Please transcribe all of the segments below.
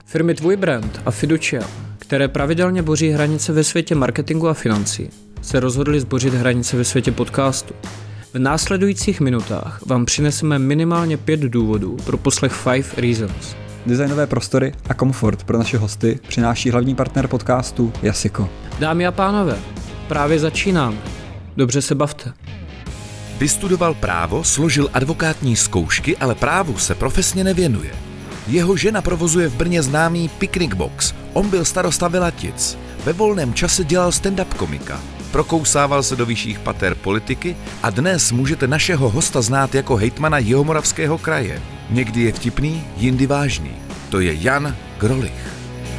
Firmy Tvůj brand a Fiducia, které pravidelně boří hranice ve světě marketingu a financí, se rozhodly zbořit hranice ve světě podcastu. V následujících minutách vám přineseme minimálně 5 důvodů pro poslech 5 Reasons. Designové prostory a komfort pro naše hosty přináší hlavní partner podcastu Jasiko. Dámy a pánové, právě začínáme. Dobře se bavte. Vystudoval právo, složil advokátní zkoušky, ale právu se profesně nevěnuje. Jeho žena provozuje v Brně známý Picnic Box. On byl starosta Velatic. Ve volném čase dělal stand-up komika. Prokousával se do vyšších pater politiky a dnes můžete našeho hosta znát jako hejtmana Jihomoravského kraje. Někdy je vtipný, jindy vážný. To je Jan Grolich.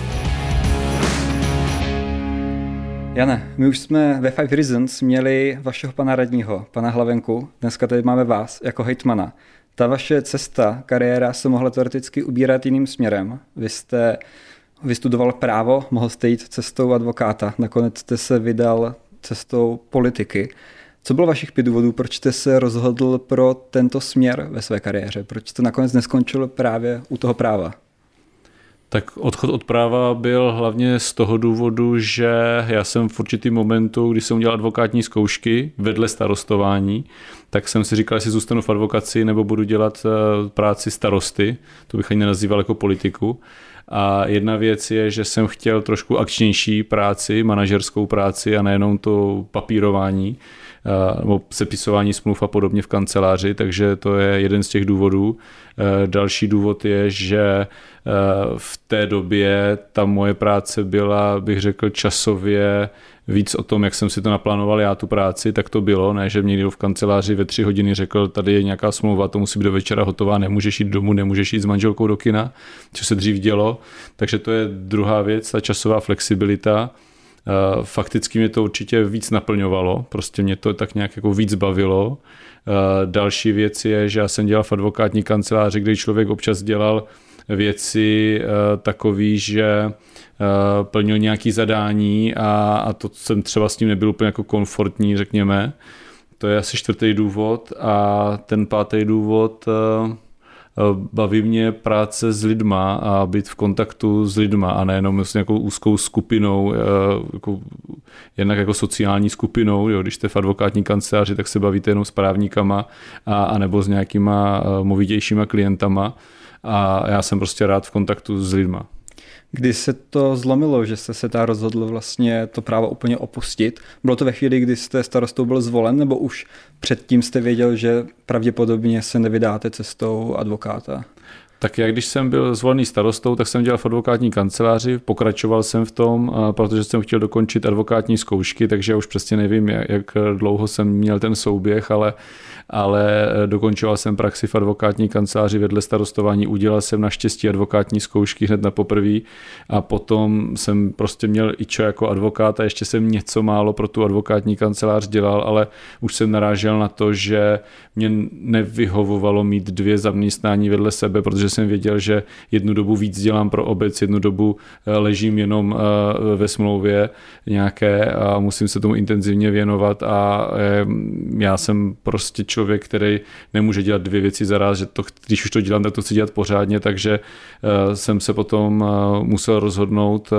Jane, my už jsme ve 5 Reasons měli vašeho pana radního, pana Hlavenku. Dneska tady máme vás jako hejtmana. Ta vaše cesta, kariéra se mohla teoreticky ubírat jiným směrem. Vy jste vystudoval právo, mohl jste jít cestou advokáta. Nakonec jste se vydal cestou politiky. Co bylo vašich 5 důvodů, proč jste se rozhodl pro tento směr ve své kariéře? Proč jste nakonec neskončil právě u toho práva? Tak odchod od práva byl hlavně z toho důvodu, že já jsem v určitým momentu, když jsem udělal advokátní zkoušky vedle starostování, tak jsem si říkal, jestli zůstanu v advokaci nebo budu dělat práci starosty, to bych ani nenazýval jako politiku. A jedna věc je, že jsem chtěl trošku akčnější práci, manažerskou práci a nejenom to papírování nebo sepisování smluv a podobně v kanceláři, takže to je jeden z těch důvodů. Další důvod je, že v té době ta moje práce byla, bych řekl, časově víc o tom, jak jsem si to naplánoval já tu práci, tak to bylo, ne, že mě někdo v kanceláři ve 3 hodiny řekl, tady je nějaká smlouva, to musí být do večera hotová, nemůžeš jít domů, nemůžeš jít s manželkou do kina, co se dřív dělo, takže to je druhá věc, ta časová flexibilita. Fakticky mě to určitě víc naplňovalo, prostě mě to tak nějak jako víc bavilo. Další věc je, že já jsem dělal v advokátní kanceláři, kde člověk občas dělal věci takový, že plnil nějaké zadání a to jsem třeba s tím nebyl úplně jako komfortní, řekněme. To je asi 4. důvod a ten 5. důvod, baví mě práce s lidma a být v kontaktu s lidma a nejenom vlastně jako úzkou skupinou, jako, jednak jako sociální skupinou, jo, když jste v advokátní kanceláři, tak se bavíte jenom s právníkama a nebo s nějakýma movitějšíma klientama a já jsem prostě rád v kontaktu s lidma. Kdy se to zlomilo, že jste se rozhodl vlastně to právo úplně opustit? Bylo to ve chvíli, kdy jste starostou byl zvolen, nebo už předtím jste věděl, že pravděpodobně se nevydáte cestou advokáta? Tak já, když jsem byl zvolený starostou, tak jsem dělal v advokátní kanceláři, pokračoval jsem v tom, protože jsem chtěl dokončit advokátní zkoušky, takže já už přesně nevím, jak dlouho jsem měl ten souběh, ale dokončoval jsem praxi v advokátní kanceláři vedle starostování, udělal jsem naštěstí advokátní zkoušky hned na poprvé a potom jsem prostě měl IČO jako advokát a ještě jsem něco málo pro tu advokátní kancelář dělal, ale už jsem narážel na to, že mě nevyhovovalo mít 2 zaměstnání vedle sebe, protože jsem věděl, že jednu dobu víc dělám pro obec, jednu dobu ležím jenom ve smlouvě nějaké a musím se tomu intenzivně věnovat a já jsem prostě člověk, který nemůže dělat 2 věci zaraz, že to, když už to dělám, tak to chci dělat pořádně, takže jsem se potom musel rozhodnout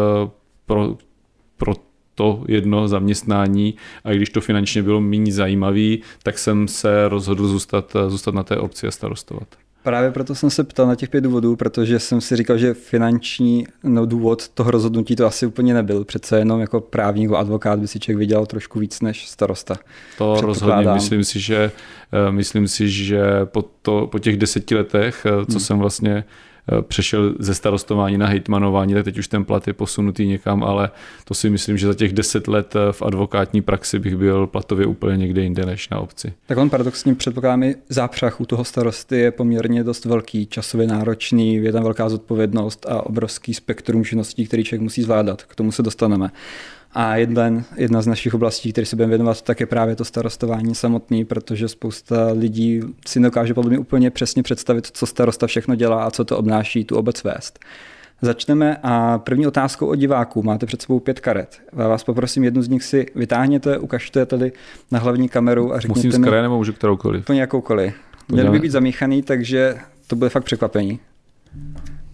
pro to jedno zaměstnání a když to finančně bylo méně zajímavý, tak jsem se rozhodl zůstat na té obci a starostovat. Právě proto jsem se ptal na těch 5 důvodů, protože jsem si říkal, že finanční důvod toho rozhodnutí to asi úplně nebyl. Přece jenom jako právník, advokát by si člověk vydělal trošku víc než starosta. To rozhodně, myslím si, že po těch 10 letech, co jsem vlastně přešel ze starostování na hejtmanování, tak teď už ten plat je posunutý někam, ale to si myslím, že za těch 10 let v advokátní praxi bych byl platově úplně někde jinde než na obci. Tak on paradoxně předpokládám, zápřah u toho starosty je poměrně dost velký, časově náročný, je tam velká zodpovědnost a obrovský spektrum činností, který člověk musí zvládat. K tomu se dostaneme. A jedna z našich oblastí, které se budeme věnovat, tak je právě to starostování samotný, protože spousta lidí si dokáže podle mě úplně přesně představit, co starosta všechno dělá a co to obnáší tu obec vést. Začneme a první otázkou od diváků. Máte před sebou 5 karet. Já vás poprosím, jednu z nich si vytáhněte, ukažte tady na hlavní kameru a řekněte mi... Musím z kraje nebo můžu kteroukoliv? Úplně jakoukoliv. Měl by být zamíchaný, takže to bude fakt překvapení.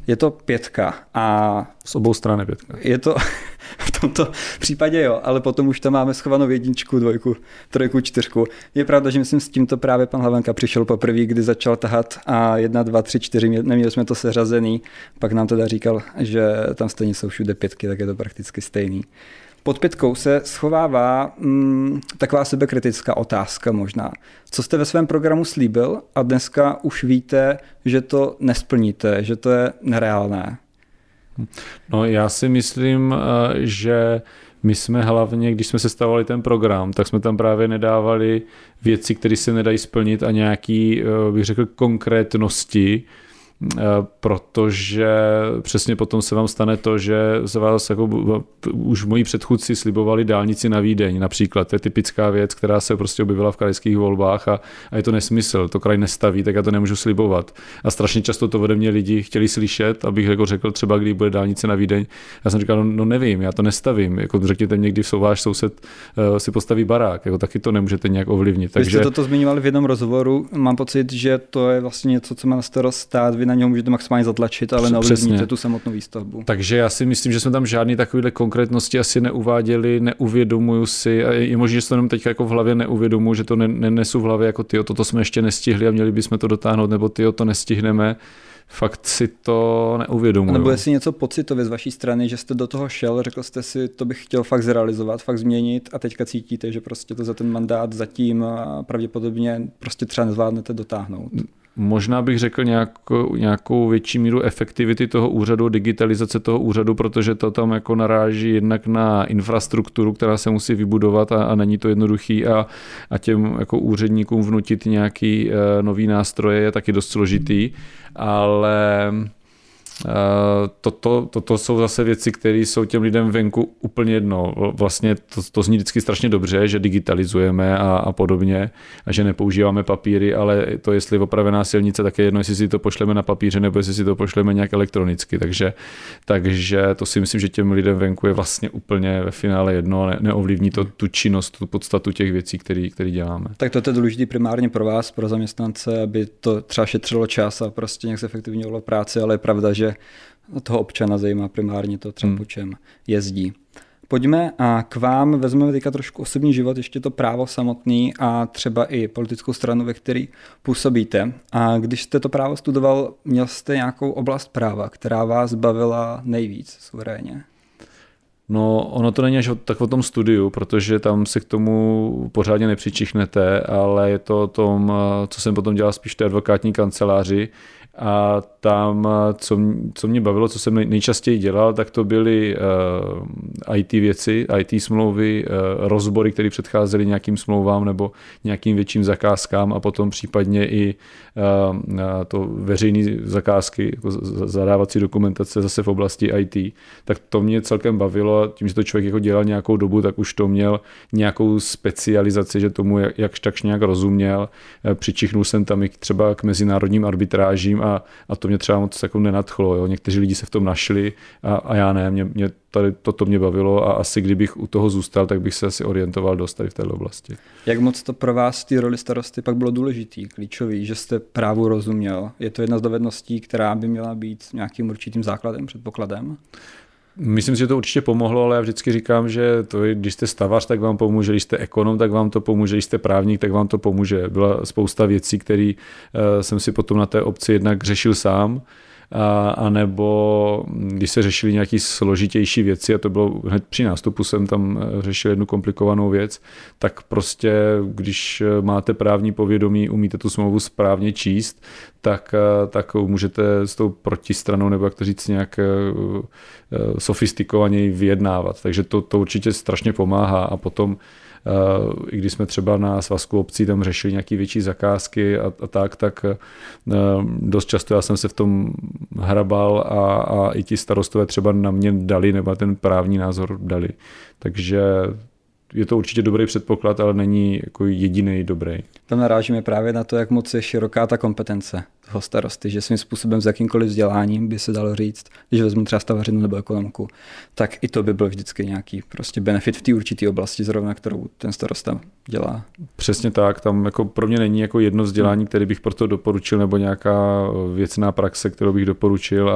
Je to 5 a... Z obou stran je 5. Je to v tomto případě jo, ale potom už tam máme schovanou 1, 2, 3, 4. Je pravda, že myslím s tímto právě pan Hlavenka přišel poprvé, kdy začal tahat a 1, 2, 3, 4, neměli jsme to seřazený, pak nám teda říkal, že tam stejně jsou všude 5, tak je to prakticky stejný. Pod 5 se schovává taková sebekritická otázka možná. Co jste ve svém programu slíbil a dneska už víte, že to nesplníte, že to je nereálné? No já si myslím, že my jsme hlavně, když jsme sestavovali ten program, tak jsme tam právě nedávali věci, které se nedají splnit a nějaký, bych řekl, konkrétnosti, protože přesně potom se vám stane to, že se vás jako už moji předchůdci slibovali dálnici na Vídeň například. To je typická věc, která se prostě objevila v krajských volbách a je to nesmysl. To kraj nestaví, tak já to nemůžu slibovat. A strašně často to ode mě lidi chtěli slyšet, abych jako řekl třeba, kdy bude dálnice na Vídeň. Já jsem říkal, no nevím, já to nestavím. Jako řekněte mě, kdy váš soused si postaví barák. Jako taky to nemůžete nějak ovlivnit. Takže... Vy jste toto zmiňovali v jednom rozhovoru. Mám pocit, že to je vlastně něco, co má na starost stát. Vy na něho můžete maximálně zatlačit, ale neovlivníte tu samotnou výstavbu. Takže já si myslím, že jsme tam žádný takovýhle konkrétnosti asi neuváděli, neuvědomuju si, a je možné, že se to jenom teď jako v hlavě neuvědomuju, že to nenesu v hlavě jako tyjo, toto jsme ještě nestihli a měli bychom to dotáhnout, nebo tyjo, to nestihneme. Fakt si to neuvědomuju. Nebo jestli něco pocitově z vaší strany, že jste do toho šel, řekl jste si, to bych chtěl fakt zrealizovat, fakt změnit a teďka cítíte, že prostě to za ten mandát zatím pravděpodobně prostě třeba nezvládnete dotáhnout. Možná bych řekl nějakou větší míru efektivity toho úřadu, digitalizace toho úřadu, protože to tam jako naráží jednak na infrastrukturu, která se musí vybudovat a není to jednoduchý a těm jako úředníkům vnutit nějaký nový nástroje je taky dost složitý, ale toto jsou zase věci, které jsou těm lidem venku úplně jedno. Vlastně to zní vždycky strašně dobře, že digitalizujeme a podobně a že nepoužíváme papíry, ale to, jestli je opravená silnice, tak je jedno, jestli si to pošleme na papíře nebo jestli si to pošleme nějak elektronicky. Takže to si myslím, že těm lidem venku je vlastně úplně ve finále jedno, neovlivní to tu činnost, tu podstatu těch věcí, které děláme. Tak to je důležité primárně pro vás, pro zaměstnance, aby to třeba šetřilo čas a prostě nějak zefektivňovalo práci, ale je pravda, že toho občana zajímá primárně to třeba po čem jezdí. Pojďme a k vám vezmeme teďka trošku osobní život, ještě to právo samotný a třeba i politickou stranu, ve které působíte. A když jste to právo studoval, měl jste nějakou oblast práva, která vás bavila nejvíc suverénně? No, ono to není až tak o tom studiu, protože tam se k tomu pořádně nepřičichnete, ale je to o tom, co jsem potom dělal spíš v té advokátní kanceláři. A tam, co mě bavilo, co jsem nejčastěji dělal, tak to byly IT věci, IT smlouvy, rozbory, které předcházely nějakým smlouvám nebo nějakým větším zakázkám a potom případně i to veřejné zakázky, jako zadávací dokumentace zase v oblasti IT. Tak to mě celkem bavilo, tím, že to člověk jako dělal nějakou dobu, tak už to měl nějakou specializaci, že tomu jakž takž nějak rozuměl. Přičichnul jsem tam i třeba k mezinárodním arbitrážím a to mě třeba moc jako nenadchlo. Jo. Někteří lidi se v tom našli a já ne. Mě toto mě bavilo a asi kdybych u toho zůstal, tak bych se asi orientoval dost tady v této oblasti. Jak moc to pro vás v té roli starosty pak bylo důležitý, klíčový, že jste právu rozuměl? Je to jedna z dovedností, která by měla být nějakým určitým základem, předpokladem? Myslím si, že to určitě pomohlo, ale já vždycky říkám, že to, když jste stavař, tak vám pomůže, když jste ekonom, tak vám to pomůže, když jste právník, tak vám to pomůže. Byla spousta věcí, které jsem si potom na té obci jednak řešil sám, a nebo když se řešily nějaké složitější věci, a to bylo hned při nástupu, jsem tam řešil jednu komplikovanou věc, tak prostě, když máte právní povědomí, umíte tu smlouvu správně číst, tak můžete s tou protistranou, nebo jak to říct, nějak sofistikovaněji vyjednávat. Takže to určitě strašně pomáhá a potom i když jsme třeba na svazku obcí tam řešili nějaké větší zakázky a tak dost často já jsem se v tom hrabal a i ti starostové třeba na mě dali, nebo ten právní názor dali. Takže je to určitě dobrý předpoklad, ale není jako jediný dobrý. Tam narážíme právě na to, jak moc je široká ta kompetence toho starosty, že svým způsobem s jakýmkoliv vzděláním by se dalo říct, když vezmu třeba stavařinu nebo ekonomku, tak i to by byl vždycky nějaký prostě benefit v té určité oblasti, zrovna kterou ten starosta dělá. Přesně tak, tam jako pro mě není jako jedno vzdělání, které bych proto doporučil, nebo nějaká věcná praxe, kterou bych doporučil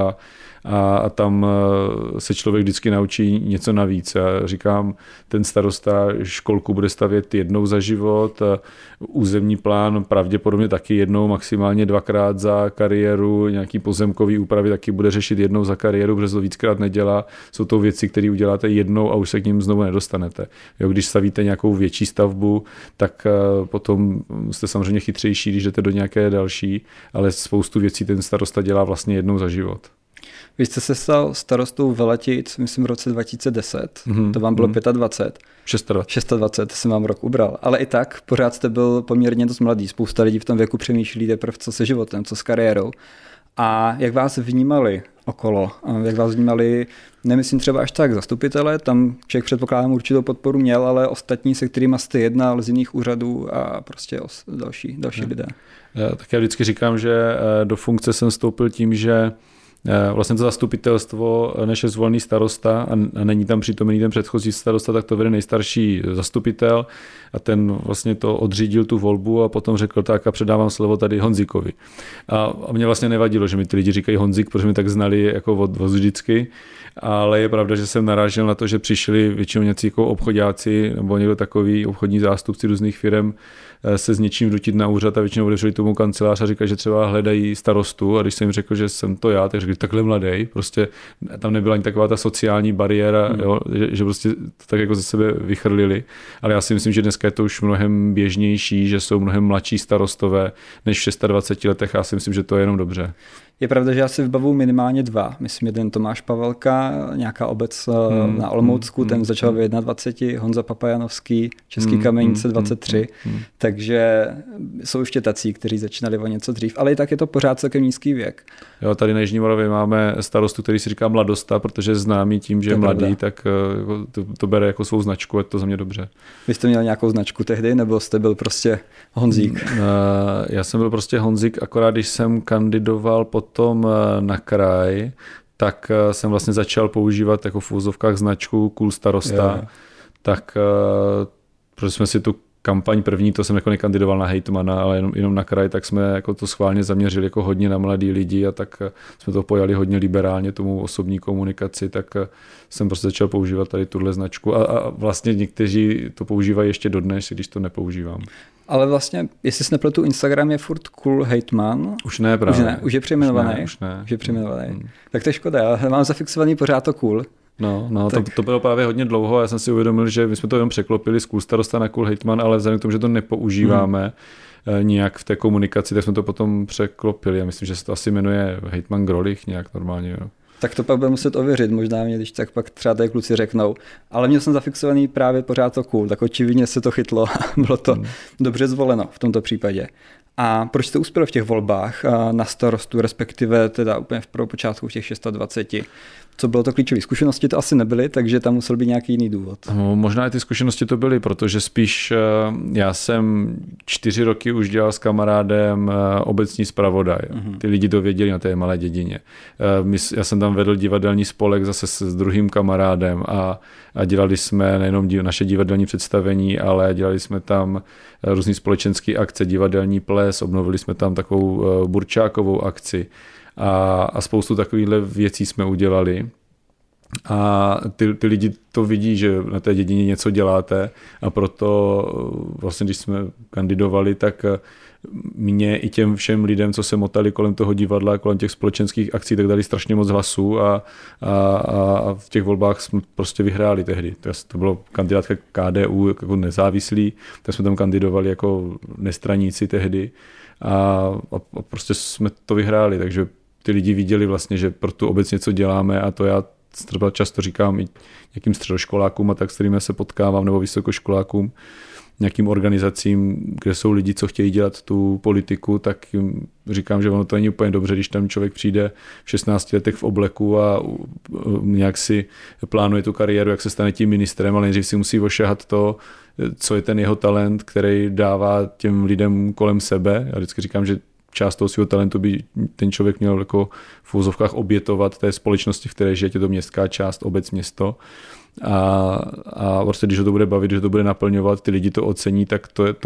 a tam se člověk vždycky naučí něco navíc. Já říkám, ten starosta školku bude stavět jednou za život, územní plán pravděpodobně taky jednou, maximálně 2krát za kariéru, nějaký pozemkový úpravy taky bude řešit jednou za kariéru, protože to víckrát nedělá. Jsou to věci, které uděláte jednou a už se k nim znovu nedostanete. Jo, když stavíte nějakou větší stavbu, tak potom jste samozřejmě chytřejší, když jdete do nějaké další, ale spoustu věcí ten starosta dělá vlastně jednou za život. Vy jste se stal starostou Veletic, myslím v roce 2010, to vám bylo 25. 26 jsem vám rok ubral, ale i tak pořád jste byl poměrně dost mladý. Spousta lidí v tom věku přemýšlí teprve co se životem, co s kariérou. A jak vás vnímali okolo? Jak vás vnímali, nemyslím třeba až tak zastupitele, tam člověk předpokládám určitou podporu měl, ale ostatní, se kterými jste jednal z jiných úřadů a prostě další lidé. Tak já vždycky říkám, že do funkce jsem vstoupil tím, že vlastně to zastupitelstvo, než je zvolený starosta a není tam přítomný ten předchozí starosta, tak to vede nejstarší zastupitel a ten vlastně to odřídil tu volbu a potom řekl tak a předávám slovo tady Honzíkovi. A mě vlastně nevadilo, že mi ty lidi říkají Honzík, protože mi tak znali jako od vždycky, ale je pravda, že jsem narážel na to, že přišli většinou nějací jako obchodáci nebo někdo takový obchodní zástupci různých firem se s něčím vnutit na úřad a většinou odešli tomu kancelář a říkají, že třeba hledají starostu a když jsem jim řekl, že jsem to já, tak řekli takhle mladý, prostě tam nebyla ani taková ta sociální bariéra, jo, že prostě tak jako ze sebe vychrlili, ale já si myslím, že dneska je to už mnohem běžnější, že jsou mnohem mladší starostové než v 26 letech a já si myslím, že to je jenom dobře. Je pravda, že já si vybavuju minimálně 2. Myslím, jeden Tomáš Pavelka, nějaká obec na Olomoucku, ten začal v 21, Honza Papajanovský, Český Kamenice 23, takže jsou ještě tací, kteří začínali o něco dřív, ale i tak je to pořád celkem nízký věk. Jo, tady na Jižní Moravě máme starostu, který si říká mladosta, protože je známý tím, že je mladý, tak to bere jako svou značku, je to za mě dobře. Vy jste měl nějakou značku tehdy, nebo jste byl prostě Honzík? Já jsem byl prostě Honzík, akorát když jsem kandidoval potom na kraj, tak jsem vlastně začal používat jako v úzovkách značku Cool starosta, tak protože jsme si tu kampaň první, to jsem jako nekandidoval na hejtmana, ale jenom na kraj, tak jsme jako to schválně zaměřili jako hodně na mladý lidi a tak jsme to pojali hodně liberálně tomu osobní komunikaci, tak jsem prostě začal používat tady tuhle značku a vlastně někteří to používají ještě dodnes, když to nepoužívám. Ale vlastně, jestli se nepletu, Instagram je furt Cool Hejtman. Už ne, právě. Už je přejmenovaný. Už je přejmenovaný. Tak to je škoda, já mám zafixovaný pořád to Cool. No, to bylo právě hodně dlouho a já jsem si uvědomil, že my jsme to jenom překlopili z Cool starosta na Cool hejtman, ale vzhledem k tomu, že to nepoužíváme nějak v té komunikaci, tak jsme to potom překlopili a myslím, že se to asi jmenuje hejtman Grolich nějak normálně. Jo. Tak to pak bude muset ověřit, možná mě, když tak pak třeba tady kluci řeknou. Ale měl jsem zafixovaný právě pořád to Cool, tak očividně se to chytlo a bylo to dobře zvoleno v tomto případě. A proč jste uspěl v těch volbách na starostu, respektive teda úplně v prvopočátku v těch 26? Co bylo to klíčové? Zkušenosti to asi nebyly, takže tam musel být nějaký jiný důvod. No, možná i ty zkušenosti to byly, protože spíš já jsem 4 roky už dělal s kamarádem obecní zpravodaj. Ty lidi to věděli na té malé dědině. Já jsem tam vedl divadelní spolek zase s druhým kamarádem a dělali jsme nejenom naše divadelní představení, ale dělali jsme tam různý společenské akce, divadelní ples, obnovili jsme tam takovou burčákovou akci. A spoustu takovýchhle věcí jsme udělali a ty lidi to vidí, že na té dědině něco děláte a proto vlastně, když jsme kandidovali, tak mě i těm všem lidem, co se motali kolem toho divadla, kolem těch společenských akcí, tak dali strašně moc hlasů a v těch volbách jsme prostě vyhráli tehdy. To bylo kandidátka KDU jako nezávislý, tak jsme tam kandidovali jako nestraníci tehdy a prostě jsme to vyhráli, takže ty lidi viděli vlastně, že pro tu obec něco děláme a to já třeba často říkám i nějakým středoškolákům a tak, s kterými se potkávám, nebo vysokoškolákům, nějakým organizacím, kde jsou lidi, co chtějí dělat tu politiku, tak jim říkám, že ono to není úplně dobře, když tam člověk přijde v 16 letech v obleku a nějak si plánuje tu kariéru, jak se stane tím ministrem, ale nejdřív si musí ošahat to, co je ten jeho talent, který dává těm lidem kolem sebe. Já vždycky říkám, že část toho svého talentu by ten člověk měl jako v uvozovkách obětovat té společnosti, v které žije, je to městská část, obec, město. A prostě, když ho to bude bavit, že to bude naplňovat, ty lidi to ocení, tak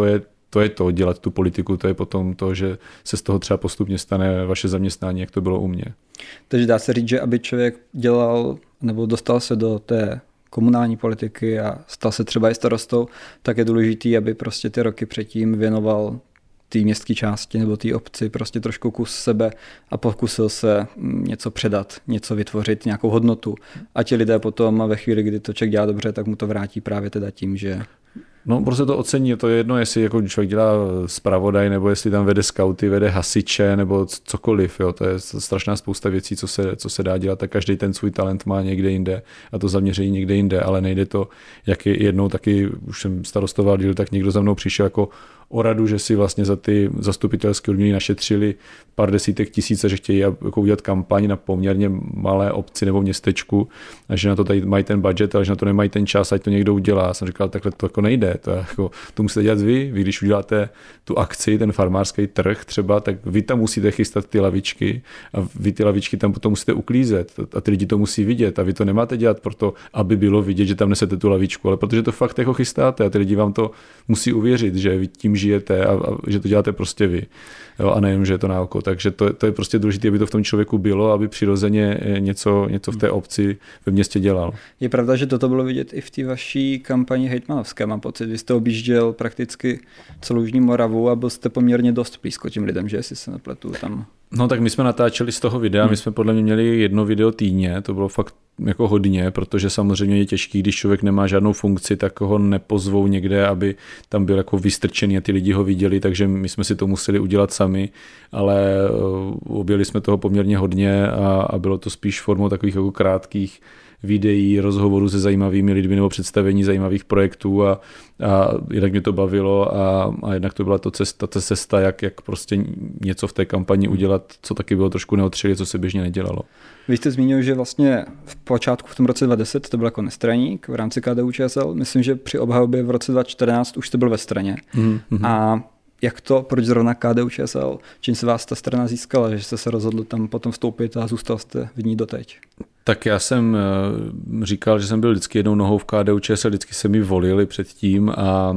to je to dělat tu politiku, to je potom to, že se z toho třeba postupně stane vaše zaměstnání, jak to bylo u mě. Takže dá se říct, že aby člověk dělal nebo dostal se do té komunální politiky a stal se třeba i starostou, tak je důležitý, aby prostě ty roky předtím věnoval té městské části nebo té obci prostě trošku kus sebe a pokusil se něco předat, něco vytvořit, nějakou hodnotu. A ti lidé potom ve chvíli, kdy to člověk dělá dobře, tak mu to vrátí právě teda tím, že... No, prostě to ocení, to je jedno, jestli jako člověk dělá zpravodaj, nebo jestli tam vede skauty, vede hasiče, nebo cokoliv, jo, to je strašná spousta věcí, co se dá dělat, tak každý ten svůj talent má někde jinde a to zaměření někde jinde, ale nejde to, jak jednou taky, už jsem starostoval díl, tak někdo za mnou přišel jako o radu, že si vlastně za ty zastupitelské odměny našetřili pár desítek tisíc a že chtějí jako udělat kampaň na poměrně malé obci nebo městečku a že na to tady mají ten budget, ale že na to nemají ten čas, ať to někdo udělá. Já jsem říkal, takhle to jako nejde, to musíte dělat vy, když uděláte tu akci, ten farmářský trh třeba, tak vy tam musíte chystat ty lavičky a vy ty lavičky tam potom musíte uklízet a ty lidi to musí vidět a vy to nemáte dělat proto, aby bylo vidět, že tam nesete tu lavičku, ale protože to fakt jako chystáte a ty lidi vám to musí uvěřit, že vy tím žijete a že to děláte prostě vy. Jo, a nejen, že je to na oko. Takže to je prostě důležité, aby to v tom člověku bylo, aby přirozeně něco v té obci ve městě dělal. Je pravda, že toto bylo vidět i v té vaší kampani hejtmanovské, mám pocit. Vy jste objížděl prakticky celou Jižní Moravu a byl jste poměrně dost blízko těm lidem, že jestli se nepletu tam. No tak my jsme natáčeli z toho videa, my jsme podle mě měli 1 video týdně, to bylo fakt jako hodně, protože samozřejmě je těžký, když člověk nemá žádnou funkci, tak ho nepozvou někde, aby tam byl jako vystrčený a ty lidi ho viděli, takže my jsme si to museli udělat sami, ale objeli jsme toho poměrně hodně a bylo to spíš formou takových jako krátkých videí, rozhovorů se zajímavými lidmi nebo představení zajímavých projektů a jednak mě to bavilo a jednak to byla ta cesta, jak prostě něco v té kampani udělat, co taky bylo trošku neotřelé, co se běžně nedělalo. Vy jste zmínil, že vlastně v počátku v tom roce 2010 to byl jako nestraník v rámci KDU-ČSL. Myslím, že při obhajobě v roce 2014 už jste byl ve straně. A jak to, proč zrovna KDU-ČSL? Čím se vás ta strana získala, že jste se rozhodl tam potom vstoupit a zůstal jste v ní doteď? Tak já jsem říkal, že jsem byl vždycky jednou nohou v KDU-ČSL, vždycky se mi volili předtím a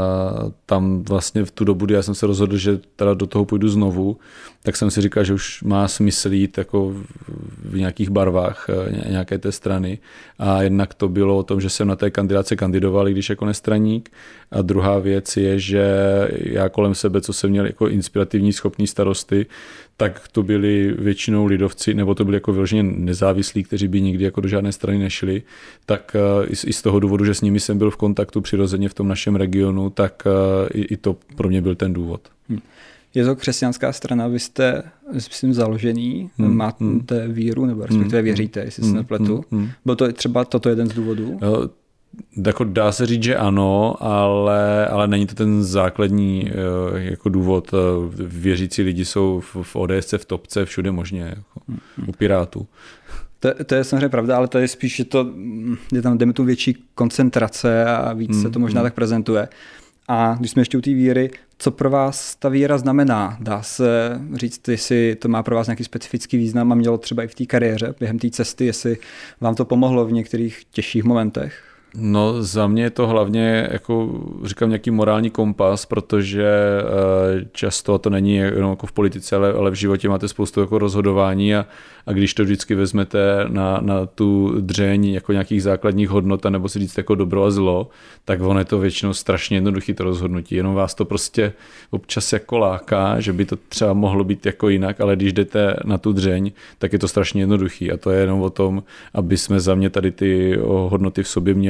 tam vlastně v tu dobu, kdy já jsem se rozhodl, že teda do toho půjdu znovu, tak jsem si říkal, že už má smysl jít jako v nějakých barvách nějaké té strany a jednak to bylo o tom, že jsem na té kandidáce kandidoval, i když jako nestraník a druhá věc je, že já kolem sebe, co jsem měl jako inspirativní schopný starosty, tak to byli většinou lidovci, nebo to byli jako vyloženě nezávislí, kteří by nikdy jako do žádné strany nešli, tak i z toho důvodu, že s nimi jsem byl v kontaktu přirozeně v tom našem regionu, tak i to pro mě byl ten důvod. Je to křesťanská strana, vy jste, myslím, založený, máte víru, nebo respektive věříte, jestli se nepletu. Byl to třeba toto jeden z důvodů? Jako dá se říct, že ano, ale není to ten základní jako důvod. Věřící lidi jsou v ODS, v topce, všude možně, jako u Pirátů. To je samozřejmě pravda, ale to je spíš, že je tam dejme tu větší koncentrace a víc se to možná tak prezentuje. A když jsme ještě u té víry, co pro vás ta víra znamená? Dá se říct, jestli to má pro vás nějaký specifický význam a mělo třeba i v té kariéře, během té cesty, jestli vám to pomohlo v některých těžších momentech? No za mě je to hlavně, jako říkám, nějaký morální kompas, protože často to není jenom jako v politice, ale v životě máte spoustu jako rozhodování a když to vždycky vezmete na tu dřeň jako nějakých základních hodnot a nebo si říct jako dobro a zlo, tak ono je to většinou strašně jednoduché to rozhodnutí, jenom vás to prostě občas jako láká, že by to třeba mohlo být jako jinak, ale když jdete na tu dřeň, tak je to strašně jednoduchý a to je jenom o tom, aby jsme za mě tady ty hodnoty v sobě měli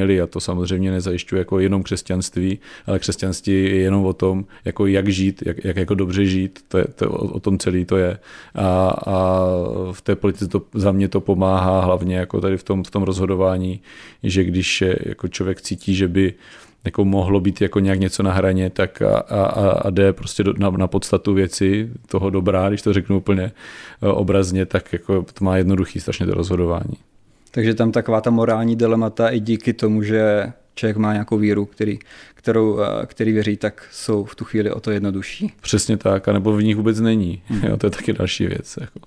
měli a to samozřejmě nezajišťuje jako jenom křesťanství, ale křesťanství je jenom o tom, jako jak žít, jak jako dobře žít, o tom celý to je. A v té politice to za mě to pomáhá hlavně jako tady v tom rozhodování, že když jako člověk cítí, že by jako mohlo být jako nějak něco na hraně, tak a jde prostě na podstatu věci toho dobrá, když to řeknu úplně obrazně, tak jako to má jednoduchý strašně to rozhodování. Takže tam taková ta morální dilemata i díky tomu, že člověk má nějakou víru, který věří, tak jsou v tu chvíli o to jednodušší. Přesně tak, anebo v nich vůbec není. Jo, to je taky další věc. Jako.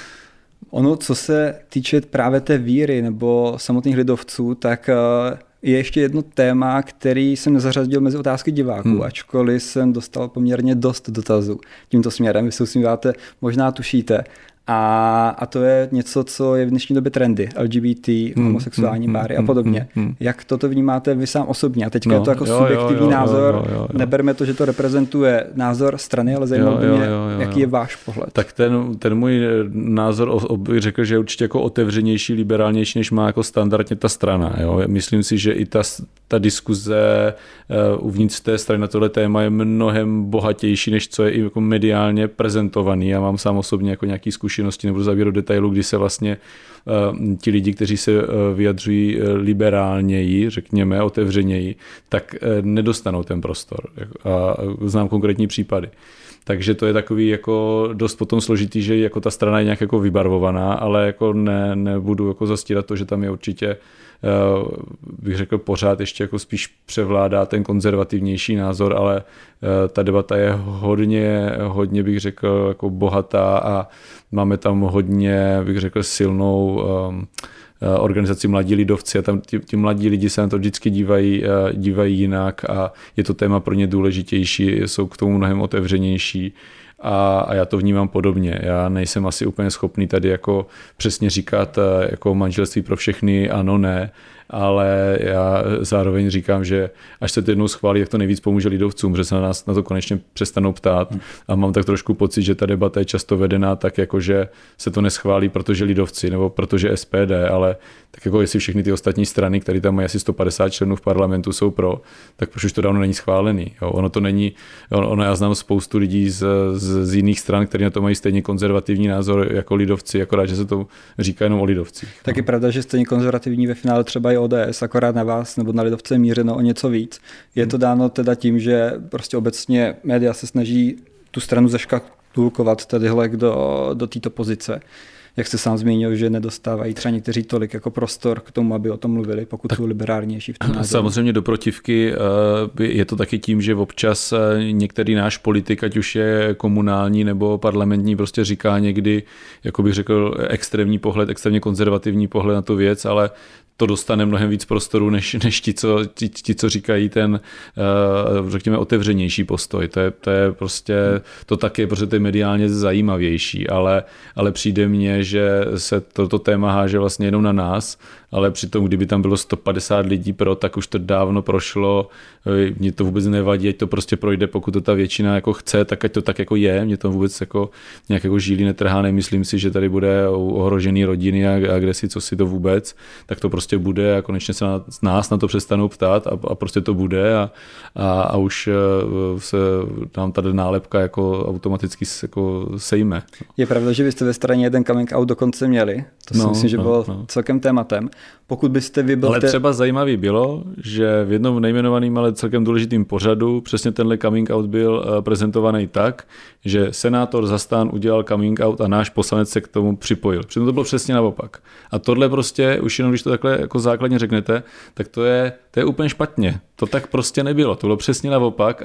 Ono, co se týče právě té víry nebo samotných lidovců, tak je ještě jedno téma, který jsem nezařadil mezi otázky diváků, ačkoliv jsem dostal poměrně dost dotazů tímto směrem. Vy se usmíváte, možná tušíte. A to je něco, co je v dnešní době trendy. LGBT, homosexuální páry a podobně. Jak toto vnímáte vy sám osobně? A teďka je to jako subjektivní názor. Jo. Neberme to, že to reprezentuje názor strany, ale zajímalo by mě, jaký je váš pohled. Tak ten můj názor bych řekl, že je určitě jako otevřenější, liberálnější, než má jako standardně ta strana. Jo? Myslím si, že i ta diskuze uvnitř té strany na tohle téma je mnohem bohatější, než co je i jako mediálně prezentovaný. Já mám sám osobně jako nějaký zkušenosti, nebudu zabírat do detailu, kdy se vlastně ti lidi, kteří se vyjadřují liberálněji, řekněme, otevřeněji, tak nedostanou ten prostor. A znám konkrétní případy. Takže to je takový jako dost potom složitý, že jako ta strana je nějak jako vybarvovaná, ale jako nebudu jako zastírat to, že tam je určitě, bych řekl, pořád ještě jako spíš převládá ten konzervativnější názor, ale ta debata je hodně bych řekl jako bohatá a máme tam hodně, bych řekl, silnou organizaci Mladí lidovci a tam ti mladí lidi se na to vždycky dívají jinak a je to téma pro ně důležitější, jsou k tomu mnohem otevřenější a já to vnímám podobně. Já nejsem asi úplně schopný tady jako přesně říkat jako manželství pro všechny, ano, ne, ale já zároveň říkám, že až se to jednou schválí, tak to nejvíc pomůže lidovcům, že se na nás na to konečně přestanou ptát a mám tak trošku pocit, že ta debata je často vedená tak, jako že se to neschválí, protože lidovci nebo protože SPD, ale tak jako jestli všechny ty ostatní strany, které tam mají asi 150 členů v parlamentu, jsou pro, tak proč už to dávno není schválený. Jo? Ono to není, já znám spoustu lidí z jiných stran, kteří na to mají stejně konzervativní názor jako lidovci, akorát, že se to říká jenom o lidovcích. Tak je pravda, že stejně konzervativní ve finále třeba i ODS, akorát na vás nebo na lidovce mířeno o něco víc. Je to dáno teda tím, že prostě obecně média se snaží tu stranu zaškatulkovat tadyhle do této pozice. Jak jste sám zmínil, že nedostávají třeba někteří tolik jako prostor k tomu, aby o tom mluvili, pokud jsou liberálnější v tom názoru. Samozřejmě do protivky je to taky tím, že občas některý náš politik, ať už je komunální nebo parlamentní, prostě říká někdy, jako bych řekl, extrémní pohled, extrémně konzervativní pohled na tu věc, ale to dostane mnohem víc prostoru, než ti, co říkají ten, řekněme, otevřenější postoj. To je prostě, to taky je, protože to je mediálně zajímavější, ale přijde mně, že se toto téma háže vlastně jenom na nás, ale přitom, kdyby tam bylo 150 lidí pro, tak už to dávno prošlo, mně to vůbec nevadí, ať to prostě projde, pokud to ta většina jako chce, tak ať to tak jako je, mě to vůbec jako nějak jako žíly netrhá, nemyslím si, že tady bude ohrožený rodiny a kde si, co si to vůbec, tak to prostě bude a konečně se nás na to přestanou ptát a prostě to bude a už se nám tady nálepka jako automaticky jako sejme. Je pravda, že vy jste ve straně jeden coming out dokonce měli, to si myslím, že bylo celkem tématem. Pokud byste vy byl... Ale třeba zajímavý bylo, že v jednom nejmenovaným, ale celkem důležitým pořadu přesně tenhle coming out byl prezentovaný tak, že senátor za STAN udělal coming out a náš poslanec se k tomu připojil. Přitom to bylo přesně naopak. A tohle prostě, už jenom když to takhle jako základně řeknete, tak to je úplně špatně. To tak prostě nebylo. To bylo přesně naopak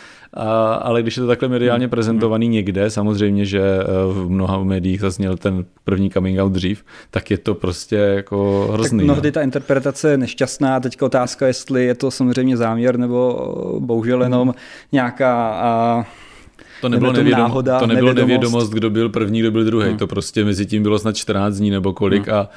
ale když je to takhle mediálně prezentovaný někde, samozřejmě, že v mnoha médiích zazněl ten první coming out dřív, tak je to prostě jako hrozný. Tak mnohdy ta interpretace je nešťastná. Teďka otázka, jestli je to samozřejmě záměr nebo bohužel jenom nějaká... To nebylo nevědomost, kdo byl první, kdo byl druhý. To prostě mezi tím bylo snad 14 dní nebo kolik a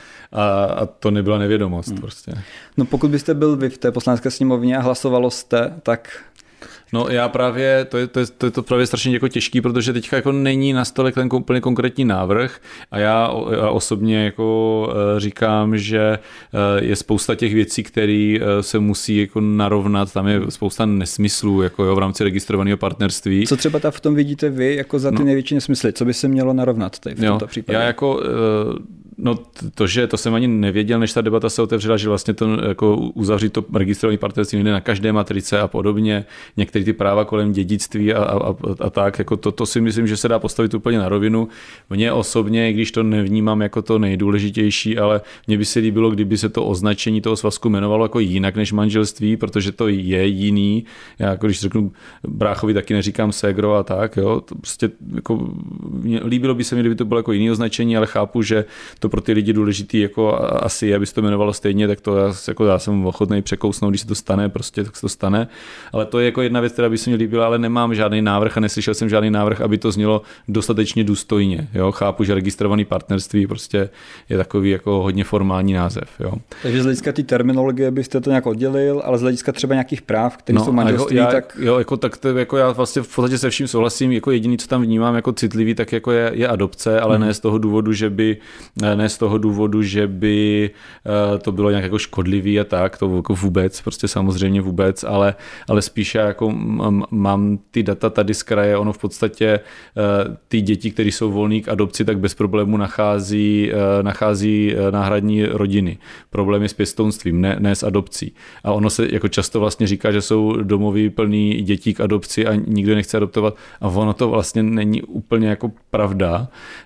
to nebyla nevědomost. Prostě. No pokud byste byl vy v té poslanecké sněmovně a hlasovalo jste, tak... No já právě, to je to právě strašně jako těžký, protože teďka jako není na stole ten úplně konkrétní návrh a já osobně jako říkám, že je spousta těch věcí, které se musí jako narovnat, tam je spousta nesmyslů jako jo, v rámci registrovaného partnerství. Co třeba v tom vidíte vy jako za ty největší nesmysly? Co by se mělo narovnat tady v tomto případě? Já jako to jsem ani nevěděl, než ta debata se otevřela, že vlastně to jako uzavřít to registrované partnerství nejde na každé matrice a podobně. Některé ty práva kolem dědictví a tak, jako to si myslím, že se dá postavit úplně na rovinu. Mně osobně, když to nevnímám jako to nejdůležitější, ale mně by se líbilo, kdyby se to označení toho svazku jmenovalo jako jinak než manželství, protože to je jiný. Já jako když řeknu bráchovi, taky neříkám ségro a tak, jo. To prostě jako líbilo by se mi, kdyby to bylo jako jiný označení, ale chápu, že to pro ty lidi důležitý jako asi, aby se to jmenovalo stejně, tak to já jsem ochotný překousnout, když se to stane, prostě tak se to stane. Ale to je jako jedna věc, která by se mi líbila, ale nemám žádný návrh a neslyšel jsem žádný návrh, aby to znělo dostatečně důstojně. Jo? Chápu, že registrovaný partnerství prostě je takový jako hodně formální název. Jo? Takže z hlediska té terminologie byste to nějak oddělil, ale z hlediska třeba nějakých práv, které jsou manželství, tak já vlastně v podstatě se vším souhlasím, jako jediný, co tam vnímám jako citlivý, tak jako je adopce, ale ne z toho důvodu, že by to bylo nějak jako škodlivý a tak, to jako vůbec, prostě samozřejmě vůbec, ale spíš já jako mám ty data tady z kraje, ono v podstatě ty děti, které jsou volný k adopci, tak bez problému nachází náhradní rodiny. Problém je s pěstounstvím, ne s adopcí. A ono se jako často vlastně říká, že jsou domovy plný dětí k adopci a nikdo nechce adoptovat a ono to vlastně není úplně jako pravda,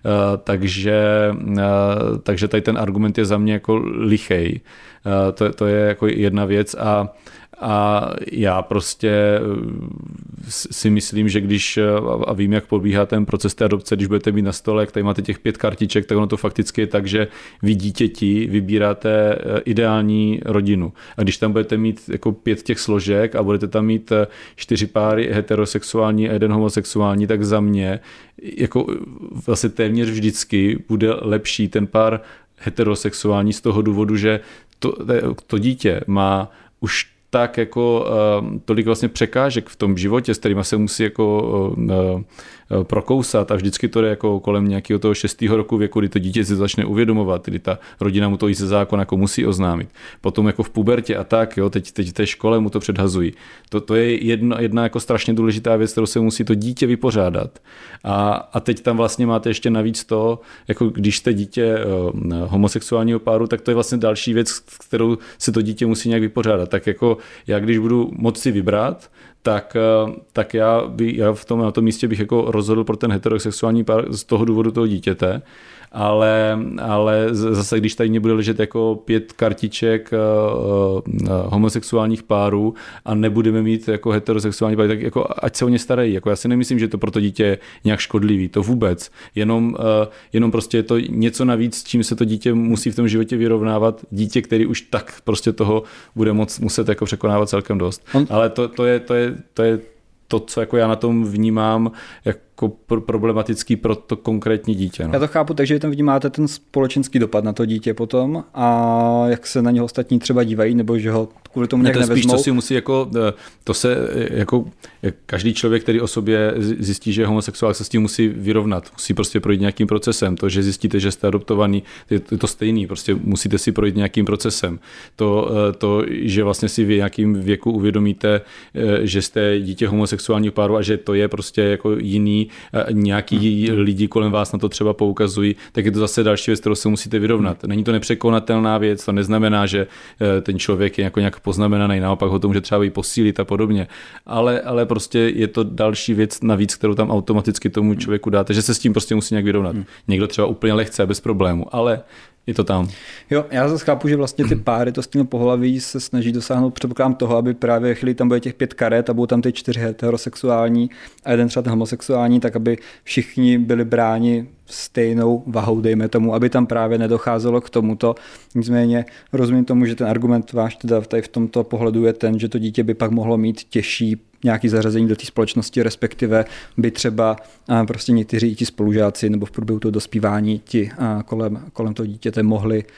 takže tady ten argument je za mě jako lichej. To je jako jedna věc a já prostě si myslím, že když, a vím, jak probíhá ten proces té adopce, když budete mít na stole, jak tady máte těch 5 kartiček, tak ono to fakticky je tak, že vy dítěti vybíráte ideální rodinu. A když tam budete mít jako 5 těch složek a budete tam mít 4 páry heterosexuální a 1 homosexuální, tak za mě jako vlastně téměř vždycky bude lepší ten pár heterosexuální z toho důvodu, že to dítě má už tak jako tolik vlastně překážek v tom životě, s kterýma se musí jako prokousat a vždycky to jde jako kolem nějakého toho 6. roku věku, kdy to dítě se začne uvědomovat, kdy ta rodina mu to i ze zákona jako musí oznámit. Potom jako v pubertě a tak, jo, teď v té škole mu to předhazují. To je jedna jako strašně důležitá věc, kterou se musí to dítě vypořádat. A teď tam vlastně máte ještě navíc to, jako když jste dítě homosexuálního páru, tak to je vlastně další věc, kterou se to dítě musí nějak vypořádat. Tak jako já když budu moci vybrat, tak já na tom místě bych jako rozhodl pro ten heterosexuální pár z toho důvodu toho dítěte, ale zase když tady mě bude ležet jako 5 kartiček homosexuálních párů a nebudeme mít jako heterosexuální páry, tak jako ať se o ně starají. Jako já si nemyslím, že to pro to dítě je nějak škodlivý, to vůbec. Jenom prostě je to něco navíc, s čím se to dítě musí v tom životě vyrovnávat. Dítě, který už tak prostě toho bude muset jako překonávat celkem dost. Ale to je to, co jako já na tom vnímám jako problematický pro to konkrétní dítě. No. Já to chápu, takže tam vnímáte ten společenský dopad na to dítě potom a jak se na něho ostatní třeba dívají, nebo že ho kvůli tomu nějak nevezmou. Spíš to si musí jako, to se jako každý člověk, který o sobě zjistí, že je homosexuál, se s tím musí vyrovnat, musí prostě projít nějakým procesem. To, že zjistíte, že jste adoptovaný, je to stejný, prostě musíte si projít nějakým procesem. To, že vlastně si v nějakým věku uvědomíte, že jste dítě homosexuálního páru a že to je prostě jako jiný, nějaký lidi kolem vás na to třeba poukazují, tak je to zase další věc, kterou se musíte vyrovnat. Není to nepřekonatelná věc, to neznamená, že ten člověk je jako nějak poznamenaný, naopak ho to může třeba i posílit a podobně, ale prostě je to další věc navíc, kterou tam automaticky tomu člověku dáte, že se s tím prostě musí nějak vyrovnat. Někdo třeba úplně lehce a bez problému, ale je to tam. Jo, já zase chápu, že vlastně ty páry to stejné pohlaví se snaží dosáhnout předpokládám toho, aby právě chvíli tam bude těch 5 karet a budou tam ty 4 heterosexuální a jeden třeba ten homosexuální, tak aby všichni byli bráni stejnou vahou, dejme tomu, aby tam právě nedocházelo k tomuto. Nicméně rozumím tomu, že ten argument váš teda tady v tomto pohledu je ten, že to dítě by pak mohlo mít těžší nějaký zařazení do té společnosti, respektive by třeba prostě někteří ti spolužáci nebo v průběhu toho dospívání ti kolem toho dítěte mohli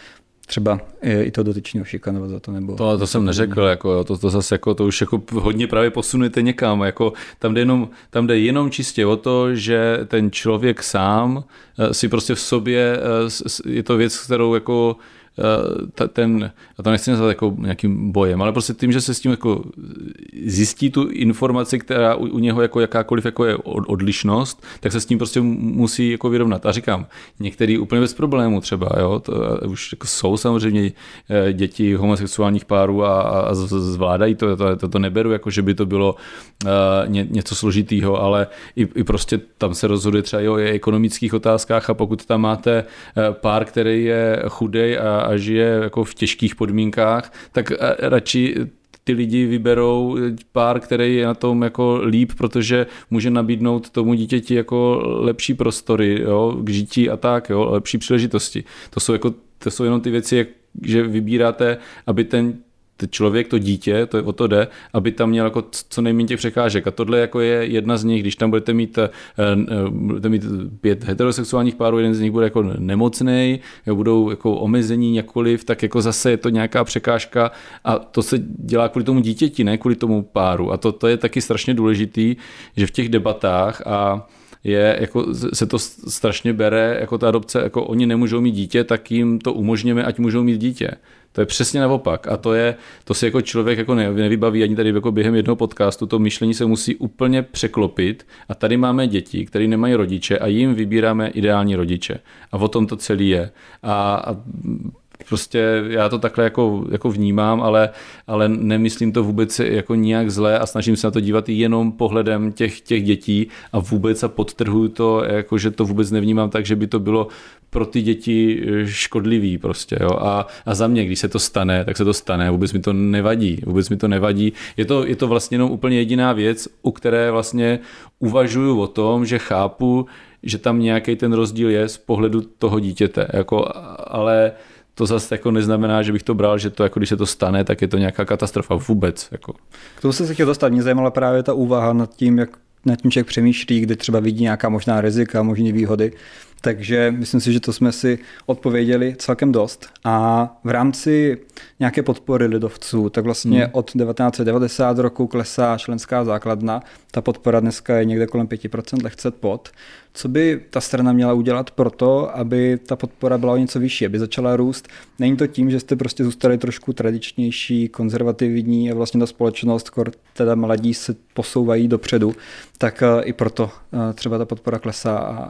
třeba i to dotyčného šikanovat za to, nebo... To jsem neřekl, jako, to zase jako, to už jako hodně právě posunete někam, jako, tam jde jenom čistě o to, že ten člověk sám si prostě v sobě, je to věc, kterou jako já to nechci nazvat jako nějakým bojem, ale prostě tím, že se s tím jako zjistí tu informaci, která u něho jako jakákoliv jako je odlišnost, tak se s tím prostě musí jako vyrovnat. A říkám, některý úplně bez problémů třeba, jo, to už jako jsou samozřejmě děti homosexuálních párů a zvládají to neberu, jako že by to bylo něco složitýho, ale i prostě tam se rozhoduje třeba i o ekonomických otázkách a pokud tam máte pár, který je chudej a žije jako v těžkých podmínkách, tak radši ty lidi vyberou pár, který je na tom jako líp, protože může nabídnout tomu dítěti jako lepší prostory, jo, k žití a tak, jo, lepší příležitosti. To jsou jenom ty věci, že vybíráte, aby ten člověk, to dítě, o to jde, aby tam měl jako co nejméně těch překážek. A tohle jako je jedna z nich, když tam budete mít 5 heterosexuálních párů, jeden z nich bude jako nemocnej, budou jako omezení několik, tak jako zase je to nějaká překážka a to se dělá kvůli tomu dítěti, ne kvůli tomu páru. A to je taky strašně důležitý, že v těch debatách jako se to strašně bere, jako ta adopce, jako oni nemůžou mít dítě, tak jim to umožněme, ať můžou mít dítě. To je přesně naopak a to si jako člověk jako nevybaví ani tady jako během jednoho podcastu, to myšlení se musí úplně překlopit a tady máme děti, které nemají rodiče a jim vybíráme ideální rodiče a o tom to celý je a prostě já to takhle jako vnímám, ale nemyslím to vůbec jako nijak zlé a snažím se na to dívat jenom pohledem těch dětí a vůbec a podtrhuju to, jako že to vůbec nevnímám tak, že by to bylo pro ty děti škodlivý prostě, jo. A za mě, když se to stane, tak se to stane, vůbec mi to nevadí. Je to vlastně jenom úplně jediná věc, u které vlastně uvažuju o tom, že chápu, že tam nějaký ten rozdíl je z pohledu toho dítěte, jako, ale to zase jako neznamená, že bych to bral, že to jako když se to stane, tak je to nějaká katastrofa vůbec. Jako. K tomu se chtěl dostat, mě zajímala právě ta úvaha nad tím, jak nad tím člověk přemýšlí, kdy třeba vidí nějaká možná rizika, možné výhody. Takže myslím si, že to jsme si odpověděli celkem dost. A v rámci nějaké podpory lidovců, tak vlastně od 1990 roku klesá členská základna. Ta podpora dneska je někde kolem 5%, lehce pod. Co by ta strana měla udělat pro to, aby ta podpora byla o něco vyšší, aby začala růst? Není to tím, že jste prostě zůstali trošku tradičnější, konzervativní a vlastně ta společnost, teda mladí se posouvají dopředu, tak i proto třeba ta podpora klesá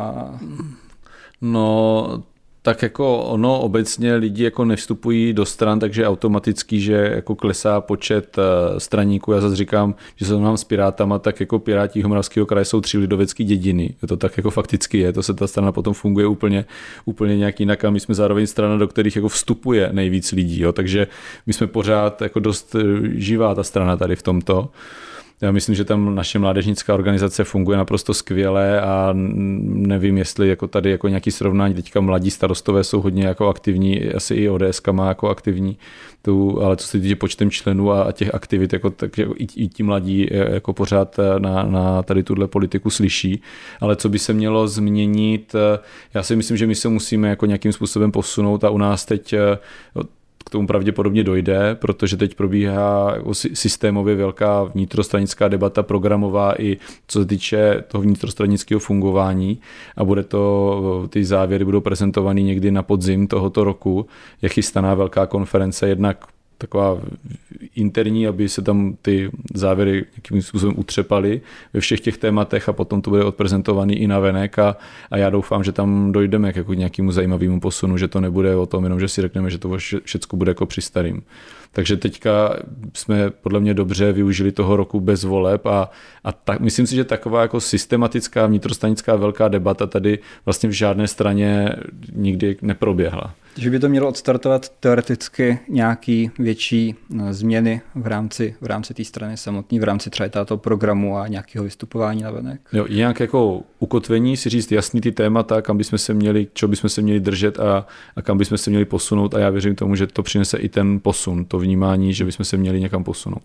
No, tak jako ono obecně lidi jako nevstupují do stran, takže automaticky, že jako klesá počet straníků. Já zase říkám, že se mám s Pirátama, tak jako Piráti Jihomoravského kraje jsou 3 lidovecké dědiny. To tak jako fakticky je, to se ta strana potom funguje úplně nějak jinak a my jsme zároveň strana, do kterých jako vstupuje nejvíc lidí, jo. Takže my jsme pořád jako dost živá ta strana tady v tomto. Já myslím, že tam naše mládežnická organizace funguje naprosto skvěle a nevím, jestli jako tady jako nějaký srovnání, teďka mladí starostové jsou hodně jako aktivní, asi i ODSka má jako aktivní, ale co se týče počtem členů a těch aktivit, jako, tak jako i ti mladí jako pořád na tady tuhle politiku slyší, ale co by se mělo změnit, já si myslím, že my se musíme jako nějakým způsobem posunout a u nás teď k tomu pravděpodobně dojde, protože teď probíhá systémově velká vnitrostranická debata programová i co se týče toho vnitrostranického fungování a ty závěry budou prezentovány někdy na podzim tohoto roku. Je chystaná velká konference, jednak taková interní, aby se tam ty závěry nějakým způsobem utřepaly ve všech těch tématech a potom to bude odprezentovaný i na venek a já doufám, že tam dojdeme k jako nějakému zajímavému posunu, že to nebude o tom jenom, že si řekneme, že to všecko bude jako při starým. Takže teďka jsme podle mě dobře využili toho roku bez voleb a myslím si, že taková jako systematická vnitrostranická velká debata tady vlastně v žádné straně nikdy neproběhla. Že by to mělo odstartovat teoreticky nějaký větší změny v rámci té strany samotné, v rámci třeba toho programu a nějakého vystupování na venek. Jo, nějak jako ukotvení, si říct jasný ty témata, kam bychom se měli, čeho bychom se měli držet a kam bychom se měli posunout a já věřím tomu, že to přinese i ten posun, to vnímání, že bychom se měli někam posunout.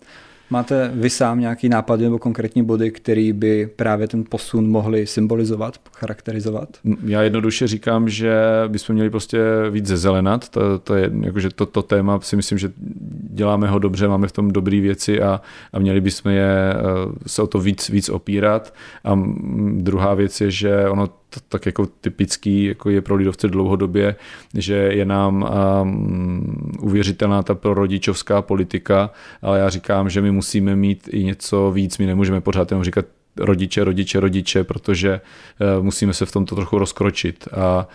Máte vy sám nějaký nápady nebo konkrétní body, který by právě ten posun mohli symbolizovat, charakterizovat? Já jednoduše říkám, že bychom měli prostě víc zezelenat. To je jakože to téma, si myslím, že děláme ho dobře, máme v tom dobré věci a měli bychom se o to víc opírat. A druhá věc je, že ono tak jako typický jako je pro lidovce dlouhodobě, že je nám uvěřitelná ta prorodičovská politika, ale já říkám, že my musíme mít i něco víc, my nemůžeme pořád jenom říkat rodiče, protože musíme se v tomto trochu rozkročit.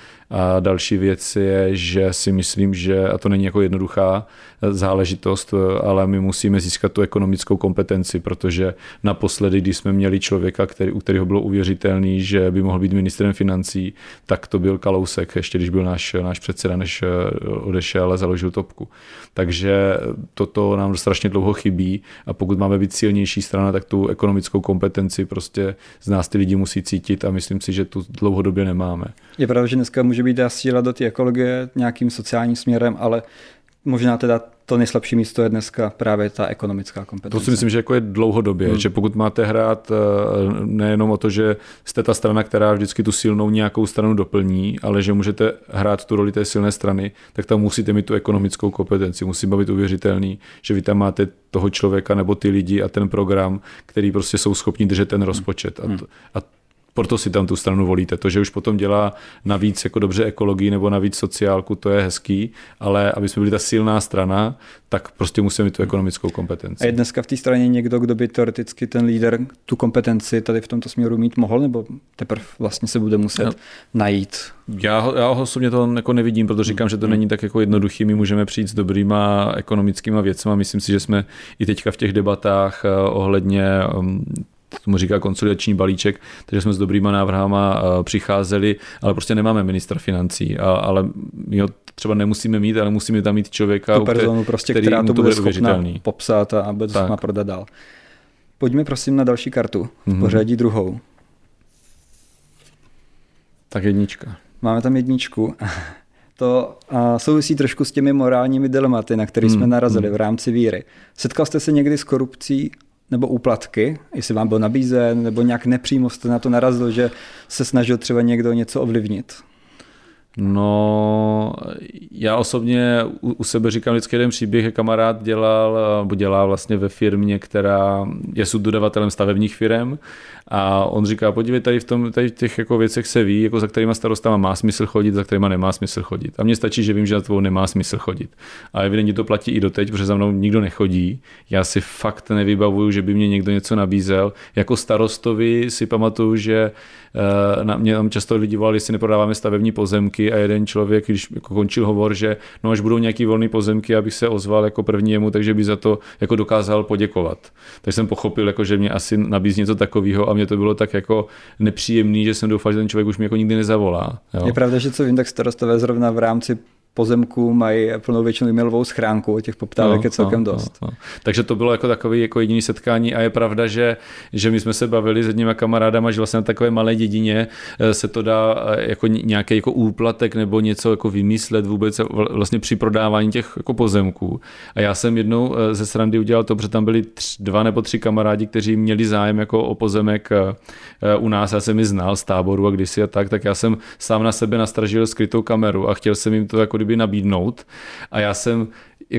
A další věc je, že si myslím, že, a to není jako jednoduchá záležitost, ale my musíme získat tu ekonomickou kompetenci, protože naposledy, když jsme měli člověka, u kterého bylo uvěřitelný, že by mohl být ministrem financí, tak to byl Kalousek, ještě když byl náš předseda, než odešel a založil Topku. Takže toto nám strašně dlouho chybí a pokud máme být silnější strana, tak tu ekonomickou kompetenci prostě z nás ty lidi musí cítit a myslím si, že tu dlouhodobě nemáme. Je pravda, že dneska může být síla do té ekologie nějakým sociálním směrem, ale možná teda to nejslabší místo je dneska právě ta ekonomická kompetence. To si myslím, že jako je dlouhodobě, že pokud máte hrát nejenom o to, že jste ta strana, která vždycky tu silnou nějakou stranu doplní, ale že můžete hrát tu roli té silné strany, tak tam musíte mít tu ekonomickou kompetenci. Musí být uvěřitelný, že vy tam máte toho člověka nebo ty lidi a ten program, který prostě jsou schopni držet ten rozpočet. A proto si tam tu stranu volíte. To, že už potom dělá navíc jako dobře ekologii nebo navíc sociálku, to je hezký, ale aby jsme byli ta silná strana, tak prostě musíme mít tu ekonomickou kompetenci. A je dneska v té straně někdo, kdo by teoreticky ten líder tu kompetenci tady v tomto směru mít mohl, nebo teprve vlastně se bude muset najít? Já ho osobně to jako nevidím, protože říkám, že to není tak jako jednoduchý. My můžeme přijít s dobrýma ekonomickýma věcma. Myslím si, že jsme i teďka v těch debatách ohledně tomu říká konsolidační balíček, takže jsme s dobrýma návrhama přicházeli, ale prostě nemáme ministra financí, ale my ho třeba nemusíme mít, ale musíme tam mít člověka, tu personu prostě, která to bude schopna popsat a bude schopna prodat dál. Pojďme prosím na další kartu, v pořadí druhou. Tak jednička. Máme tam jedničku. To souvisí trošku s těmi morálními dilematy, na které jsme narazili v rámci víry. Setkal jste se někdy s korupcí nebo úplatky, jestli vám byl nabízen, nebo nějak nepřímo jste na to narazil, že se snažil třeba někdo něco ovlivnit? No, já osobně u sebe říkám vždycky jeden příběh, že kamarád dělá vlastně ve firmě, která je subdodavatelem stavebních firem a on říká, podívej, tady v těch jako věcech se ví, jako za kterýma starostama má smysl chodit, za kterýma nemá smysl chodit. A mně stačí, že vím, že za tvou nemá smysl chodit. A evidentně to platí i doteď, protože za mnou nikdo nechodí. Já si fakt nevybavuju, že by mě někdo něco nabízel. Jako starostovi si pamatuju, že na mě tam často lidi volali, jestli neprodáváme stavební pozemky a jeden člověk, když jako končil hovor, že no až budou nějaký volný pozemky, abych se ozval jako první jemu, takže by za to jako dokázal poděkovat. Takže jsem pochopil, jako, že mě asi nabízí něco takového a mě to bylo tak jako nepříjemný, že jsem doufal, že ten člověk už mě jako nikdy nezavolá. Jo. Je pravda, že co vím, tak starostové zrovna v rámci pozemků mají plnou většinou e-mailovou schránku, těch poptávek je celkem dost. Takže to bylo jako takový jako jediný setkání a je pravda, že my jsme se bavili s jedníma kamarádama, že vlastně na takové malé dědině se to dá jako nějaký jako úplatek nebo něco jako vymyslet vůbec vlastně při prodávání těch jako pozemků. A já jsem jednou ze srandy udělal to, protože tam byli 2 nebo 3 kamarádi, kteří měli zájem jako o pozemek u nás, já jsem ji znal z táboru a kdysi a tak já jsem sám na sebe nastražil skrytou kameru a chtěl jsem jim to jako nabídnout a já jsem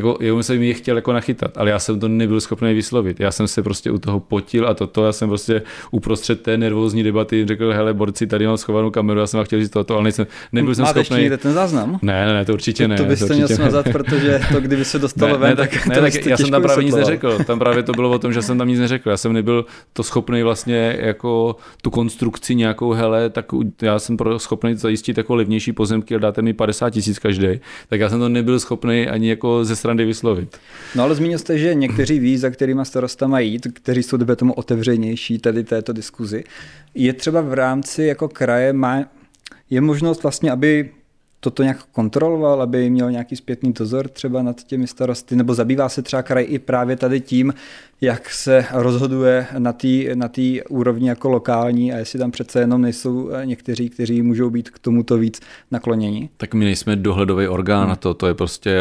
je chtěl jako nachytat, ale já jsem to nebyl schopný vyslovit. Já jsem se prostě u toho potil a já jsem prostě uprostřed té nervózní debaty řekl, hele borci, tady mám schovanou kameru, já jsem chtěl říct toto, ale nebyl jsem schopný. Máte ještě někde ten záznam? Ne, to určitě ne. To byste měl smazat, protože to, kdyby se dostalo ven, tak já jsem tam právě nic neřekl. Tam právě to bylo o tom, že jsem tam nic neřekl. Já jsem nebyl to schopný vlastně jako tu konstrukci nějakou, hele, tak já jsem schopný zajistit jako levnější pozemky a dáte mi 50 000 každý. Tak já jsem to nebyl schopný ani jako ze srandy vyslovit. No ale zmínil jste, že někteří ví, za kterýma starosta mají jít, kteří jsou době tomu otevřenější tady této diskuzi. Je třeba v rámci jako kraje, je možnost vlastně, aby toto nějak kontroloval, aby měl nějaký zpětný dozor třeba nad těmi starosty, nebo zabývá se třeba kraj i právě tady tím, jak se rozhoduje na té úrovni jako lokální a jestli tam přece jenom nejsou někteří, kteří můžou být k tomuto víc nakloněni. Tak my nejsme dohledový orgán na to je prostě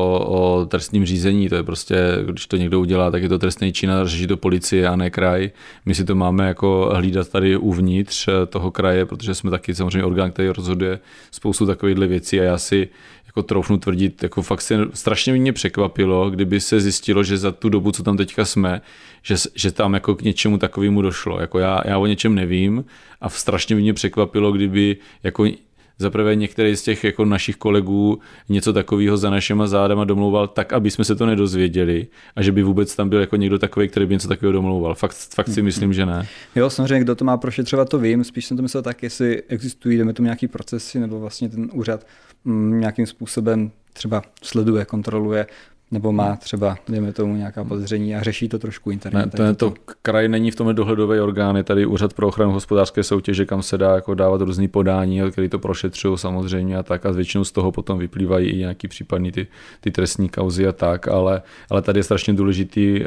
o trestním řízení, to je prostě, když to někdo udělá, tak je to trestný čin a řeší to policie a ne kraj. My si to máme jako hlídat tady uvnitř toho kraje, protože jsme taky samozřejmě orgán, který rozhoduje spoustu takovýchhle věcí a já si jako troufnu tvrdit, jako fakt se strašně mě překvapilo, kdyby se zjistilo, že za tu dobu, co tam teďka jsme, že tam jako k něčemu takovému došlo. Jako já o něčem nevím a strašně mě překvapilo, kdyby jako zaprvé některý z těch jako našich kolegů něco takového za našima zádama domlouval tak, aby jsme se to nedozvěděli a že by vůbec tam byl jako někdo takový, který by něco takového domlouval. Fakt si myslím, že ne. Jo, samozřejmě, kdo to má prošetřovat, to vím. Spíš jsem to myslel tak, jestli existují, jdeme tomu nějaký procesy, nebo vlastně ten úřad nějakým způsobem třeba sleduje, kontroluje, nebo má třeba, dejme tomu, nějaká podezření a řeší to trošku interně. Ne, to kraj není v tomhle dohledový orgán, je tady Úřad pro ochranu hospodářské soutěže, kam se dá jako dávat různý podání, které to prošetřují samozřejmě a tak a většinou z toho potom vyplývají i nějaký případný ty trestní kauzy a tak, ale tady je strašně důležitý,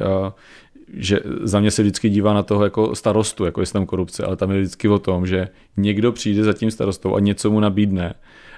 že za mě se vždycky dívá na toho jako starostu, jako jestli tam korupce, ale tam je vždycky o tom, že někdo přijde za tím starostou a něco mu nabídne.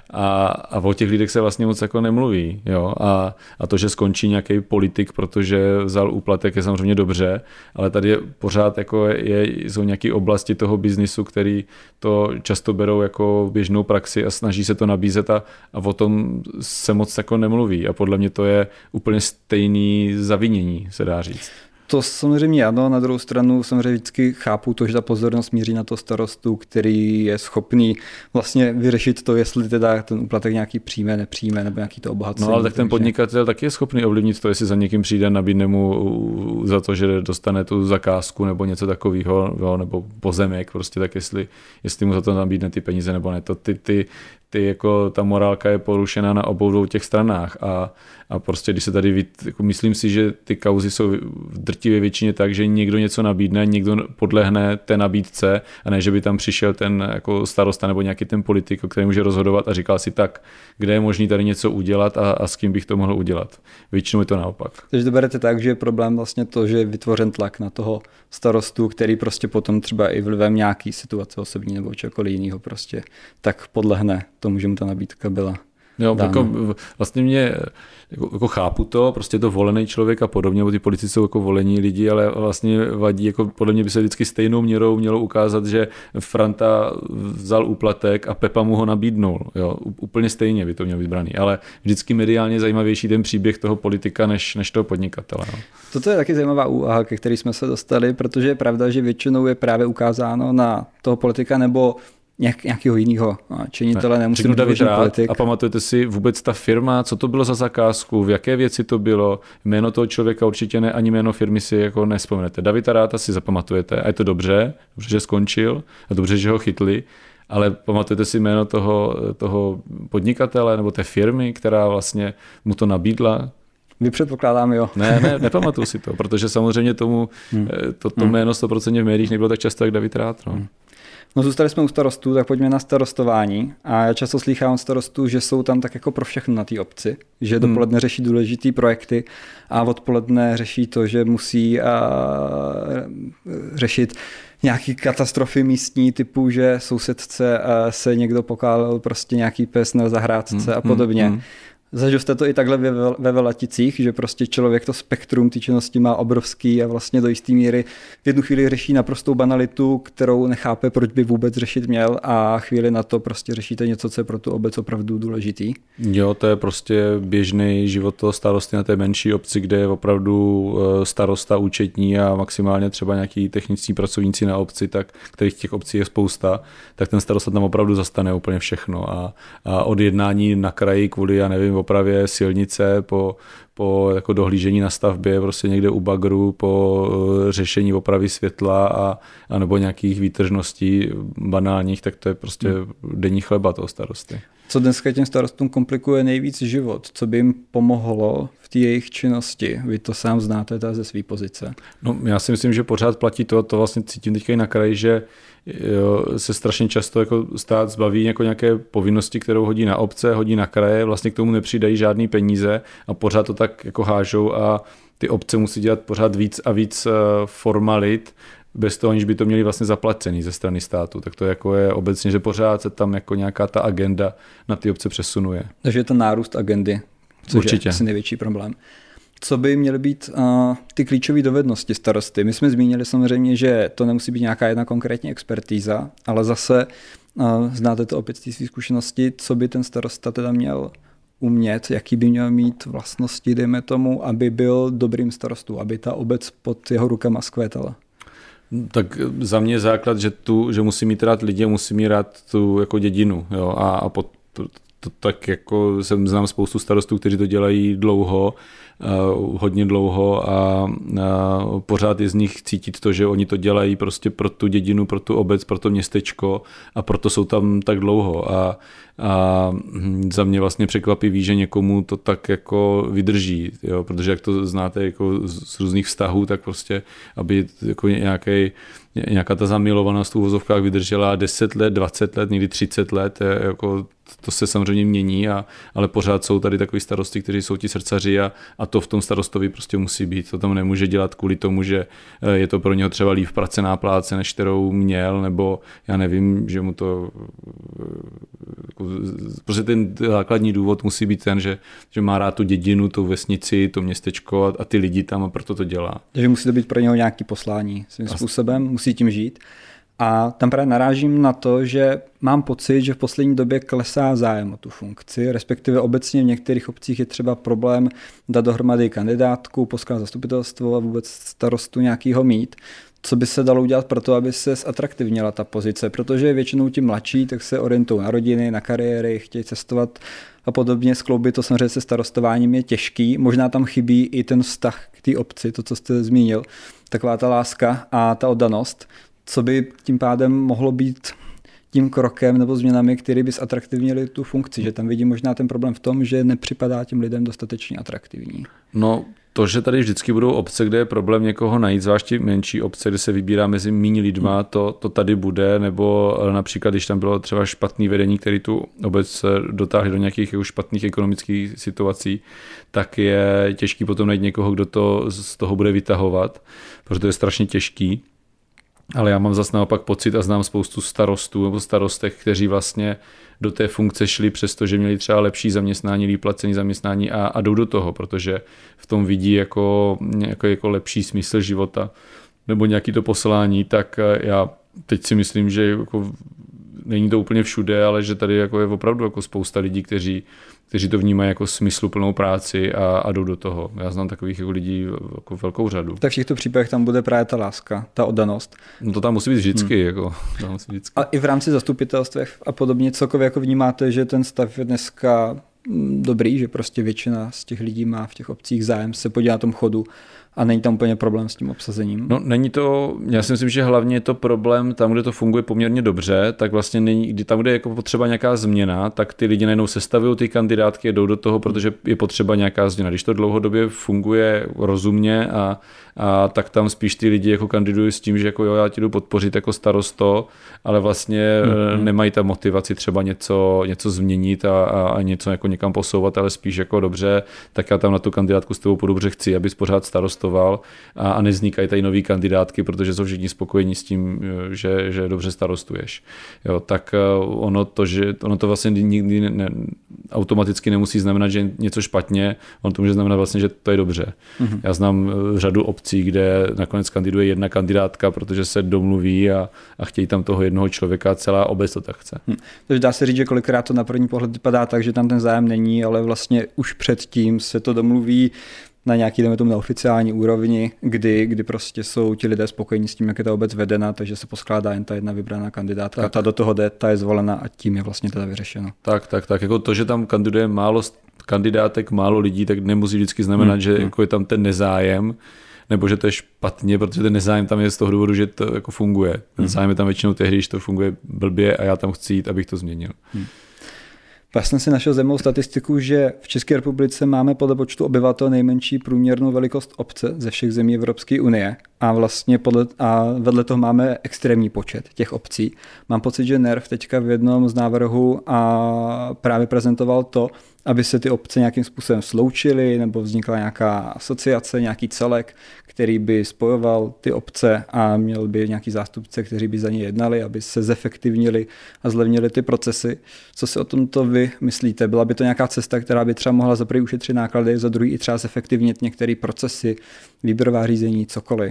A o těch lidech se vlastně moc jako nemluví. Jo? A to, že skončí nějaký politik, protože vzal úplatek, je samozřejmě dobře, ale tady je pořád jako jsou nějaké oblasti toho biznisu, který to často berou jako běžnou praxi a snaží se to nabízet a o tom se moc jako nemluví. A podle mě to je úplně stejný zavinění, se dá říct. To samozřejmě ano, na druhou stranu samozřejmě vždycky chápu to, že ta pozornost míří na to starostu, který je schopný vlastně vyřešit to, jestli teda ten úplatek nějaký přijme, nepřijme, nebo nějaký to obohacení. No ale tak ten podnikatel taky je schopný ovlivnit to, jestli za někým přijde, nabídne mu za to, že dostane tu zakázku nebo něco takového, nebo pozemek, prostě tak jestli mu za to nabídne ty peníze nebo ne. To ty jako ta morálka je porušená na obou dvou těch stranách a prostě když se tady, jako myslím si, že ty kauzy jsou v drtivé většině tak, že někdo něco nabídne, někdo podlehne té nabídce a ne, že by tam přišel ten jako starosta nebo nějaký ten politik, který může rozhodovat a říkal si tak, kde je možný tady něco udělat a s kým bych to mohl udělat. Většinou je to naopak. Takže to berete tak, že je problém vlastně to, že je vytvořen tlak na toho starostu, který prostě potom třeba i vlivem nějaký situace osobní nebo čokoliv jiného prostě tak podlehne tomu, že mu ta nabídka byla. Jo, jako vlastně mě jako chápu to, prostě je to volený člověk a podobně, bo ty politici jsou jako volení lidi, ale vlastně vadí, jako podle mě by se vždycky stejnou měrou mělo ukázat, že Franta vzal úplatek a Pepa mu ho nabídnul. Jo, úplně stejně by to mělo být braný, ale vždycky mediálně zajímavější ten příběh toho politika než toho podnikatele. No. Toto je taky zajímavá úvaha, ke který jsme se dostali, protože je pravda, že většinou je právě ukázáno na toho politika nebo nějakého jiného činitele, nemusí být David politik. A pamatujete si vůbec ta firma, co to bylo za zakázku, v jaké věci to bylo, jméno toho člověka určitě ne, ani jméno firmy si jako nevzpomenete. Davida Ráta si zapamatujete a je to dobře, že skončil a dobře, že ho chytli, ale pamatujete si jméno toho podnikatele nebo té firmy, která vlastně mu to nabídla? Vy předpokládám, jo. Ne, nepamatuju si to, protože samozřejmě to jméno 100% v médiích nebylo tak často jak David Rát. No. No zůstali jsme u starostů, tak pojďme na starostování. A já často slýchám starostů, že jsou tam tak jako pro všechno na té obci, že dopoledne řeší důležitý projekty a odpoledne řeší to, že musí řešit nějaký katastrofy místní typu, že sousedce se někdo pokálel prostě nějaký pes na zahrádce a podobně. Zažil jste to i takhle ve Velaticích, že prostě člověk to spektrum té činnosti má obrovský a vlastně do jisté míry v jednu chvíli řeší naprostou banalitu, kterou nechápe, proč by vůbec řešit měl a chvíli na to prostě řešíte něco, co je pro tu obec opravdu důležitý. Jo, to je prostě běžný život toho starosty na té menší obci, kde je opravdu starosta účetní a maximálně třeba nějaký techniční pracovníci na obci, tak kterých těch obcí je spousta, tak ten starosta tam opravdu zastane úplně všechno a od jednání na kraji kvůli, já nevím, opravě silnice, po jako dohlížení na stavbě, prostě někde u bagru, po řešení opravy světla a nebo nějakých výtržností banálních, tak to je prostě denní chleba toho starosty. Co dneska těm starostům komplikuje nejvíc život? Co by jim pomohlo v té jejich činnosti? Vy to sám znáte ze své pozice. No, já si myslím, že pořád platí to vlastně cítím teďka i na kraji, že se strašně často jako stát zbaví jako nějaké povinnosti, kterou hodí na obce, hodí na kraje, vlastně k tomu nepřidají žádný peníze a pořád to tak jako hážou a ty obce musí dělat pořád víc a víc formalit, bez toho, aniž by to měli vlastně zaplacený ze strany státu. Tak to jako je obecně, že pořád se tam jako nějaká ta agenda na ty obce přesunuje. Takže je to nárůst agendy, což určitě. Je asi největší problém. Co by měly být ty klíčové dovednosti starosty? My jsme zmínili samozřejmě, že to nemusí být nějaká jedna konkrétní expertíza, ale zase znáte to opět z té své zkušenosti, co by ten starosta teda měl umět, jaký by měl mít vlastnosti, dejme tomu, aby byl dobrým starostou, aby ta obec pod jeho rukama zkvétala. Tak za mě je základ, že musí mít rád lidi, musí mít rád tu jako dědinu. Jo? A to tak jako znám spoustu starostů, kteří to dělají dlouho, hodně dlouho a pořád je z nich cítit to, že oni to dělají prostě pro tu dědinu, pro tu obec, pro to městečko a proto jsou tam tak dlouho a za mě vlastně překvapivý, že někomu to tak jako vydrží, jo? Protože jak to znáte jako z různých vztahů, tak prostě, aby jako nějaká ta zamilovanost v uvozovkách vydržela 10 let, 20 let, někdy 30 let, jako to se samozřejmě mění, ale pořád jsou tady takový starosty, kteří jsou ti srdcaři a to v tom starostovi prostě musí být. To tam nemůže dělat kvůli tomu, že je to pro něho třeba líp placená práce, než kterou měl, nebo já nevím, že mu to prostě ten základní důvod musí být ten, že má rád tu dědinu, tu vesnici, to městečko a ty lidi tam a proto to dělá. Takže musí to být pro něho nějaký poslání svým způsobem, musí tím žít. A tam právě narážím na to, že mám pocit, že v poslední době klesá zájem o tu funkci, respektive obecně v některých obcích je třeba problém dát dohromady kandidátku, posklad zastupitelstvo a vůbec starostu nějakýho mít. Co by se dalo udělat pro to, aby se zatraktivnila ta pozice, protože většinou ti mladší, tak se orientují na rodiny, na kariéry, chtějí cestovat a podobně. Skloubit to samozřejmě se starostováním je těžký. Možná tam chybí i ten vztah k té obci, to, co jste zmínil, taková ta láska a ta oddanost. Co by tím pádem mohlo být tím krokem nebo změnami, které by zatraktivnili tu funkci, že tam vidím možná ten problém v tom, že nepřipadá těm lidem dostatečně atraktivní. No, to, že tady vždycky budou obce, kde je problém někoho najít, zvláště menší obce, kde se vybírá mezi méně lidma, to tady bude, nebo například, když tam bylo třeba špatný vedení, který tu obec dotáhli do nějakých špatných ekonomických situací, tak je těžký potom najít někoho, kdo to z toho bude vytahovat, protože to je strašně těžký. Ale já mám zase naopak pocit a znám spoustu starostů nebo starostek, kteří vlastně do té funkce šli, přestože měli třeba lepší zaměstnání, líp placený zaměstnání a jdou do toho, protože v tom vidí jako lepší smysl života nebo nějaký to poslání, tak já teď si myslím, že jako není to úplně všude, ale že tady jako je opravdu jako spousta lidí, kteří to vnímají jako smysluplnou práci a jdou do toho. Já znám takových jako lidí jako velkou řadu. Tak v těchto případech tam bude právě ta láska, ta oddanost. No to tam musí být vždycky. Jako, A i v rámci zastupitelstev a podobně celkově jako vnímáte, že ten stav je dneska dobrý, že prostě většina z těch lidí má v těch obcích zájem se podívat na tom chodu a není tam úplně problém s tím obsazením? No není to, já si myslím, že hlavně je to problém tam, kde to funguje poměrně dobře, tak vlastně není, tam, kde je jako potřeba nějaká změna, tak ty lidi najednou sestavují ty kandidátky, jdou do toho, protože je potřeba nějaká změna. Když to dlouhodobě funguje rozumně a tak tam spíš ty lidi jako kandidují s tím, že jako jo, já ti jdu podpořit jako starosto, ale vlastně nemají ta motivaci třeba něco změnit a něco jako někam posouvat, ale spíš jako dobře, tak já tam na tu kandidátku s tebou dobře chci, abys pořád starostoval a nevznikají tady nový kandidátky, protože jsou všichni spokojení s tím, že dobře starostuješ. Jo, tak ono to vlastně nikdy automaticky nemusí znamenat, že něco špatně, ono to může znamenat vlastně, že to je dobře. Já znám řadu obcí, kde nakonec kandiduje jedna kandidátka, protože se domluví a chtějí tam toho jednoho člověka a celá obec to tak chce. Takže dá se říct, že kolikrát to na první pohled vypadá tak, že tam ten zájem není, ale vlastně už předtím se to domluví na nějaký, jdeme tomu, neoficiální úrovni, kdy prostě jsou ti lidé spokojení s tím, jak je ta obec vedena, takže se poskládá jen ta jedna vybraná kandidátka, tak. Ta do toho jde, ta je zvolena a tím je vlastně teda vyřešeno. Tak, jako to, že tam kandiduje málo kandidátek, málo lidí, tak nemusí vždycky znamenat, že jako je tam ten nezájem, nebo že to je špatně, protože ten nezájem tam je z toho důvodu, že to jako funguje. Ten zájem je tam většinou tehdy, když to funguje blbě a já tam chci jít, abych to změnil. Já jsem si našel zajímavou statistiku, že v České republice máme podle počtu obyvatel nejmenší průměrnou velikost obce ze všech zemí Evropské unie a vlastně vedle toho máme extrémní počet těch obcí. Mám pocit, že NERV teďka v jednom z návrhů právě prezentoval to, aby se ty obce nějakým způsobem sloučily nebo vznikla nějaká asociace, nějaký celek, který by spojoval ty obce a měl by nějaký zástupce, kteří by za ně jednali, aby se zefektivnili a zlevnili ty procesy. Co si o tomto vy myslíte? Byla by to nějaká cesta, která by třeba mohla za prvý ušetřit náklady, za druhý i třeba zefektivnit některé procesy, výběrová řízení, cokoliv?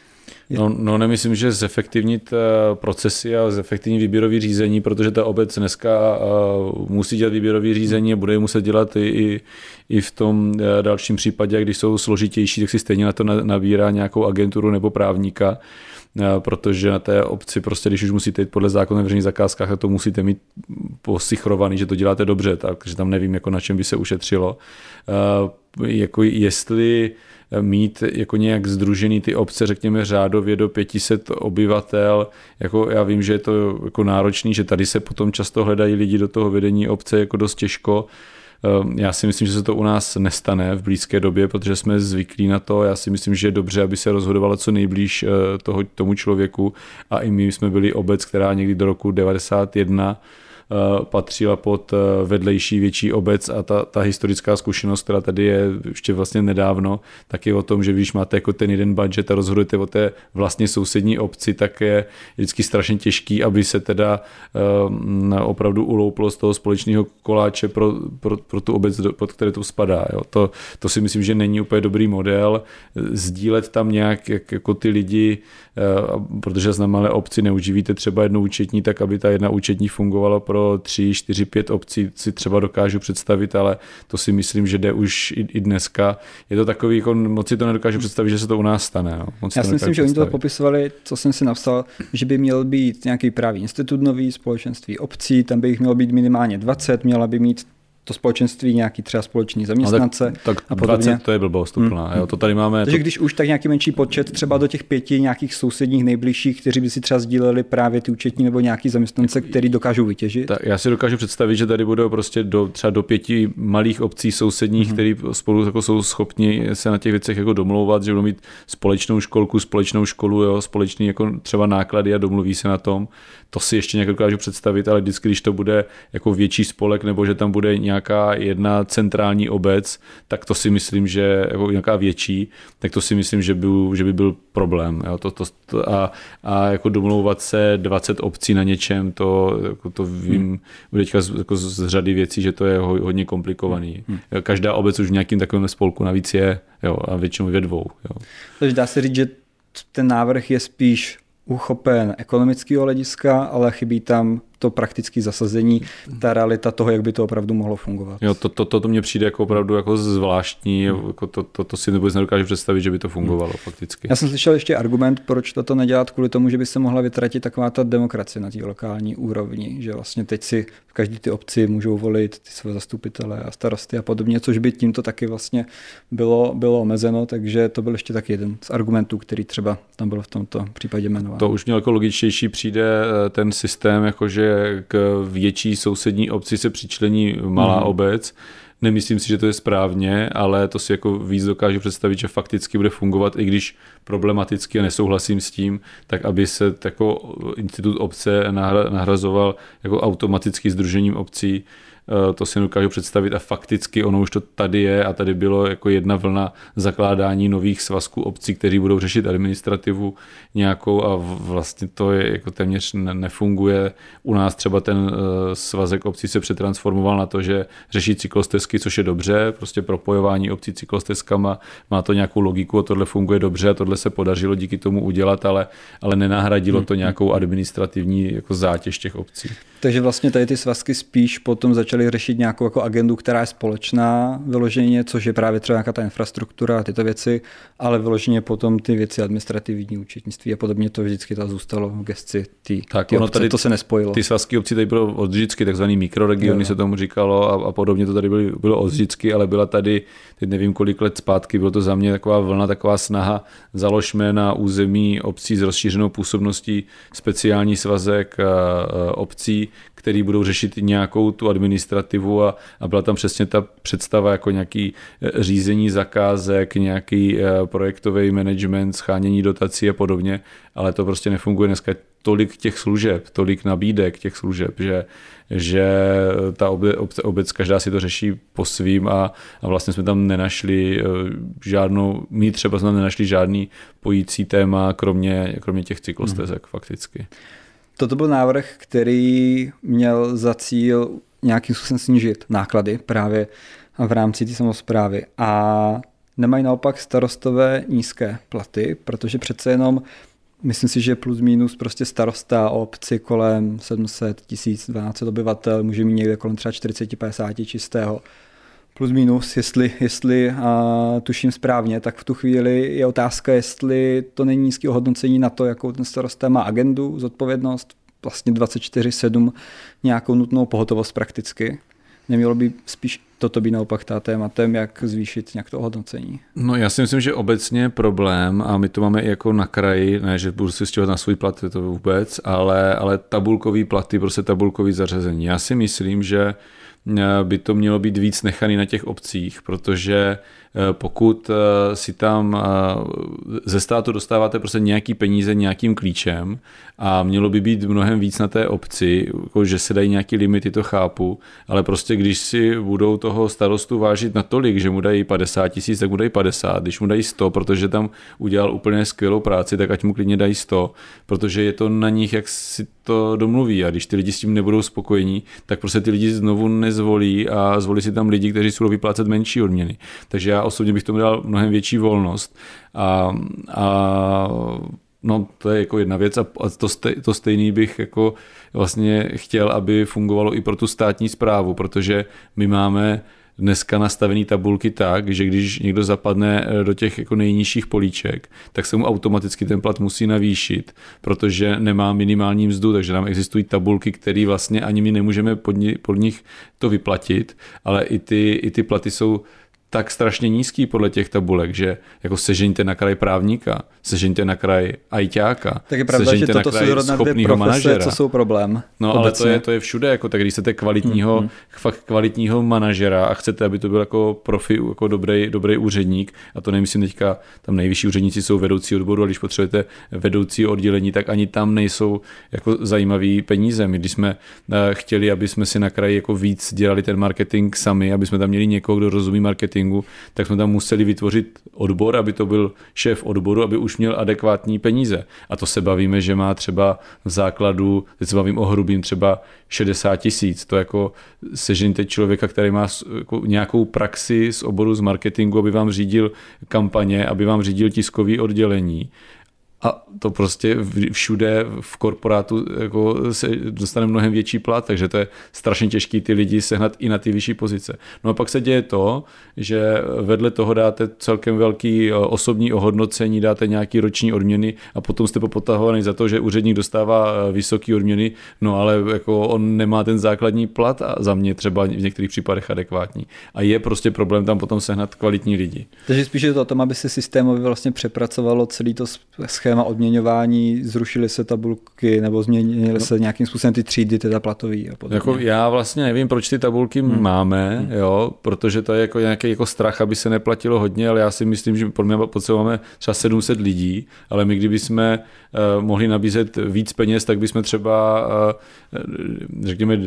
No nemyslím, že zefektivnit procesy a zefektivnit výběrový řízení, protože ta obec dneska musí dělat výběrový řízení a bude je muset dělat i v tom dalším případě, když jsou složitější, tak si stejně na to nabírá nějakou agenturu nebo právníka, protože na té obci prostě, když už musíte jít podle zákona o veřejných zakázkách, tak to musíte mít posichrovaný, že to děláte dobře, takže tam nevím, jako na čem by se ušetřilo. Jako jestli mít jako nějak sdružený ty obce, řekněme řádově do 500 obyvatel, jako já vím, že je to jako náročný, že tady se potom často hledají lidi do toho vedení obce jako dost těžko. Já si myslím, že se to u nás nestane v blízké době, protože jsme zvyklí na to. Já si myslím, že je dobře, aby se rozhodovalo co nejblíž tomu člověku a i my jsme byli obec, která někdy do roku 1991 patřila pod vedlejší větší obec a ta historická zkušenost, která tady je ještě vlastně nedávno, tak je o tom, že když máte jako ten jeden budget a rozhodujete o té vlastně sousední obci, tak je vždycky strašně těžký, aby se teda opravdu ulouplo z toho společného koláče pro tu obec, pod které to spadá. Jo. To si myslím, že není úplně dobrý model. Sdílet tam nějak jako ty lidi, protože na malé obci neuživíte třeba jednu účetní, tak aby ta jedna účetní fungovala pro 3, 4, 5 obcí, si třeba dokážu představit, ale to si myslím, že jde už i dneska. Je to takový, jako moc si to nedokážu představit, že se to u nás stane. No. Já si myslím, že oni to popisovali, co jsem si napsal, že by měl být nějaký právní institut nový, společenství obcí, tam by jich mělo být minimálně 20, měla by mít to společenství nějaký třeba společný zaměstnance. No, tak a 20 to je blbost úplná. Jo, to tady máme. Takže když už tak nějaký menší počet, třeba do těch 5 nějakých sousedních nejbližších, kteří by si třeba sdíleli právě ty účetní nebo nějaký zaměstnance, který dokážou vytěžit. Tak já si dokážu představit, že tady budou prostě třeba do 5 malých obcí sousedních, kteří spolu jako jsou schopni se na těch věcech jako domlouvat, že budou mít společnou školku, společnou školu, jo, společný jako třeba náklady a domluví se na tom. To si ještě nějak dokážu představit, ale vždycky, když to bude jako větší spolek nebo že tam bude nějaká jedna centrální obec, tak to si myslím, že jako nějaká větší, tak to si myslím, že by byl problém. Jo? A jako domlouvat se 20 obcí na něčem, to vím teďka jako z řady věcí, že to je hodně komplikovaný. Každá obec už v nějakým takovém spolku navíc je, jo, a většinou ve 2. Jo. Takže dá se říct, že ten návrh je spíš uchopen ekonomického hlediska, ale chybí tam to praktické zasazení, ta realita toho, jak by to opravdu mohlo fungovat. Jo, to mně přijde jako opravdu jako zvláštní, jako to si vůbec nedokážu představit, že by to fungovalo fakticky. Já jsem slyšel ještě argument, proč toto nedělat, kvůli tomu, že by se mohla vytratit taková ta demokracie na té lokální úrovni, že vlastně teď si v každé ty obci můžou volit ty své zastupitele a starosty a podobně, což by tímto taky vlastně bylo omezeno, takže to byl ještě taky jeden z argumentů, který třeba tam byl v tomto případě jmenován. To už mě jako logičtější přijde ten systém, jakože k větší sousední obci se přičlení malá obec. Nemyslím si, že to je správně, ale to si jako víc dokážu představit, že fakticky bude fungovat, i když problematicky a nesouhlasím s tím, tak aby se jako institut obce nahrazoval jako automaticky sdružením obcí. To si dokážu představit a fakticky ono už to tady je a tady bylo jako jedna vlna zakládání nových svazků obcí, kteří budou řešit administrativu nějakou a vlastně to je jako téměř nefunguje. U nás třeba ten svazek obcí se přetransformoval na to, že řeší cyklostezky, což je dobře, prostě propojování obcí cyklostezkama, má to nějakou logiku a tohle funguje dobře a tohle se podařilo díky tomu udělat, ale nenahradilo to nějakou administrativní jako zátěž těch obcí. Takže vlastně tady ty svazky spíš potom začaly řešit nějakou jako agendu, která je společná vyloženě, což je právě třeba nějaká ta infrastruktura a tyto věci, ale vyloženě potom ty věci administrativní, účetnictví a podobně to vždycky to zůstalo v gesci ty obce, tady to se nespojilo. Ty svazky obcí tady bylo od vždycky, takzvaný mikroregiony se tomu říkalo a podobně to tady bylo od vždycky, ale byla tady, teď nevím kolik let zpátky, bylo to za mě taková vlna, taková snaha, založme na území obcí s rozšířenou působností speciální svazek obcí, který budou řešit nějakou tu administrativu a byla tam přesně ta představa jako nějaký řízení zakázek, nějaký projektový management, schánění dotací a podobně, ale to prostě nefunguje dneska. Tolik těch služeb, tolik nabídek těch služeb, že ta obec každá si to řeší po svým a vlastně jsme tam nenašli my třeba jsme tam nenašli žádný pojící téma, kromě těch cyklostezek fakticky. Toto byl návrh, který měl za cíl nějakým způsobem snížit náklady právě v rámci té samosprávy a nemají naopak starostové nízké platy, protože přece jenom myslím si, že plus minus prostě starosta obci kolem 700 000, 12 obyvatel může mít někde kolem třeba 40-50 čistého. Plus minus, jestli tuším správně, tak v tu chvíli je otázka, jestli to není nízké ohodnocení na to, jakou ten starosta má agendu, zodpovědnost, vlastně 24/7 nějakou nutnou pohotovost prakticky. Nemělo by spíš toto být naopak tématem, jak zvýšit nějak to ohodnocení? No já si myslím, že obecně je problém a my to máme i jako na kraji, ne, že budu si stěhovat na svůj plat, to vůbec, ale tabulkový platy, prostě tabulkový zařazení. Já si myslím, že by to mělo být víc nechaný na těch obcích, protože pokud si tam ze státu dostáváte prostě nějaký peníze nějakým klíčem a mělo by být mnohem víc na té obci, že se dají nějaký limity, to chápu, ale prostě když si budou toho starostu vážit natolik, že mu dají 50 000, tak mu dají 50, když mu dají 100, protože tam udělal úplně skvělou práci, tak ať mu klidně dají 100, protože je to na nich, jak si to domluví a když ty lidi s tím nebudou spokojení, tak prostě ty lidi znovu nezvolí a zvolí si tam lidi, kteří si budou vyplácet menší odměny. Takže já osobně bych tomu dal mnohem větší volnost no to je jako jedna věc a to stejný bych jako vlastně chtěl, aby fungovalo i pro tu státní správu, protože my máme dneska nastavený tabulky tak, že když někdo zapadne do těch jako nejnižších políček, tak se mu automaticky ten plat musí navýšit, protože nemá minimální mzdu, takže tam existují tabulky, které vlastně ani my nemůžeme pod nich to vyplatit, ale i ty platy jsou tak strašně nízký podle těch tabulek, že jako sežeňte na kraj právníka, sežeňte na kraj ajťáka, tak je pravda, že toto jsou zrovna dvě profese, co jsou problém. No obecně. Ale to je všude, jako tak když chcete fakt kvalitního manažera a chcete, aby to byl jako profi, jako dobrý úředník, a to nemyslím teďka, tam nejvyšší úředníci jsou vedoucí odboru, a když potřebujete vedoucí oddělení, tak ani tam nejsou jako zajímavý peníze. My když jsme chtěli, aby jsme si na kraji jako víc dělali ten marketing sami, aby jsme tam měli někoho, kdo rozumí marketingu, tak jsme tam museli vytvořit odbor, aby to byl šéf odboru, aby už měl adekvátní peníze. A to se bavíme, že má třeba v základu, teď se bavím o hrubým, třeba 60 000. To jako sežeňte člověka, který má jako nějakou praxi z oboru z marketingu, aby vám řídil kampaně, aby vám řídil tiskový oddělení. A to prostě všude v korporátu jako se dostane mnohem větší plat, takže to je strašně těžký ty lidi sehnat i na ty vyšší pozice. No a pak se děje to, že vedle toho dáte celkem velký osobní ohodnocení, dáte nějaký roční odměny a potom jste popotahovaný za to, že úředník dostává vysoký odměny, no ale jako on nemá ten základní plat a za mě třeba v některých případech adekvátní. A je prostě problém tam potom sehnat kvalitní lidi. Takže spíš je to o tom, aby se systémově vlastně přepracovalo celý to schéma odměňování, zrušily se tabulky nebo změnily se nějakým způsobem ty třídy, teda platový a podobně. Jako já vlastně nevím, proč ty tabulky máme, jo, protože to je jako nějaký jako strach, aby se neplatilo hodně, ale já si myslím, že potřebujeme třeba 700 lidí, ale my kdyby jsme mohli nabízet víc peněz, tak bychom třeba řekněme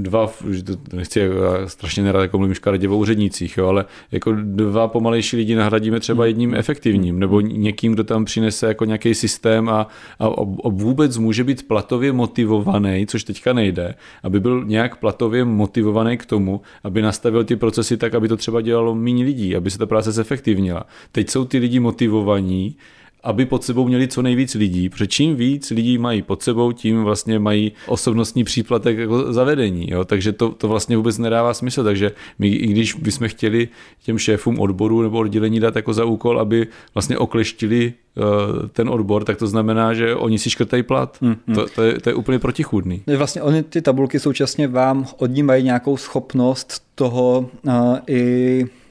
nechci strašně nerad jako mluvím škaredě o úřednících, jo, ale jako 2 pomalejší lidi nahradíme třeba jedním efektivním, nebo někým, kdo tam přinese jako nějaký systém a vůbec může být platově motivovaný, což teďka nejde, aby byl nějak platově motivovaný k tomu, aby nastavil ty procesy tak, aby to třeba dělalo méně lidí, aby se ta práce zefektivnila. Teď jsou ty lidi motivovaní, aby pod sebou měli co nejvíc lidí, protože čím víc lidí mají pod sebou, tím vlastně mají osobnostní příplatek jako zavedení. Jo? Takže to vlastně vůbec nedává smysl. Takže my, i když bychom chtěli těm šéfům odboru nebo oddělení dát jako za úkol, aby vlastně okleštili ten odbor, tak to znamená, že oni si škrtají plat. To je úplně protichůdný. Vlastně oni ty tabulky současně vám odnímají nějakou schopnost toho i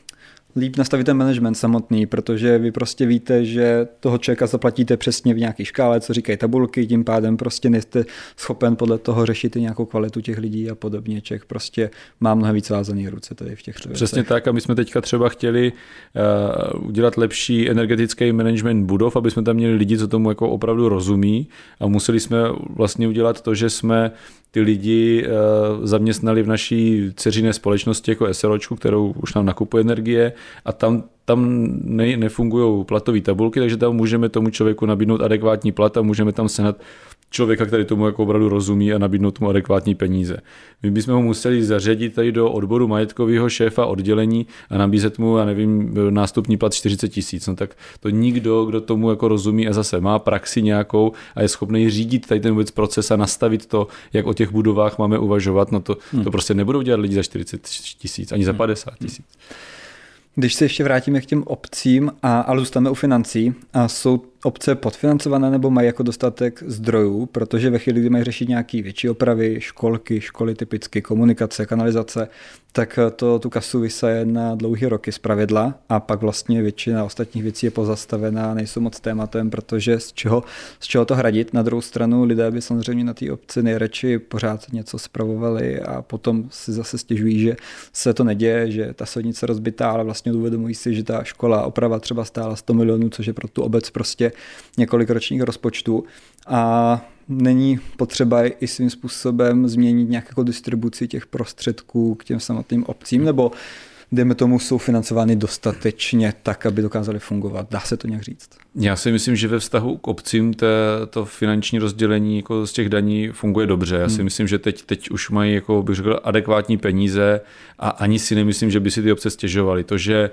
líp nastavit ten management samotný, protože vy prostě víte, že toho člověka zaplatíte přesně v nějaké škále, co říkají tabulky, tím pádem prostě nejste schopen podle toho řešit i nějakou kvalitu těch lidí a podobně. Člověk prostě má mnohem víc vázaný ruce tady v těch věcech. Přesně tak, a my jsme teďka třeba chtěli udělat lepší energetický management budov, aby jsme tam měli lidi, co tomu jako opravdu rozumí, a museli jsme vlastně udělat to, že jsme ty lidi zaměstnali v naší dceřiné společnosti jako SROčku, kterou už nám nakupuje energie, a tam nefungují platové tabulky, takže tam můžeme tomu člověku nabídnout adekvátní plat a můžeme tam sehnat člověka, který tomu jako opravdu rozumí, a nabídnout mu adekvátní peníze. My bychom ho museli zařadit tady do odboru majetkového šéfa oddělení a nabízet mu, já nevím, nástupní plat 40 000. No tak to nikdo, kdo tomu jako rozumí a zase má praxi nějakou a je schopný řídit tady ten vůbec proces a nastavit to, jak o těch budovách máme uvažovat, no to prostě nebudou dělat lidi za 40 000, ani za 50 000. Když se ještě vrátíme k těm obcím, ale zůstaneme u financí, a jsou obce podfinancované nebo mají jako dostatek zdrojů, protože ve chvíli, kdy mají řešit nějaké větší opravy, školy typicky, komunikace, kanalizace, tak tu kasu vysaje na dlouhé roky zpravidla, a pak vlastně většina ostatních věcí je pozastavená, nejsou moc tématem, protože z čeho to hradit. Na druhou stranu lidé by samozřejmě na té obci nejradši pořád něco spravovali a potom si zase stěžují, že se to neděje, že ta silnice rozbitá, ale vlastně uvědomují si, že ta škola oprava třeba stála 100 milionů, což je pro tu obec prostě několik ročních rozpočtů, a není potřeba i svým způsobem změnit nějakou distribuci těch prostředků k těm samotným obcím, nebo dejme tomu, jsou financovány dostatečně tak, aby dokázaly fungovat. Dá se to nějak říct? Já si myslím, že ve vztahu k obcím to finanční rozdělení jako z těch daní funguje dobře. Já si myslím, že teď už mají, jako bych řekl, adekvátní peníze, a ani si nemyslím, že by si ty obce stěžovaly. To, že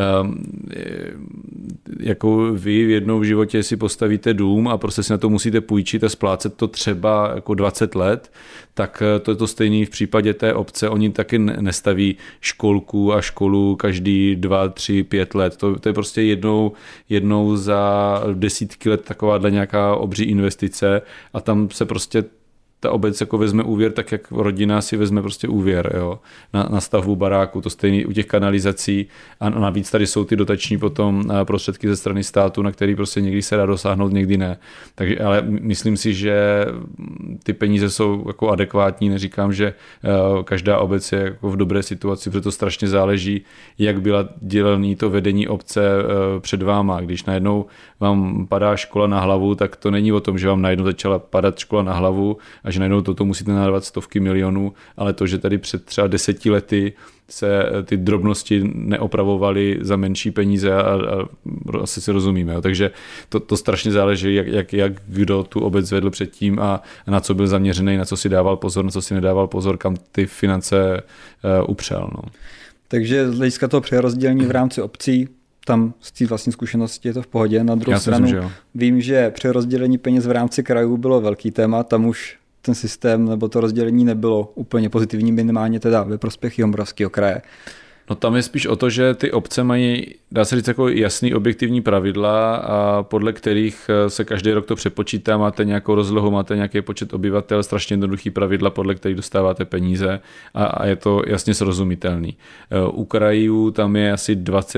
jako vy jednou v životě si postavíte dům a prostě si na to musíte půjčit a splácet to třeba jako 20 let, tak to je to stejné v případě té obce. Oni taky nestaví školku a školu každý 2, 3, 5 let. To je prostě jednou za desítky let takováhle nějaká obří investice, a tam se prostě ta obec jako vezme úvěr, tak jak rodina si vezme prostě úvěr, jo, na stavbu baráku, to stejný u těch kanalizací, a navíc tady jsou ty dotační potom prostředky ze strany státu, na který prostě někdy se dá dosáhnout, někdy ne. Takže, ale myslím si, že ty peníze jsou jako adekvátní, neříkám, že každá obec je jako v dobré situaci, protože to strašně záleží, jak byla dělaný to vedení obce před váma. Když najednou vám padá škola na hlavu, tak to není o tom, že vám najednou začala padat škola na hlavu a že najednou toto musíte nadávat stovky milionů, ale to, že tady před třeba 10 lety se ty drobnosti neopravovaly za menší peníze, a asi si rozumíme. Jo. Takže to strašně záleží, jak kdo tu obec vedl předtím a na co byl zaměřený, na co si dával pozor, na co si nedával pozor, kam ty finance upřel. No. Takže z hlediska toho přerozdělení v rámci obcí, tam z té vlastní zkušenosti je to v pohodě. Na druhou stranu vím, že přerozdělení peněz v rámci krajů bylo velký téma, tam už ten systém nebo to rozdělení nebylo úplně pozitivní, minimálně teda ve prospěch Jihomoravského kraje. No tam je spíš o to, že ty obce mají, dá se říct, jako jasný objektivní pravidla, a podle kterých se každý rok to přepočítá, máte nějakou rozlohu, máte nějaký počet obyvatel, strašně jednoduchý pravidla, podle kterých dostáváte peníze, a je to jasně srozumitelný. U krajů tam je asi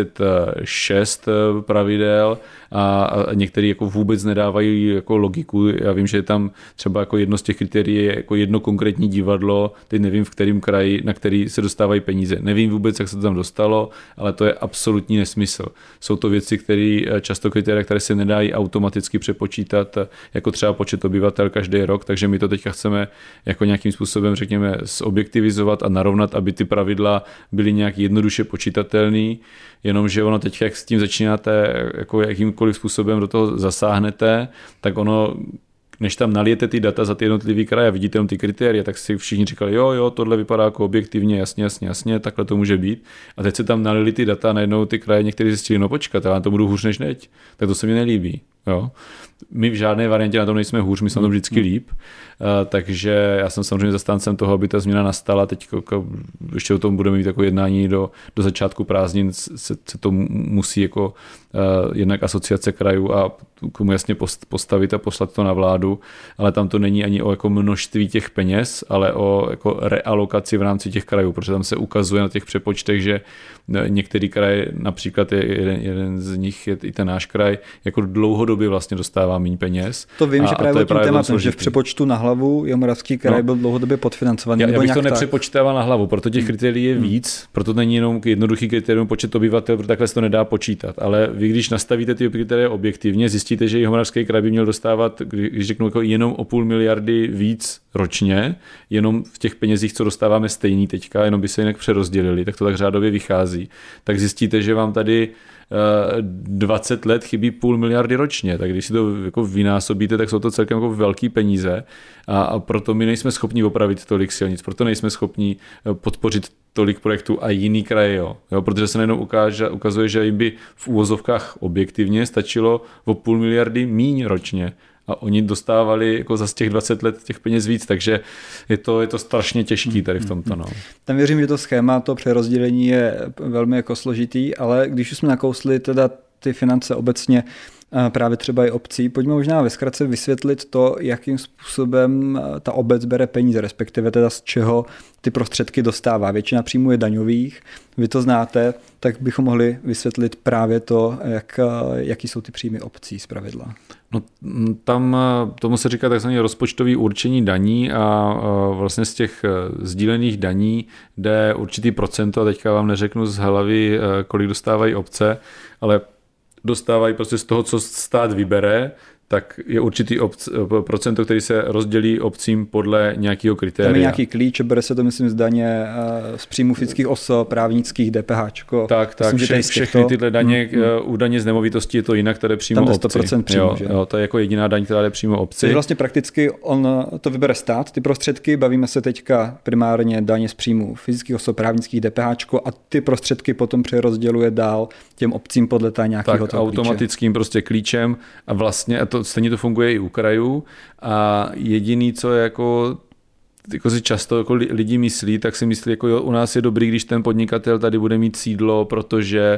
26 pravidel a některý jako vůbec nedávají jako logiku. Já vím, že je tam třeba jako jedno z těch kritérií je jako jedno konkrétní divadlo, teď nevím v kterém kraji, na který se dostávají peníze. Nevím vůbec, jak se to tam dostalo, ale to je absolutní nesmysl. Jsou to věci, které často kritéria, které se nedají automaticky přepočítat, jako třeba počet obyvatel každý rok, takže my to teďka chceme jako nějakým způsobem, řekněme, zobjektivizovat a narovnat, aby ty pravidla byly nějak jednoduše počítatelné, jenomže ono teď, jak s tím začínáte, jako jakýmkoliv způsobem do toho zasáhnete, tak ono, než tam nalijete ty data za ty jednotlivý kraje a vidíte jenom ty kritéria, tak si všichni říkali, jo, tohle vypadá jako objektivně, jasně, takhle to může být. A teď se tam nalili ty data a najednou ty kraje někteří zjistili, no počkat, já na to budu hůř než teď. Tak to se mi nelíbí. Jo. My v žádné variantě na tom nejsme hůř, my jsme na tom vždycky líp. Takže já jsem samozřejmě zastáncem toho, aby ta změna nastala. Teď ještě o tom budeme mít jako jednání do začátku prázdnin, se to musí jako jednak asociace krajů a komu jasně postavit a poslat to na vládu, ale tam to není ani o jako množství těch peněz, ale o jako realokaci v rámci těch krajů, protože tam se ukazuje na těch přepočtech, že některý kraje, například jeden z nich je i ten náš kraj, jako dlouhodobě vlastně dostává méně peněz. To vím, že právě tím tématem, že v přepočtu na hlavu Jihomoravský kraj byl dlouhodobě podfinancovaný. Já bych to nepřepočítával na hlavu, proto těch kritérií je víc, proto není jenom jednoduchý kritérium počet obyvatel, protože takhle se to nedá počítat. Ale vy, když nastavíte ty kritéria objektivně, zjistíte, že Jihomoravský kraj by měl dostávat, když řeknu jako jenom o 0,5 miliardy víc ročně, jenom v těch penězích, co dostáváme stejný teďka, jenom by se jinak přerozdělili, tak to tak řádově vychází. Tak zjistíte, že vám tady 20 let chybí 0,5 miliardy ročně, tak když si to jako vynásobíte, tak jsou to celkem jako velký peníze a proto my nejsme schopni opravit tolik silnic, proto nejsme schopni podpořit tolik projektů a jiný kraje, jo, protože se najednou ukazuje, že jim by v úvozovkách objektivně stačilo o 0,5 miliardy míň ročně. A oni dostávali jako za těch 20 let těch peněz víc, takže je to strašně těžký tady v tomto. No. Tam věřím, že to schéma, to přerozdělení je velmi jako složitý, ale když už jsme nakousli teda ty finance obecně, právě třeba i obcí, pojďme možná ve zkratce vysvětlit to, jakým způsobem ta obec bere peníze, respektive teda z čeho ty prostředky dostává. Většina příjmů je daňových, vy to znáte, tak bychom mohli vysvětlit právě to, jaký jsou ty příjmy obcí zpravidla. No, tam tomu se říká takzvané rozpočtové určení daní a vlastně z těch sdílených daní jde určitý procento, a teďka vám neřeknu z hlavy, kolik dostávají obce, ale dostávají prostě z toho, co stát vybere, tak je určitý procento, který se rozdělí obcím podle nějakého kritéria. Tam je nějaký klíč, bere se to, myslím, z daně z příjmu fyzických osob, právnických, DPHčko. Tak, myslím, všechny tyhle daně, u daně z nemovitosti je to jinak, které přímo obci. Tam 100% příjmu, že? Jo, to je jako jediná daň, která jde přímo obci. Takže vlastně prakticky on to vybere stát, ty prostředky, bavíme se teďka primárně daně z příjmu fyzických osob, právnických, DPHčko a ty prostředky potom přerozděluje dál těm obcím podle nějakého tak automatickým prostě klíčem a vlastně stejně to funguje i u krajů a jediný, co je jako si často jako lidi myslí, tak si myslí, jako jo, u nás je dobrý, když ten podnikatel tady bude mít sídlo, protože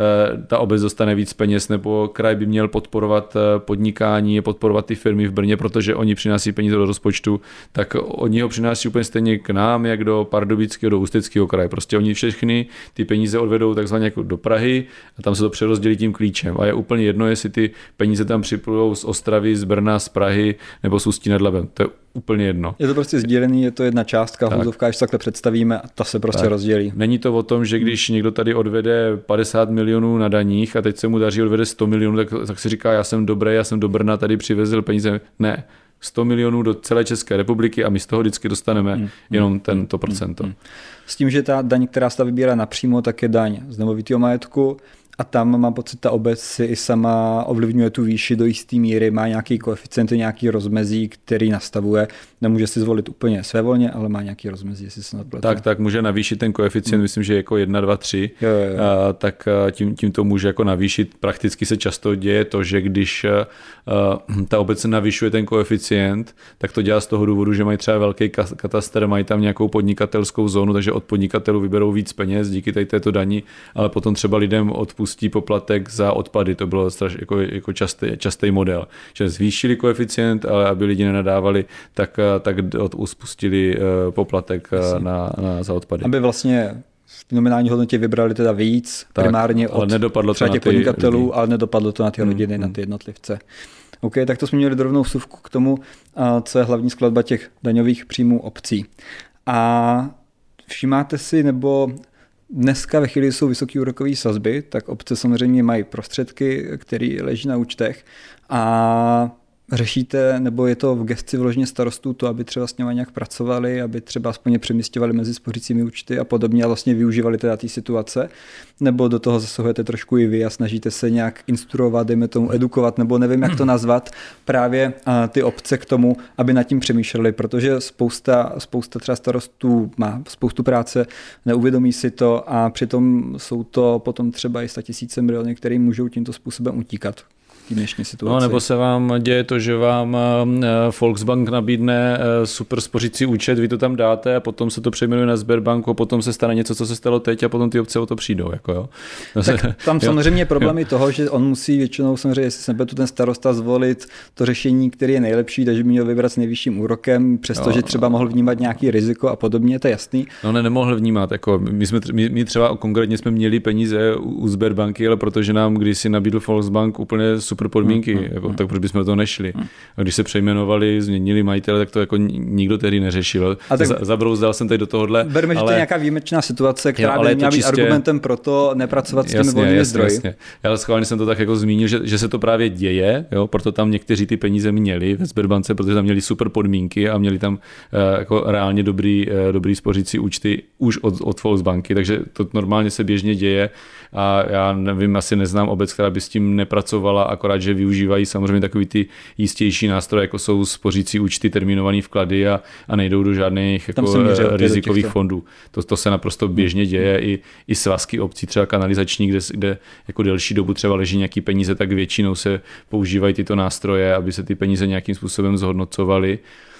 ta obec dostane víc peněz, nebo kraj by měl podporovat podnikání, podporovat ty firmy v Brně, protože oni přináší peníze do rozpočtu, tak oni ho přináší úplně stejně k nám, jak do Pardubického, do Ústeckého kraje. Prostě oni všechny ty peníze odvedou takzvaně jako do Prahy a tam se to přerozdělí tím klíčem. A je úplně jedno, jestli ty peníze tam připlujou z Ostravy, z Brna, z Prahy nebo z Ústí nad Labem. To je úplně jedno. Je to prostě sdílený, je to jedna částka, hůzovka, až takhle představíme a ta se prostě rozdělí. Není to o tom, že když někdo tady odvede 50 milionů na daních a teď se mu daří odvede 100 milionů, tak si říká, já jsem dobrý, já jsem do Brna tady přivezl peníze. Ne, 100 milionů do celé České republiky a my z toho vždycky dostaneme jenom tento procento. S tím, že ta daň, která se vybírá napřímo, tak je daň z nemovitého majetku. A tam mám pocit, ta obec si i sama ovlivňuje tu výši do jisté míry, má nějaký koeficient, nějaký rozmezí, který nastavuje. Nemůže si zvolit úplně svévolně, ale má nějaký rozmezí, jestli se napletu. Tak může navýšit ten koeficient, myslím, že jako 1, 2, 3, jo. Tak tím to může jako navýšit. Prakticky se často děje to, že když ta obec navyšuje ten koeficient, tak to dělá z toho důvodu, že mají třeba velký katastr, mají tam nějakou podnikatelskou zónu, takže od podnikatelů vyberou víc peněz díky této dani, ale potom třeba lidem odpustí poplatek za odpady. To bylo jako častý model. Že zvýšili koeficient, ale aby lidi nenadávali, tak spustili poplatek za odpady. Aby vlastně v nominální hodnotě vybrali teda víc, primárně od třeba těch podnikatelů, lidi. Ale nedopadlo to na ty rodiny, na ty jednotlivce. OK, tak to jsme měli rovnou vsuvku k tomu, co je hlavní skladba těch daňových příjmů obcí. A všimáte si, nebo dneska ve chvíli jsou vysoké úrokové sazby, tak obce samozřejmě mají prostředky, které leží na účtech a řešíte, nebo je to v gesci vložně starostů to, aby třeba s nimi nějak pracovali, aby třeba aspoň přemístěvali mezi spořícími účty a podobně a vlastně využívali teda té situace, nebo do toho zasahujete trošku i vy a snažíte se nějak instruovat, dejme tomu edukovat, nebo nevím, jak to nazvat, právě ty obce k tomu, aby nad tím přemýšleli, protože spousta třeba starostů má spoustu práce, neuvědomí si to a přitom jsou to potom třeba i 100 000 miliony, které můžou tímto způsobem utíkat. dnešní situaci. No, nebo se vám děje to, že vám Volksbank nabídne super spořící účet, vy to tam dáte a potom se to přejmenuje na Sberbanku a potom se stane něco, co se stalo teď a potom ty obce o to přijdou. Jako, jo. Tak tam samozřejmě je problém i toho, že on musí většinou samozřejmě, jestli se tu ten starosta zvolit to řešení, který je nejlepší, takže by měl vybrat s nejvyšším úrokem, přestože třeba mohl vnímat nějaký riziko a podobně, to je jasný. No nemohl vnímat, jako my třeba konkrétně jsme měli peníze u Sberbanky, ale protože nám kdysi nabídl Volksbank úplně super podmínky, tak proč bychom to nešli. A když se přejmenovali, změnili majitele, tak to jako nikdo tehdy neřešil. Zabrouzdal jsem tady do tohohle. Berme, že to je nějaká výjimečná situace, která by měla být argumentem pro to nepracovat s těmi volnými zdroji. Jasně. Já schválně jsem to tak jako zmínil, že se to právě děje, jo, proto tam někteří ty peníze měli ve Sberbance, protože tam měli super podmínky a měli tam jako reálně dobrý spořící účty už od Volksbanky, takže to normálně se běžně děje a já nevím, asi neznám obec, která by s tím nepracovala, akorát, že využívají samozřejmě takový ty jistější nástroje, jako jsou spořící účty, terminované vklady a nejdou do žádných jako rizikových fondů. To se naprosto běžně děje, i svazky obcí, třeba kanalizační, kde jako delší dobu třeba leží nějaký peníze, tak většinou se používají tyto nástroje, aby se ty peníze nějakým způsobem zhodnocovaly.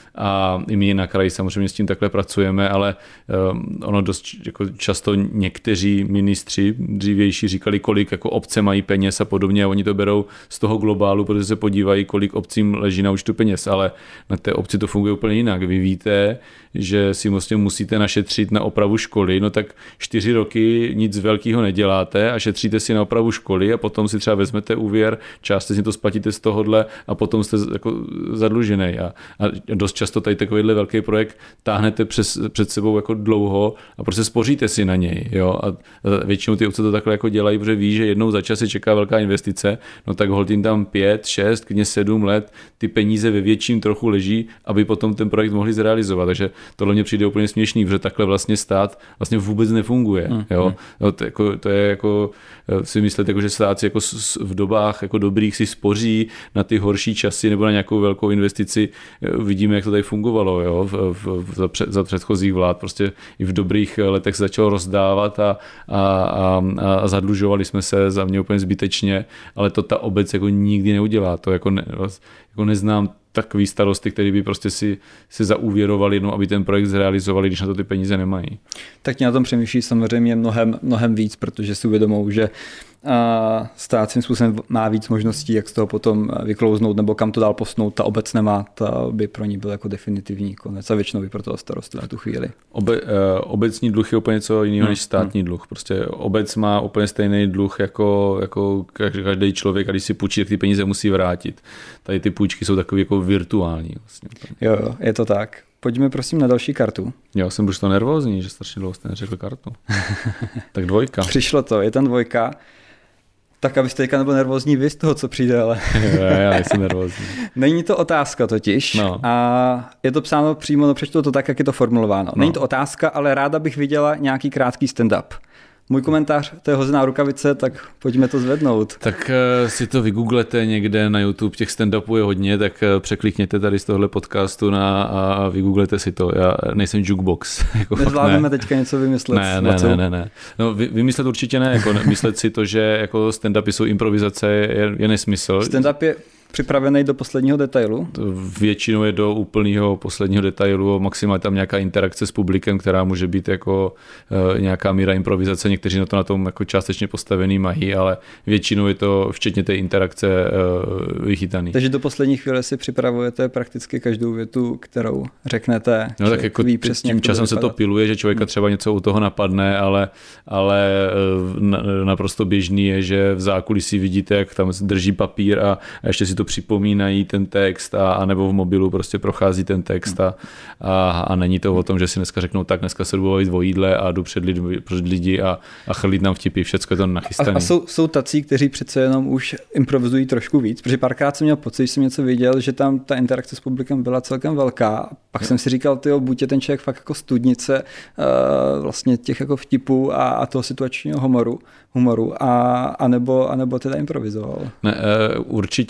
A i my na kraji samozřejmě s tím takhle pracujeme, ale ono dost jako často někteří ministři dřívější říkali, kolik jako obce mají peněz a podobně a oni to berou z toho globálu, protože se podívají, kolik obcím leží na účtu peněz, ale na té obci to funguje úplně jinak. Vy víte, že si vlastně musíte našetřit na opravu školy, no tak 4 roky nic velkého neděláte a šetříte si na opravu školy a potom si třeba vezmete úvěr, částečně to splatíte z tohohle a potom jste jako zadlužený a dost často tady takovýhle velký projekt táhnete před sebou jako dlouho a prostě spoříte si na něj. Jo? A většinou ty obce to takhle jako dělají, protože ví, že jednou za čas se čeká velká investice, no tak holt jim tam 5, 6, klidně 7 let ty peníze ve větším trochu leží, aby potom ten projekt mohli zrealizovat. Takže tohle mně přijde úplně směšný, protože takhle vlastně stát vlastně vůbec nefunguje. Jo? No, to je jako si myslet, jako, že stát si jako v dobách jako dobrých si spoří na ty horší časy nebo na nějakou velkou investici. Vidíme, jak to tady fungovalo, jo? Za předchozích vlád. Prostě i v dobrých letech se začalo rozdávat a zadlužovali jsme se za mě úplně zbytečně, ale to ta obec jako nikdy neudělá. To jako neznám takový starosty, který by prostě si zaúvěrovali, no, aby ten projekt zrealizovali, když na to ty peníze nemají. Tak ti na tom přemýšlí samozřejmě mnohem víc, protože si uvědomou, že stát svým způsobem má víc možností, jak z toho potom vyklouznout nebo kam to dál posunout. Ta obec nemá, ta by pro ní byl jako definitivní konec a většinou by pro toho starostu v tu chvíli. Obecní dluh je úplně něco jiného než státní dluh. Prostě obec má úplně stejný dluh jako každý člověk a když si půjčí, tak ty peníze musí vrátit. Tady ty půjčky jsou takové jako virtuální. Vlastně. Jo, je to tak. Pojďme prosím na další kartu. Já jsem už to nervózní, že strašně dlouho jste neřekl kartu. Tak 2. Přišlo to, je tam 2. Tak abyste teďka nebyl nervózní vy z toho, co přijde, ale... Já nejsem nervózní. Není to otázka totiž. No. A je to psáno přímo, no přečtu to tak, jak je to formulováno. Není to otázka, ale ráda bych viděla nějaký krátký stand-up. Můj komentář, to je hozená rukavice, tak pojďme to zvednout. Tak si to vygooglete někde na YouTube, těch stand-upů je hodně, tak překlikněte tady z tohle podcastu a vygooglete si to. Já nejsem jukebox. Jako nezvládneme teďka něco vymyslet. Ne. No, vymyslet určitě ne, jako myslet si to, že jako stand-upy jsou improvizace, je nesmysl. Stand-up je připravený do posledního detailu? Většinou je do úplného posledního detailu, maximálně tam nějaká interakce s publikem, která může být jako nějaká míra improvizace. Někteří na tom jako částečně postavený mají, ale většinou je to včetně té interakce vychytaný. Takže do poslední chvíle si připravujete prakticky každou větu, kterou řeknete. No tak jako tím časem se to piluje, že člověka třeba něco u toho napadne, ale naprosto běžný je, že v zákulisí vidíte, jak tam drží papír a ještě si to připomínají ten text a nebo v mobilu prostě prochází ten text a není to o tom, že si dneska řeknou tak, dneska se jdu bavit o jídle a jdu před lidi a chrlit nám vtipy, všecko je to nachystané. A jsou tací, kteří přece jenom už improvizují trošku víc, protože párkrát jsem měl pocit, že jsem něco viděl, že tam ta interakce s publikem byla celkem velká. Pak jsem si říkal, buď je ten člověk fakt jako studnice vlastně těch jako vtipů a toho situačního humoru a nebo teda improvizoval. Ne, určitě jako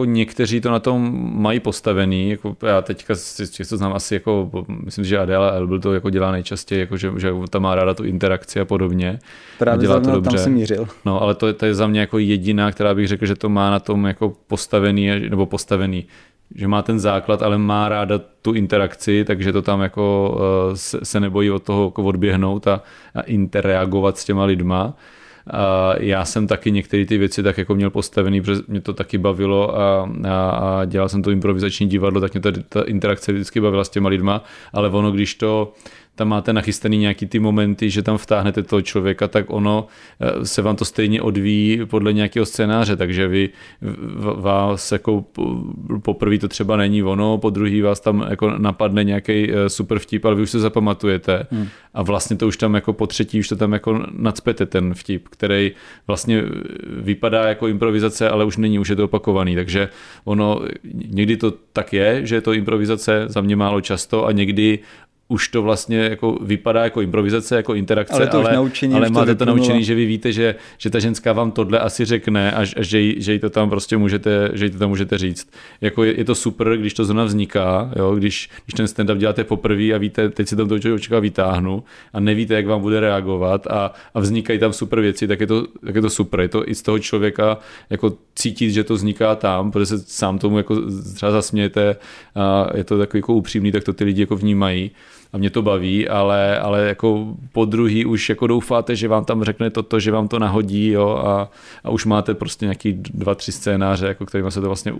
někteří to na tom mají postavený, jako já teďka to znám asi jako, myslím, že Adela Elbl to jako dělá nejčastěji, jako že tam má ráda tu interakci a podobně. Právě dělá to dobře. Tam jsem mířil. No, ale to je za mě jako jediná, která bych řekl, že to má na tom jako postavený, že má ten základ, ale má ráda tu interakci, takže to tam jako se nebojí od toho jako odběhnout a interagovat s těma lidma. A já jsem taky některé ty věci tak jako měl postavený, protože mě to taky bavilo a dělal jsem to improvizační divadlo, tak mě ta interakce vždycky bavila s těma lidma, ale ono, když to tam máte nachystaný nějaký ty momenty, že tam vtáhnete toho člověka, tak ono se vám to stejně odvíjí podle nějakého scénáře, takže vás jako poprvé to třeba není ono, po druhý vás tam jako napadne nějaký super vtip, ale vy už se zapamatujete a vlastně to už tam jako po třetí už to tam jako nacpete ten vtip, který vlastně vypadá jako improvizace, ale už není, už je to opakovaný, takže ono někdy to tak je, že je to improvizace, za mě málo často a někdy už to vlastně jako vypadá jako improvizace, jako interakce, ale máte to naučení, že vy víte, že ta ženská vám tohle asi řekne a že jí to tam prostě můžete říct. Jako je to super, když to zrovna vzniká, jo? Když ten stand-up děláte poprvé a víte, teď si tam toho člověka vytáhnu a nevíte, jak vám bude reagovat a vznikají tam super věci, tak je to super. Je to i z toho člověka jako cítit, že to vzniká tam, protože se sám tomu jako třeba zasmějete a je to takový jako upřímný, tak to ty lidi jako vnímají. A mě to baví, ale jako po druhý už jako doufáte, že vám tam řekne toto, že vám to nahodí, jo, a už máte prostě nějaký 2-3 scénáře, jako kterými se to vlastně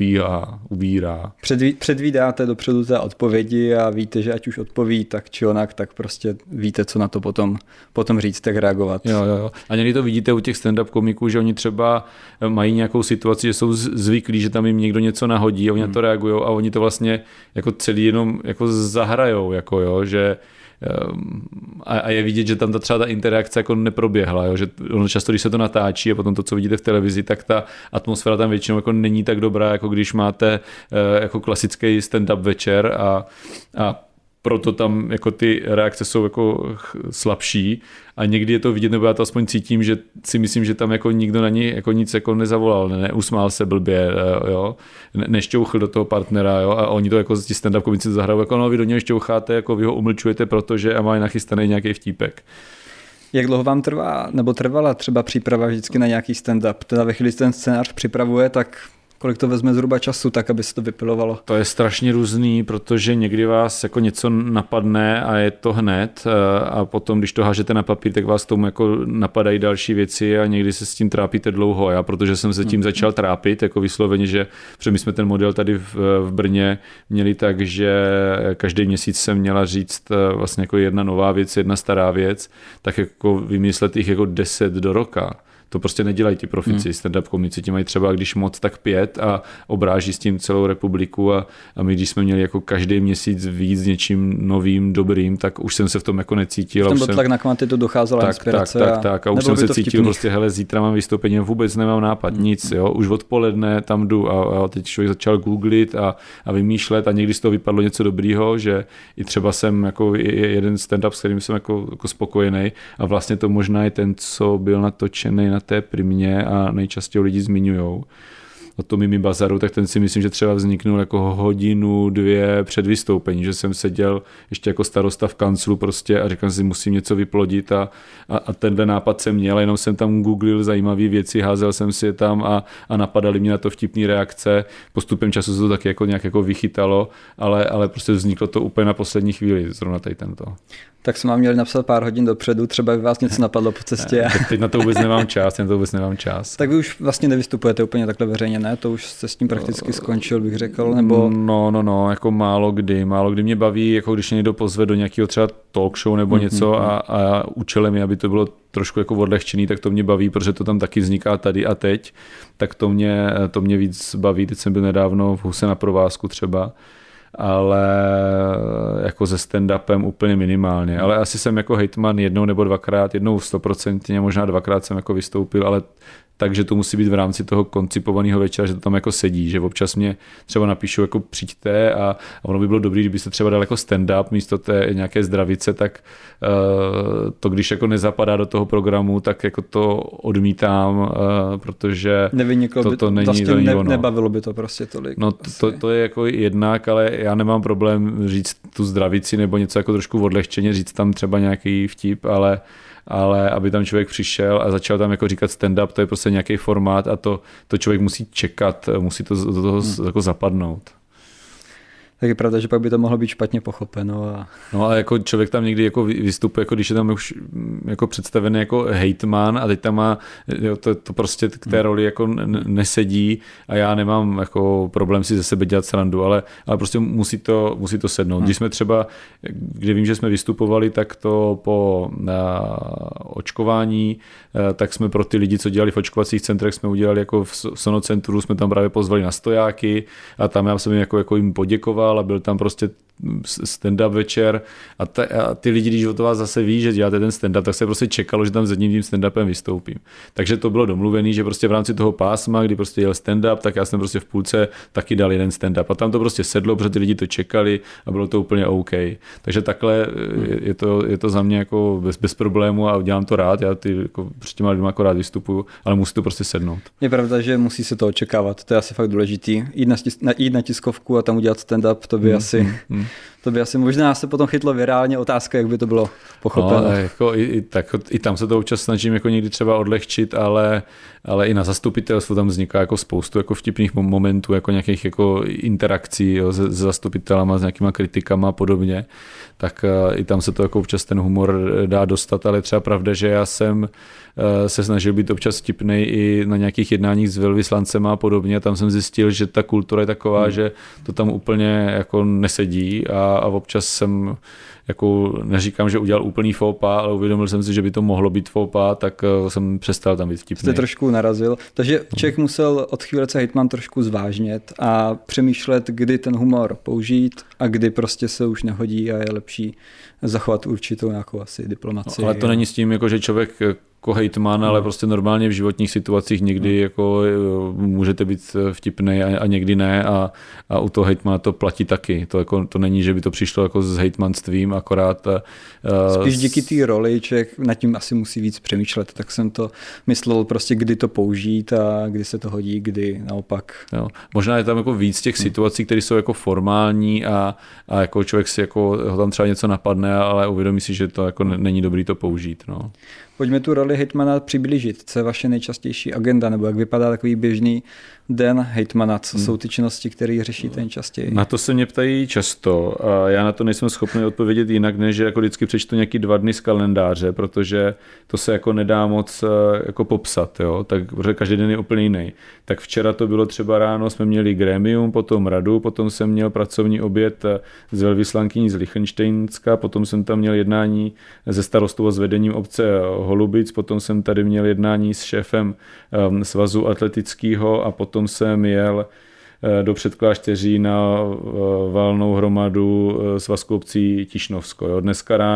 ubírá. Předvídáte dopředu té odpovědi a víte, že ať už odpoví tak či onak, tak prostě víte, co na to potom říct, tak reagovat. Jo. A někdy to vidíte u těch stand-up komiků, že oni třeba mají nějakou situaci, že jsou zvyklí, že tam jim někdo něco nahodí a oni na to reagují a oni to vlastně jako celý jenom jako zahrajou, jako jo, že a je vidět, že tam třeba ta interakce jako neproběhla, jo, že ono často, když se to natáčí a potom to, co vidíte v televizi, tak ta atmosféra tam většinou jako není tak dobrá, jako když máte jako klasický stand-up večer a proto tam jako ty reakce jsou jako slabší a někdy je to vidět, nebo já to aspoň cítím, že si myslím, že tam jako nikdo na ní jako nic jako nezavolal, neusmál se blbě, jo, nešťouchl do toho partnera, jo, a oni to jako ti stand-up komici zahrajou, jako no, vy do něho šťoucháte, jako vy ho umlčujete, protože a mají nachystaný nějaký vtípek. Jak dlouho vám trvala třeba příprava vždycky na nějaký stand-up? Teda ve chvíli, ten scénář připravuje, tak kolik to vezme zhruba času, tak aby se to vypilovalo? To je strašně různý, protože někdy vás jako něco napadne a je to hned a potom, když to hážete na papír, tak vás k tomu jako napadají další věci a někdy se s tím trápíte dlouho. Já, protože jsem se tím začal trápit, jako vysloveně, že protože my jsme ten model tady v Brně měli tak, že každý měsíc jsem měla říct vlastně jako jedna nová věc, jedna stará věc, tak jako vymyslet jich jako 10 do roka. To prostě nedělají ti profici, stand-up komici, ti mají třeba když moc tak 5 a obráží s tím celou republiku a my když jsme měli jako každý měsíc víc něčím novým, dobrým, tak už jsem se v tom jako necítil. V tom byl tlak na kvantitu, docházela inspirace. Tak a už jsem se cítil prostě, hele, zítra mám vystoupení, vůbec nemám nápad, nic, jo, už odpoledne tam jdu a teď člověk začal googlit a vymýšlet a někdy z toho vypadlo něco dobrýho, že i třeba jsem jako jeden stand-up, s kterým jsem jako spokojený a vlastně to možná je ten, co byl natočený na té Primě a nejčastěji lidi zmiňujou o tom Mimi Bazaru, tak ten si myslím, že třeba vzniknul jako 1-2 hodiny před vystoupení, že jsem seděl ještě jako starosta v kanclu prostě a říkal si, musím něco vyplodit a tenhle nápad jsem měl, jenom jsem tam googlil zajímavé věci, házel jsem si je tam a napadaly mě na to vtipné reakce. Postupem času se to taky jako nějak jako vychytalo, ale prostě vzniklo to úplně na poslední chvíli, zrovna tady tento. Tak jsme vám měli napsat pár hodin dopředu, třeba by vás něco napadlo po cestě. Teď na to vůbec nemám čas. Tak vy už vlastně nevystupujete úplně takhle veřejně, ne? To už se s tím prakticky skončil, bych řekl, nebo... No, jako málo kdy mě baví, jako když někdo pozve do nějakého třeba talk show nebo něco a účelem je, aby to bylo trošku jako odlehčený, tak to mě baví, protože to tam taky vzniká tady a teď, tak to mě víc baví. Teď jsem byl nedávno v Huse na provázku třeba, ale jako se stand-upem úplně minimálně. Ale asi jsem jako hejtman jednou nebo dvakrát, jednou 100%, možná dvakrát jsem jako vystoupil, ale takže to musí být v rámci toho koncipovaného večera, že to tam jako sedí, že občas mě třeba napíšu jako přijďte a ono by bylo dobré, kdyby se třeba dal jako stand-up místo té nějaké zdravice, tak to když jako nezapadá do toho programu, tak jako to odmítám, protože to není ono. Nebavilo by to prostě tolik. No to je jako jednak, ale já nemám problém říct tu zdravici nebo něco jako trošku odlehčeně, říct tam třeba nějaký vtip, ale aby tam člověk přišel a začal tam jako říkat stand-up, to je prostě nějaký formát a to člověk musí čekat, musí to do toho jako zapadnout. Tak je pravda, že pak by to mohlo být špatně pochopeno. No a jako člověk tam někdy jako vystupuje, jako když je tam už jako představený jako hejtman a teď tam má, to prostě k té roli jako nesedí a já nemám jako problém si ze sebe dělat srandu, ale prostě musí to sednout. Když jsme třeba, kde vím, že jsme vystupovali, tak to po očkování, tak jsme pro ty lidi, co dělali v očkovacích centrech, jsme udělali jako v Sonocentru, jsme tam právě pozvali na stojáky a tam já jsem jako jim poděkoval a byl tam prostě stand-up večer a ty lidi, když o to vás zase ví, že děláte ten stand-up, tak se prostě čekalo, že tam s jedním tím stand-upem vystoupím. Takže to bylo domluvený, že prostě v rámci toho pásma, kdy prostě jel stand-up, tak já jsem prostě v půlce taky dal jeden stand-up a tam to prostě sedlo, protože ty lidi to čekali a bylo to úplně OK. Takže takhle je to za mě jako bez problému a dělám to rád, já jako před těma lidma jako rád vystupuju, ale musí to prostě sednout. Je pravda, že musí se to očekávat, to je asi fakt důležitý. Jít na tiskovku a tam udělat stand-up, to by asi možná se potom chytlo virálně otázka, jak by to bylo pochopeno. No, jako i tam se to občas snažím jako někdy třeba odlehčit, ale i na zastupitelstvu tam vzniká jako spoustu jako vtipných momentů, jako nějakých jako interakcí se zastupitelama, s nějakýma kritikama a podobně. Tak i tam se to jako občas ten humor dá dostat, ale třeba pravda, že já jsem se snažil být občas vtipnej i na nějakých jednáních s velvyslancema a podobně. Tam jsem zjistil, že ta kultura je taková, že to tam úplně jako nesedí a občas jsem jako neříkám, že udělal úplný faux pas, ale uvědomil jsem si, že by to mohlo být faux pas, tak jsem přestal tam být vtipný. Jste trošku narazil. Takže člověk musel od chvílece hejtman trošku zvážnět a přemýšlet, kdy ten humor použít a kdy prostě se už nehodí a je lepší zachovat určitou nějakou asi diplomacii. No, ale to není s tím, jako, že člověk jako hejtman, ale prostě normálně v životních situacích někdy jako můžete být vtipnej a někdy ne a u toho hejtmana to platí taky. To není, že by to přišlo jako s hejtmanstvím, akorát. Spíš díky té roli člověk nad tím asi musí víc přemýšlet, tak jsem to myslel prostě, kdy to použít a kdy se to hodí, kdy naopak. Jo. Možná je tam jako víc těch situací, které jsou jako formální a jako člověk si jako ho tam třeba něco napadne, ale uvědomí si, že to jako není dobrý to použít. No. Pojďme tu roli hejtmana přiblížit. Co je vaše nejčastější agenda, nebo jak vypadá takový běžný den hejtmana? Co jsou ty činnosti, které řešíte nejčastěji? Na to se mě ptají často a já na to nejsem schopný odpovědět jinak, než že jako vždycky přečtu nějaký 2 dny z kalendáře, protože to se jako nedá moc jako popsat, jo? Tak, protože každý den je úplně jiný. Tak včera to bylo třeba ráno, jsme měli grémium, potom radu, potom jsem měl pracovní oběd s velvyslankyní z Lichtenštejnska, potom jsem tam měl jednání se starostou a s vedením obce Holubic, potom jsem tady měl jednání s šéfem svazu atletického a potom jsem jel do Předklášteří na valnou hromadu svazku obcí Tišnovsko. Jo.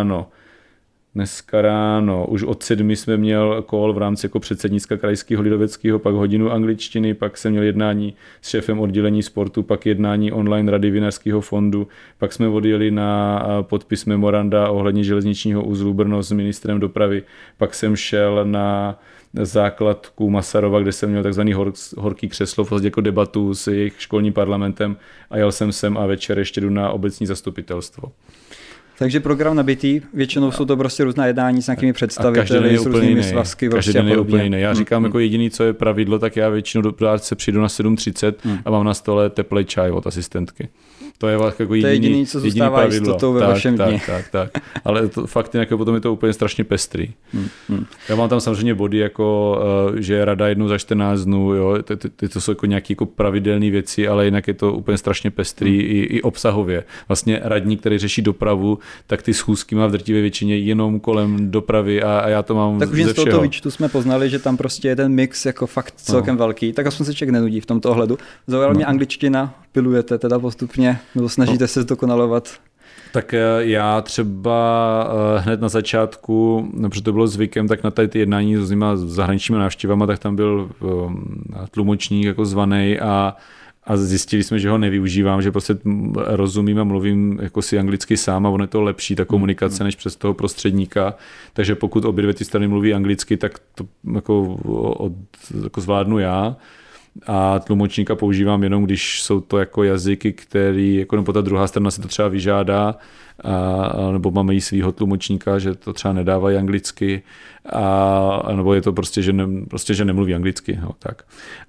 Dneska ráno, už od 7 jsme měl call v rámci jako předsednictva krajského lidoveckého, pak hodinu angličtiny, pak jsem měl jednání s šéfem oddělení sportu, pak jednání online Rady Vinařského fondu, pak jsme odjeli na podpis memoranda ohledně železničního uzlu Brno s ministrem dopravy, pak jsem šel na základku Masarova, kde jsem měl takzvaný horký křeslo, vlastně jako debatu s jejich školním parlamentem a jel jsem sem a večer ještě jdu na obecní zastupitelstvo. Takže program nabitý, většinou jsou to prostě různá jednání s nějakými představiteli, s různými svazky. Každý den je úplně jiný. Já říkám jako jediný, co je pravidlo, tak já většinou do práce přijdu na 7:30 a mám na stole teplý čaj od asistentky. To je jako jediný, co zůstává jistotou ve vašem dni. Tak. Ale to, fakt jako potom je to úplně strašně pestrý. Já mám tam samozřejmě body, jako, že je rada jednou za 14 dnů, jo? To jsou jako nějaké jako pravidelné věci, ale jinak je to úplně strašně pestrý i obsahově. Vlastně radní, který řeší dopravu, tak ty schůzky má v drtivé většině jenom kolem dopravy a já to mám tak už z tohoto výčtu jsme poznali, že tam prostě je ten mix jako fakt celkem velký, tak aspoň se člověk nenudí v tomto ohledu. Zaujala mě angličtina, pilujete teda postupně, nebo snažíte se zdokonalovat? Tak já třeba hned na začátku, protože to bylo zvykem, tak na tady ty jednání s zahraničními návštěvama, tak tam byl tlumočník jako zvanej a zjistili jsme, že ho nevyužívám, že prostě rozumím a mluvím jako si anglicky sám a ono je to lepší, ta komunikace, než přes toho prostředníka. Takže pokud obě dvě ty strany mluví anglicky, tak to jako zvládnu já. A tlumočníka používám jenom, když jsou to jako jazyky, který, jako nebo ta druhá strana si to třeba vyžádá, nebo máme jí svýho tlumočníka, že to třeba nedávají anglicky, nebo je to prostě, že nemluví anglicky. No, tak.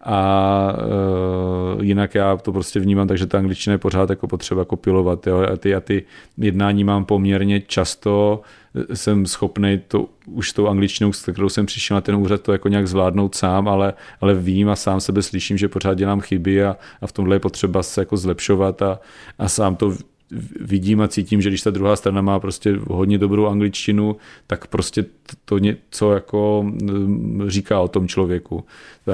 Jinak já to prostě vnímám, takže ta angličtina je pořád jako potřeba kopilovat. Jo? A ty jednání mám poměrně často, jsem schopný to už s tou angličtinou, s kterou jsem přišel na ten úřad, to jako nějak zvládnout sám, ale vím a sám sebe slyším, že pořád dělám chyby a v tomhle je potřeba se jako zlepšovat a sám to vidím a cítím, že když ta druhá strana má prostě hodně dobrou angličtinu, tak prostě to něco jako říká o tom člověku.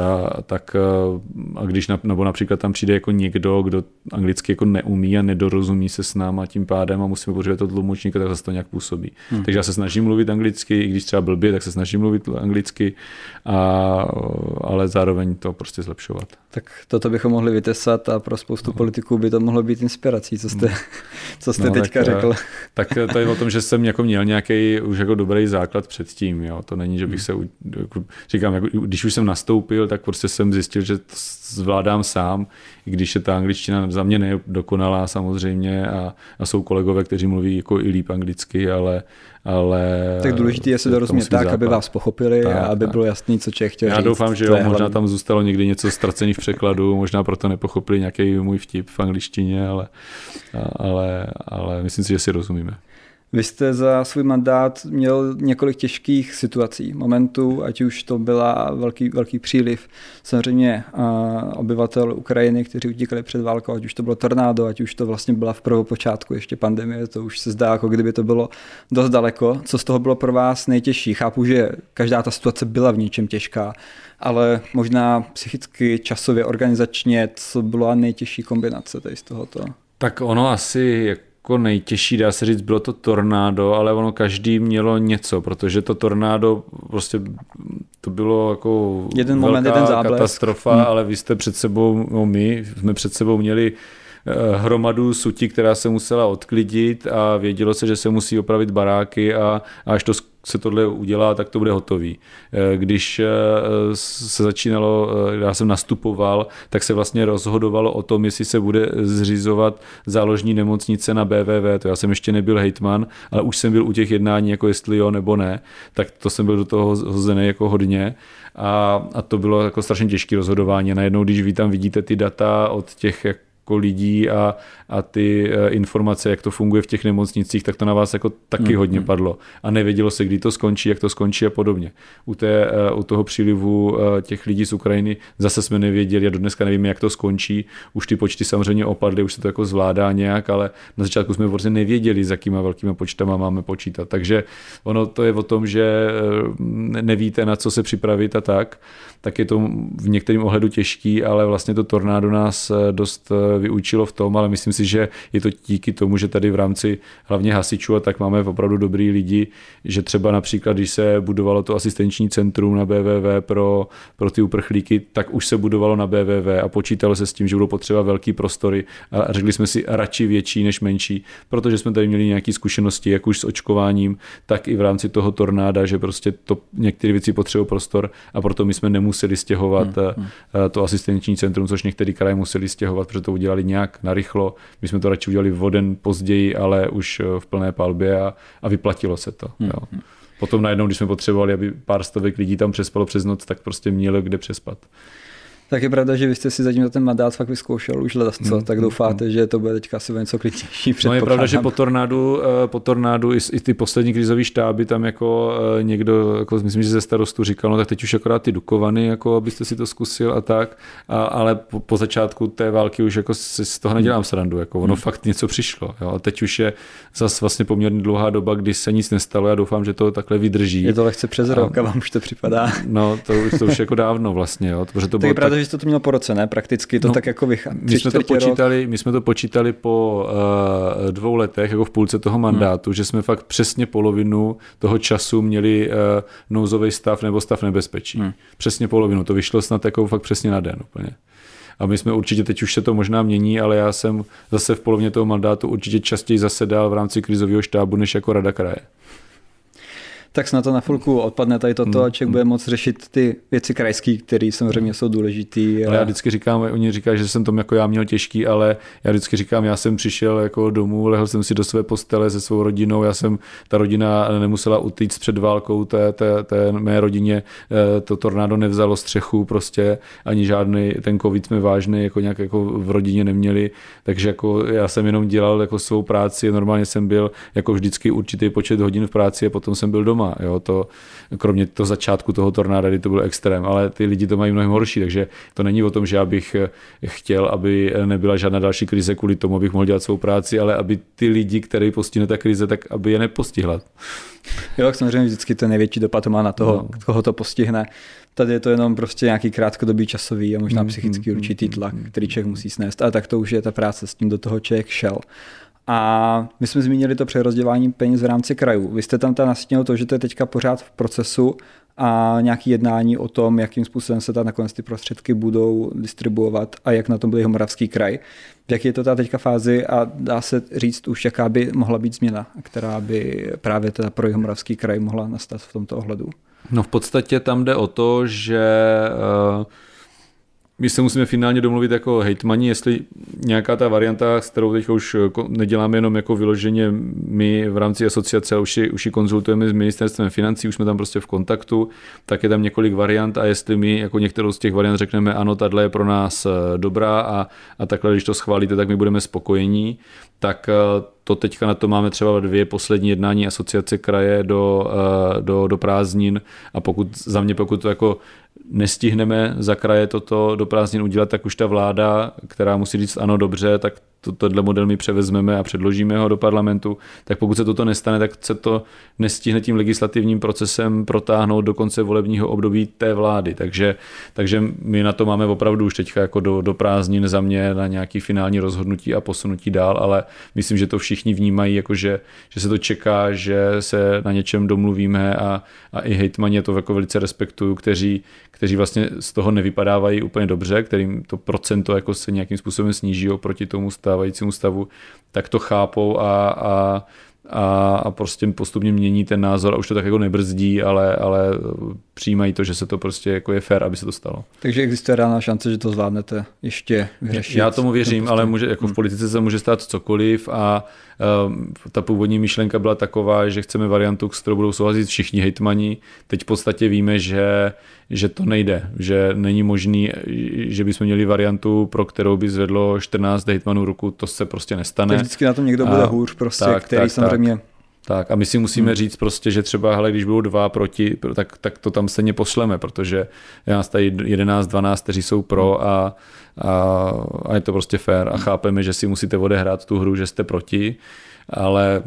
A když nebo například tam přijde jako někdo, kdo anglicky jako neumí a nedorozumí se s náma tím pádem a musíme používat to tlumočníka, tak zase to nějak působí. Takže já se snažím mluvit anglicky, i když třeba blbě, tak se snažím mluvit anglicky, ale zároveň to prostě zlepšovat. Tak toto bychom mohli vytesat a pro spoustu politiků by to mohlo být inspirací, co jste teďka řekl. Tak to je o tom, že jsem jako měl nějaký už jako dobrý základ předtím. Jo. To není, že bych se, říkám, jako, když už jsem nastoupil, tak prostě jsem zjistil, že to zvládám sám, i když je ta angličtina za mě nedokonalá samozřejmě a jsou kolegové, kteří mluví jako i líp anglicky, ale tak důležité je se dorozumět tak, aby vás pochopili a aby bylo jasný, co člověk chtěl říct. Já doufám, že jo, možná tam zůstalo někdy něco ztracený v překladu, možná proto nepochopili nějaký můj vtip v angličtině, ale myslím si, že si rozumíme. Vy jste za svůj mandát měl několik těžkých situací, momentů, ať už to byla velký příliv samozřejmě obyvatel Ukrajiny, kteří utíkali před válkou, ať už to bylo tornádo, ať už to vlastně byla v prvopočátku ještě pandemie, to už se zdá, jako kdyby to bylo dost daleko. Co z toho bylo pro vás nejtěžší? Chápu, že každá ta situace byla v něčem těžká, ale možná psychicky, časově, organizačně, co byla nejtěžší kombinace tady z tohoto? Tak ono asi jako nejtěžší, dá se říct, bylo to tornádo, ale ono každý mělo něco, protože to tornádo prostě to bylo jako velká katastrofa, ale vy jste před sebou, my jsme před sebou měli hromadu sutí, která se musela odklidit a vědělo se, že se musí opravit baráky a až to se tohle udělá, tak to bude hotový. Když se začínalo, já jsem nastupoval, tak se vlastně rozhodovalo o tom, jestli se bude zřizovat záložní nemocnice na BVV. To já jsem ještě nebyl hejtman, ale už jsem byl u těch jednání, jako jestli jo nebo ne, tak to jsem byl do toho hozený jako hodně. A to bylo jako strašně těžké rozhodování. Najednou, když vy tam vidíte ty data od těch lidí a ty informace, jak to funguje v těch nemocnicích, tak to na vás jako taky hodně padlo. A nevědělo se, kdy to skončí, jak to skončí a podobně. U toho přílivu těch lidí z Ukrajiny zase jsme nevěděli a dodneska nevíme, jak to skončí. Už ty počty samozřejmě opadly, už se to jako zvládá nějak, ale na začátku jsme prostě nevěděli, s jakýma velkýma počtama máme počítat. Takže ono to je o tom, že nevíte, na co se připravit a tak je to v některém ohledu těžký, ale vlastně to tornádo nás dost vyučilo v tom, ale myslím si, že je to díky tomu, že tady v rámci hlavně hasičů a tak máme opravdu dobrý lidi, že třeba například, když se budovalo to asistenční centrum na BVV pro ty uprchlíky, tak už se budovalo na BVV a počítalo se s tím, že budou potřeba velký prostory a řekli jsme si radši větší než menší, protože jsme tady měli nějaké zkušenosti, jak už s očkováním, tak i v rámci toho tornáda, že prostě to některé věci potřebují prostor a proto my jsme nemuseli stěhovat to asistenční centrum, což některé kraje museli stěhovat, protože to udělali nějak narychlo. My jsme to radši udělali o den později, ale už v plné palbě a vyplatilo se to. Jo. Potom najednou, když jsme potřebovali, aby pár stovek lidí tam přespalo přes noc, tak prostě mělo kde přespat. Tak je pravda, že vy jste si zatím za ten mandát fakt vyzkoušel už ledasco, tak doufáte, že to bude teďka asi něco klidnější. No je pravda, že po tornádu i ty poslední krizový štáby tam jako někdo, jako myslím, že ze starostů říkal, no tak teď už akorát ty Dukovany, jako abyste si to zkusil a tak, ale po začátku té války už jako si z toho nedělám srandu, jako ono fakt něco přišlo. Jo? A teď už je zase vlastně poměrně dlouhá doba, kdy se nic nestalo, já doufám, že to takhle vydrží. Je to lehce přes rok a vám už to připadá. No to už jako dávno vlastně, jo? Protože to bylo že jste to měl po roce, ne? Prakticky to tak jako vychází. My jsme to počítali po 2 letech, jako v půlce toho mandátu, že jsme fakt přesně polovinu toho času měli nouzový stav nebo stav nebezpečí. Přesně polovinu, to vyšlo snad jako fakt přesně na den úplně. A my jsme určitě, teď už se to možná mění, ale já jsem zase v polovině toho mandátu určitě častěji zasedal v rámci krizového štábu, než jako rada kraje. Tak snad to na chvilku odpadne tady toto a člověk bude moct řešit ty věci krajské, které samozřejmě jsou důležitý. Ale já vždycky říkám, oni říkají, že jsem tom jako já měl těžký, ale já vždycky říkám, já jsem přišel jako domů, lehl jsem si do své postele se svou rodinou, ta rodina nemusela utíct před válkou, té mé rodině to tornádo nevzalo střechu prostě, ani žádný ten covid jsme vážný, jako nějak jako v rodině neměli, takže jako já jsem jenom dělal jako svou práci, normálně jsem byl jako vždycky určitý počet hodin v práci a potom jsem byl doma. Jo, to, kromě toho začátku toho tornáda, kdy to byl extrém, ale ty lidi to mají mnohem horší, takže to není o tom, že já bych chtěl, aby nebyla žádná další krize kvůli tomu, abych mohl dělat svou práci, ale aby ty lidi, který postihne ta krize, tak aby je nepostihla. Jo, samozřejmě vždycky ten největší dopad to má na toho, koho to postihne. Tady je to jenom prostě nějaký krátkodobý časový a možná psychický určitý tlak, který člověk musí snést, ale tak to už je ta práce, s tím do toho člověk šel. A my jsme zmínili to přerozdělování peněz v rámci krajů. Vy jste tam nastínil to, že to je teďka pořád v procesu a nějaké jednání o tom, jakým způsobem se nakonec ty prostředky budou distribuovat a jak na tom bude Jihomoravský kraj. V jaké je to teďka fázi a dá se říct už, jaká by mohla být změna, která by právě teda pro Jihomoravský kraj mohla nastat v tomto ohledu? No v podstatě tam jde o to, že my se musíme finálně domluvit jako hejtmani, jestli nějaká ta varianta, s kterou teď už neděláme jenom jako vyloženě my v rámci asociace, ale už ji konzultujeme s ministerstvem financí, už jsme tam prostě v kontaktu, tak je tam několik variant a jestli my jako některou z těch variant řekneme ano, tahle je pro nás dobrá a takhle, když to schválíte, tak my budeme spokojení, tak to teďka na to máme třeba 2 poslední jednání asociace kraje do prázdnin a pokud to jako nestihneme za kraje toto do prázdnin udělat, tak už ta vláda, která musí říct ano, dobře, tak tohle model my převezmeme a předložíme ho do parlamentu, tak pokud se toto nestane, tak se to nestihne tím legislativním procesem protáhnout do konce volebního období té vlády. Takže my na to máme opravdu už teďka jako do prázdnin za mě na nějaký finální rozhodnutí a posunutí dál, ale myslím, že to všichni vnímají, jako že se to čeká, že se na něčem domluvíme a i hejtmani to jako velice respektují, kteří vlastně z toho nevypadávají úplně dobře, kterým to procento jako se nějakým způsobem sníží oproti tomu stávajícímu stavu, tak to chápou a prostě postupně mění ten názor a už to tak jako nebrzdí, ale přijímají to, že se to prostě jako je fér, aby se to stalo. Takže existuje reálná šance, že to zvládnete ještě vyřešit? Já tomu věřím, ale jako v politice se může stát cokoliv a ta původní myšlenka byla taková, že chceme variantu, s kterou budou souhlasit všichni hejtmani. Teď v podstatě víme, že to nejde, že není možný, že bychom měli variantu, pro kterou by zvedlo 14 hejtmanů ruku, to se prostě nestane. Tak vždycky na tom někdo bude hůř, prostě, který samozřejmě... Tak a my si musíme říct prostě, že třeba hele, když budou 2 proti, tak to tam stejně pošleme, protože je nás tady 11-12, kteří jsou pro a je to prostě fér a chápeme, že si musíte odehrát tu hru, že jste proti, ale...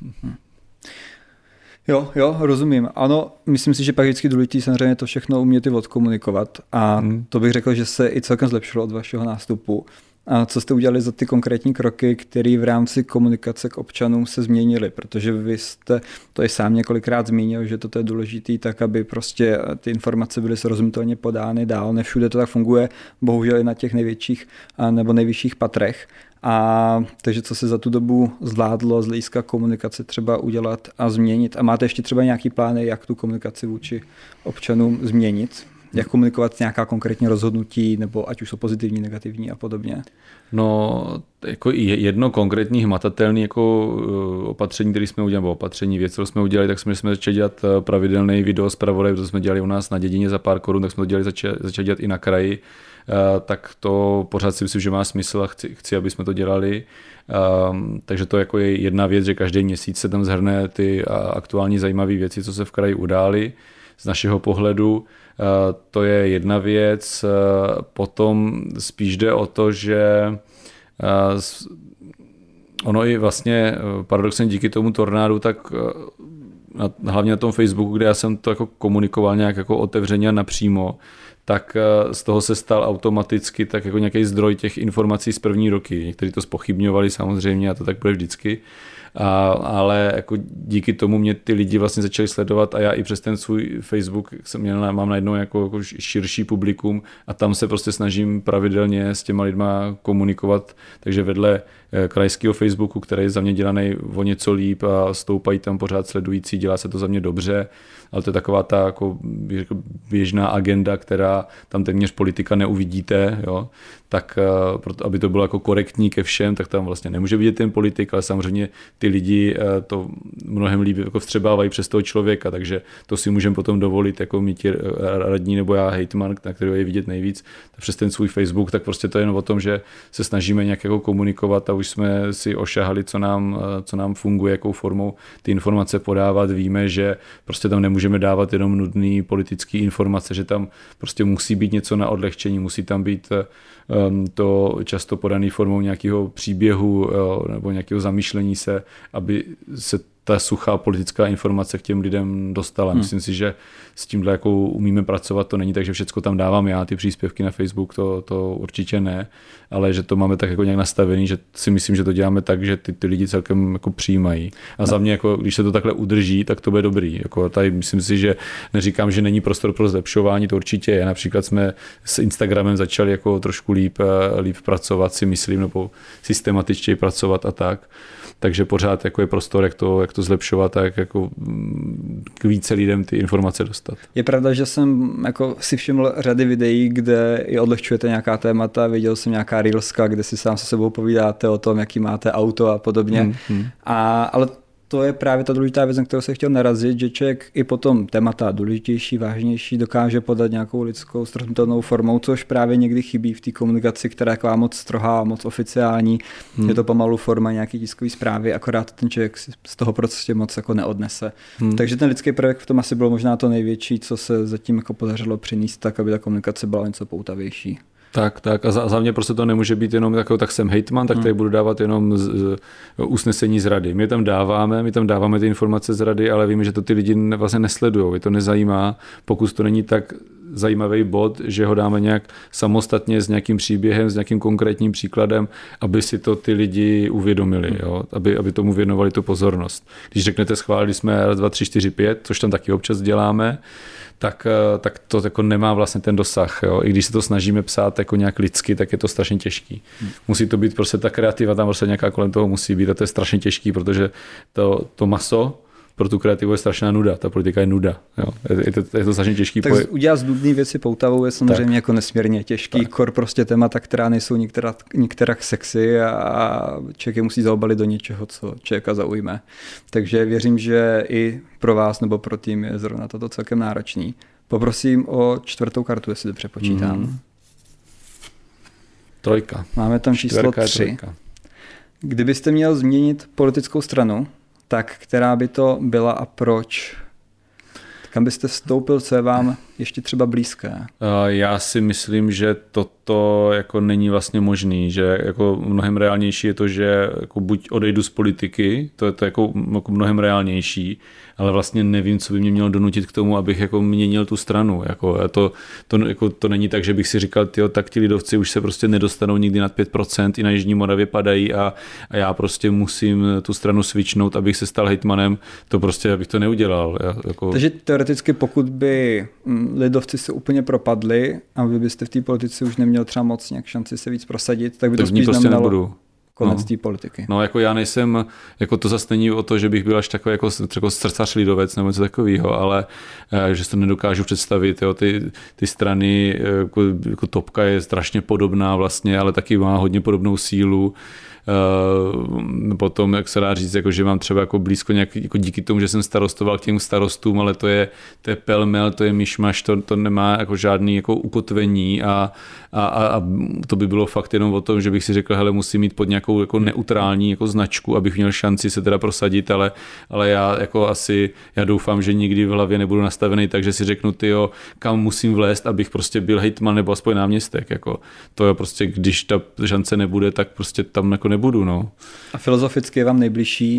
Jo, rozumím. Ano, myslím si, že pak vždycky důležitý samozřejmě to všechno umět i odkomunikovat a to bych řekl, že se i celkem zlepšilo od vašeho nástupu. A co jste udělali za ty konkrétní kroky, které v rámci komunikace k občanům se změnily? Protože vy jste to i sám několikrát zmínil, že toto je důležitý tak, aby prostě ty informace byly srozumitelně podány dál. Ne všude to tak funguje, bohužel i na těch největších nebo nejvyšších patrech. A takže co se za tu dobu zvládlo z hlediska komunikace třeba udělat a změnit? A máte ještě třeba nějaký plány, jak tu komunikaci vůči občanům změnit? Jak komunikovat nějaká konkrétní rozhodnutí, nebo ať už jsou pozitivní, negativní a podobně? No, jako jedno konkrétní hmatatelné jako opatření, které jsme udělali, nebo opatření, věc, kterou jsme udělali, tak jsme začali dělat pravidelný video zpravodaj, to jsme dělali u nás na dědině za pár korun, tak jsme to dělali, začali dělat i na kraji, tak to pořád si myslím, že má smysl a chci, aby jsme to dělali. Takže to jako je jedna věc, že každý měsíc se tam zhrne ty aktuální zajímavé věci, co se v kraji udály z našeho pohledu. To je jedna věc. Potom spíš jde o to, že ono i vlastně paradoxně díky tomu tornádu, tak hlavně na tom Facebooku, kde já jsem to jako komunikoval nějak jako otevřeně a napřímo, tak z toho se stal automaticky tak jako nějaký zdroj těch informací z první roky. Někteří to zpochybňovali samozřejmě a to tak bude vždycky. Ale jako díky tomu mě ty lidi vlastně začali sledovat a já i přes ten svůj Facebook mám najednou jako širší publikum a tam se prostě snažím pravidelně s těma lidma komunikovat, takže vedle krajského Facebooku, který je za mě dělaný o něco líp a stoupají tam pořád sledující, dělá se to za mě dobře, ale to je taková ta jako běžná agenda, která tam téměř politika neuvidíte, jo? Tak aby to bylo jako korektní ke všem, tak tam vlastně nemůže vidět ten politik, ale samozřejmě ty lidi to mnohem líp jako vstřebávají přes toho člověka, takže to si můžeme potom dovolit, jako mít radní nebo já hejtman, na kterého je vidět nejvíc, tak přes ten svůj Facebook, tak prostě to je jen o tom, že se snažíme nějak jako komunikovat a už jsme si ošahali, co nám funguje, jakou formou ty informace podávat. Víme, že prostě tam nemůžeme dávat jenom nudný politický informace, že tam prostě musí být něco na odlehčení, musí tam být to často podaný formou nějakého příběhu nebo nějakého zamýšlení se, aby se ta suchá politická informace k těm lidem dostala. Myslím si, že s tímhle jako umíme pracovat, to není tak, že všecko tam dávám já, ty příspěvky na Facebook, to určitě ne, ale že to máme tak jako nějak nastavený, že si myslím, že to děláme tak, že ty lidi celkem jako přijímají. A za mě, jako, když se to takhle udrží, tak to bude dobrý. Jako tady myslím si, že neříkám, že není prostor pro zlepšování, to určitě je. Například jsme s Instagramem začali jako trošku líp pracovat, si myslím, nebo systematičtěji pracovat a tak. Takže pořád jako je prostor, jak to zlepšovat a jak jako k více lidem ty informace dostat. Je pravda, že jsem jako si všiml řady videí, kde i odlehčujete nějaká témata, viděl jsem nějaká reelska, kde si sám se sebou povídáte o tom, jaký máte auto a podobně. Ale to je právě ta důležitá věc, na kterou se chtěl narazit, že člověk i potom témata důležitější, vážnější dokáže podat nějakou lidskou srozumitelnou formou, což právě někdy chybí v té komunikaci, která je taková moc strohá, moc oficiální. Je to pomalu forma nějaký tiskový zprávy, akorát ten člověk z toho prostě moc jako neodnese. Takže ten lidský prvek v tom asi bylo možná to největší, co se zatím jako podařilo přinést tak, aby ta komunikace byla něco poutavější. Tak a za mě prostě to nemůže být jenom jako, tak jsem hejtman, tak tady budu dávat jenom usnesení z rady. My tam dáváme ty informace z rady, ale víme, že to ty lidi vlastně nesledujou, je to nezajímá, pokud to není tak zajímavý bod, že ho dáme nějak samostatně s nějakým příběhem, s nějakým konkrétním příkladem, aby si to ty lidi uvědomili, jo? Aby tomu věnovali tu pozornost. Když řeknete, schválili jsme 1, 2, 3, 4, 5, což tam taky občas děláme, tak to jako nemá vlastně ten dosah. Jo? I když se to snažíme psát jako nějak lidsky, tak je to strašně těžký. Musí to být prostě ta kreativa, tam prostě nějaká kolem toho musí být a to je strašně těžký, protože to maso pro tu kreativu je strašná nuda, ta politika je nuda. Jo? Je to strašně těžký. Tak udělat z nudné věci poutavou je samozřejmě tak. Jako nesmírně těžký, kor prostě témata, která nejsou některá sexy a člověk je musí zaobalit do něčeho, co člověka zaujme. Takže věřím, že i pro vás nebo pro tým je zrovna toto celkem náročný. Poprosím o 4. kartu, jestli to přepočítám. 3. Máme tam číslo 3. Kdybyste měl změnit politickou stranu, tak která by to byla a proč? Kam byste vstoupil, co je vám ještě třeba blízké? Já si myslím, že toto jako není vlastně možný, že jako mnohem reálnější je to, že jako buď odejdu z politiky, to je to jako mnohem reálnější, ale vlastně nevím, co by mě mělo donutit k tomu, abych jako měnil tu stranu. To není tak, že bych si říkal, tak ti lidovci už se prostě nedostanou nikdy nad 5%, i na Jižní Moravě padají a já prostě musím tu stranu switchnout, abych se stal hejtmanem, to prostě abych to neudělal. Takže teoreticky, pokud by lidovci se úplně propadli a vy byste v té politice už neměl třeba moc nějak šanci se víc prosadit, tak by to spíš znamenalo nebudu. Konec té politiky. No jako já nejsem, jako to zase není o to, že bych byl až takový jako srdcař lidovec nebo něco takového, ale že si to nedokážu představit. Jo, ty strany, jako Topka je strašně podobná vlastně, ale taky má hodně podobnou sílu. Potom, jak se dá říct, jako, že mám třeba jako blízko nějak, jako díky tomu, že jsem starostoval k těm starostům, ale to je pelmel, to je myšmaš, to nemá jako žádný jako ukotvení a to by bylo fakt jenom o tom, že bych si řekl, hele, musím mít pod nějakou jako neutrální jako značku, abych měl šanci se teda prosadit, ale já jako asi, já doufám, že nikdy v hlavě nebudu nastavený, takže si řeknu, tyjo, kam musím vlézt, abych prostě byl hejtman nebo aspoň náměstek, jako to je prostě, když ta šance nebude, tak prostě tam jako nebudu, no. A filozoficky je vám nejbližší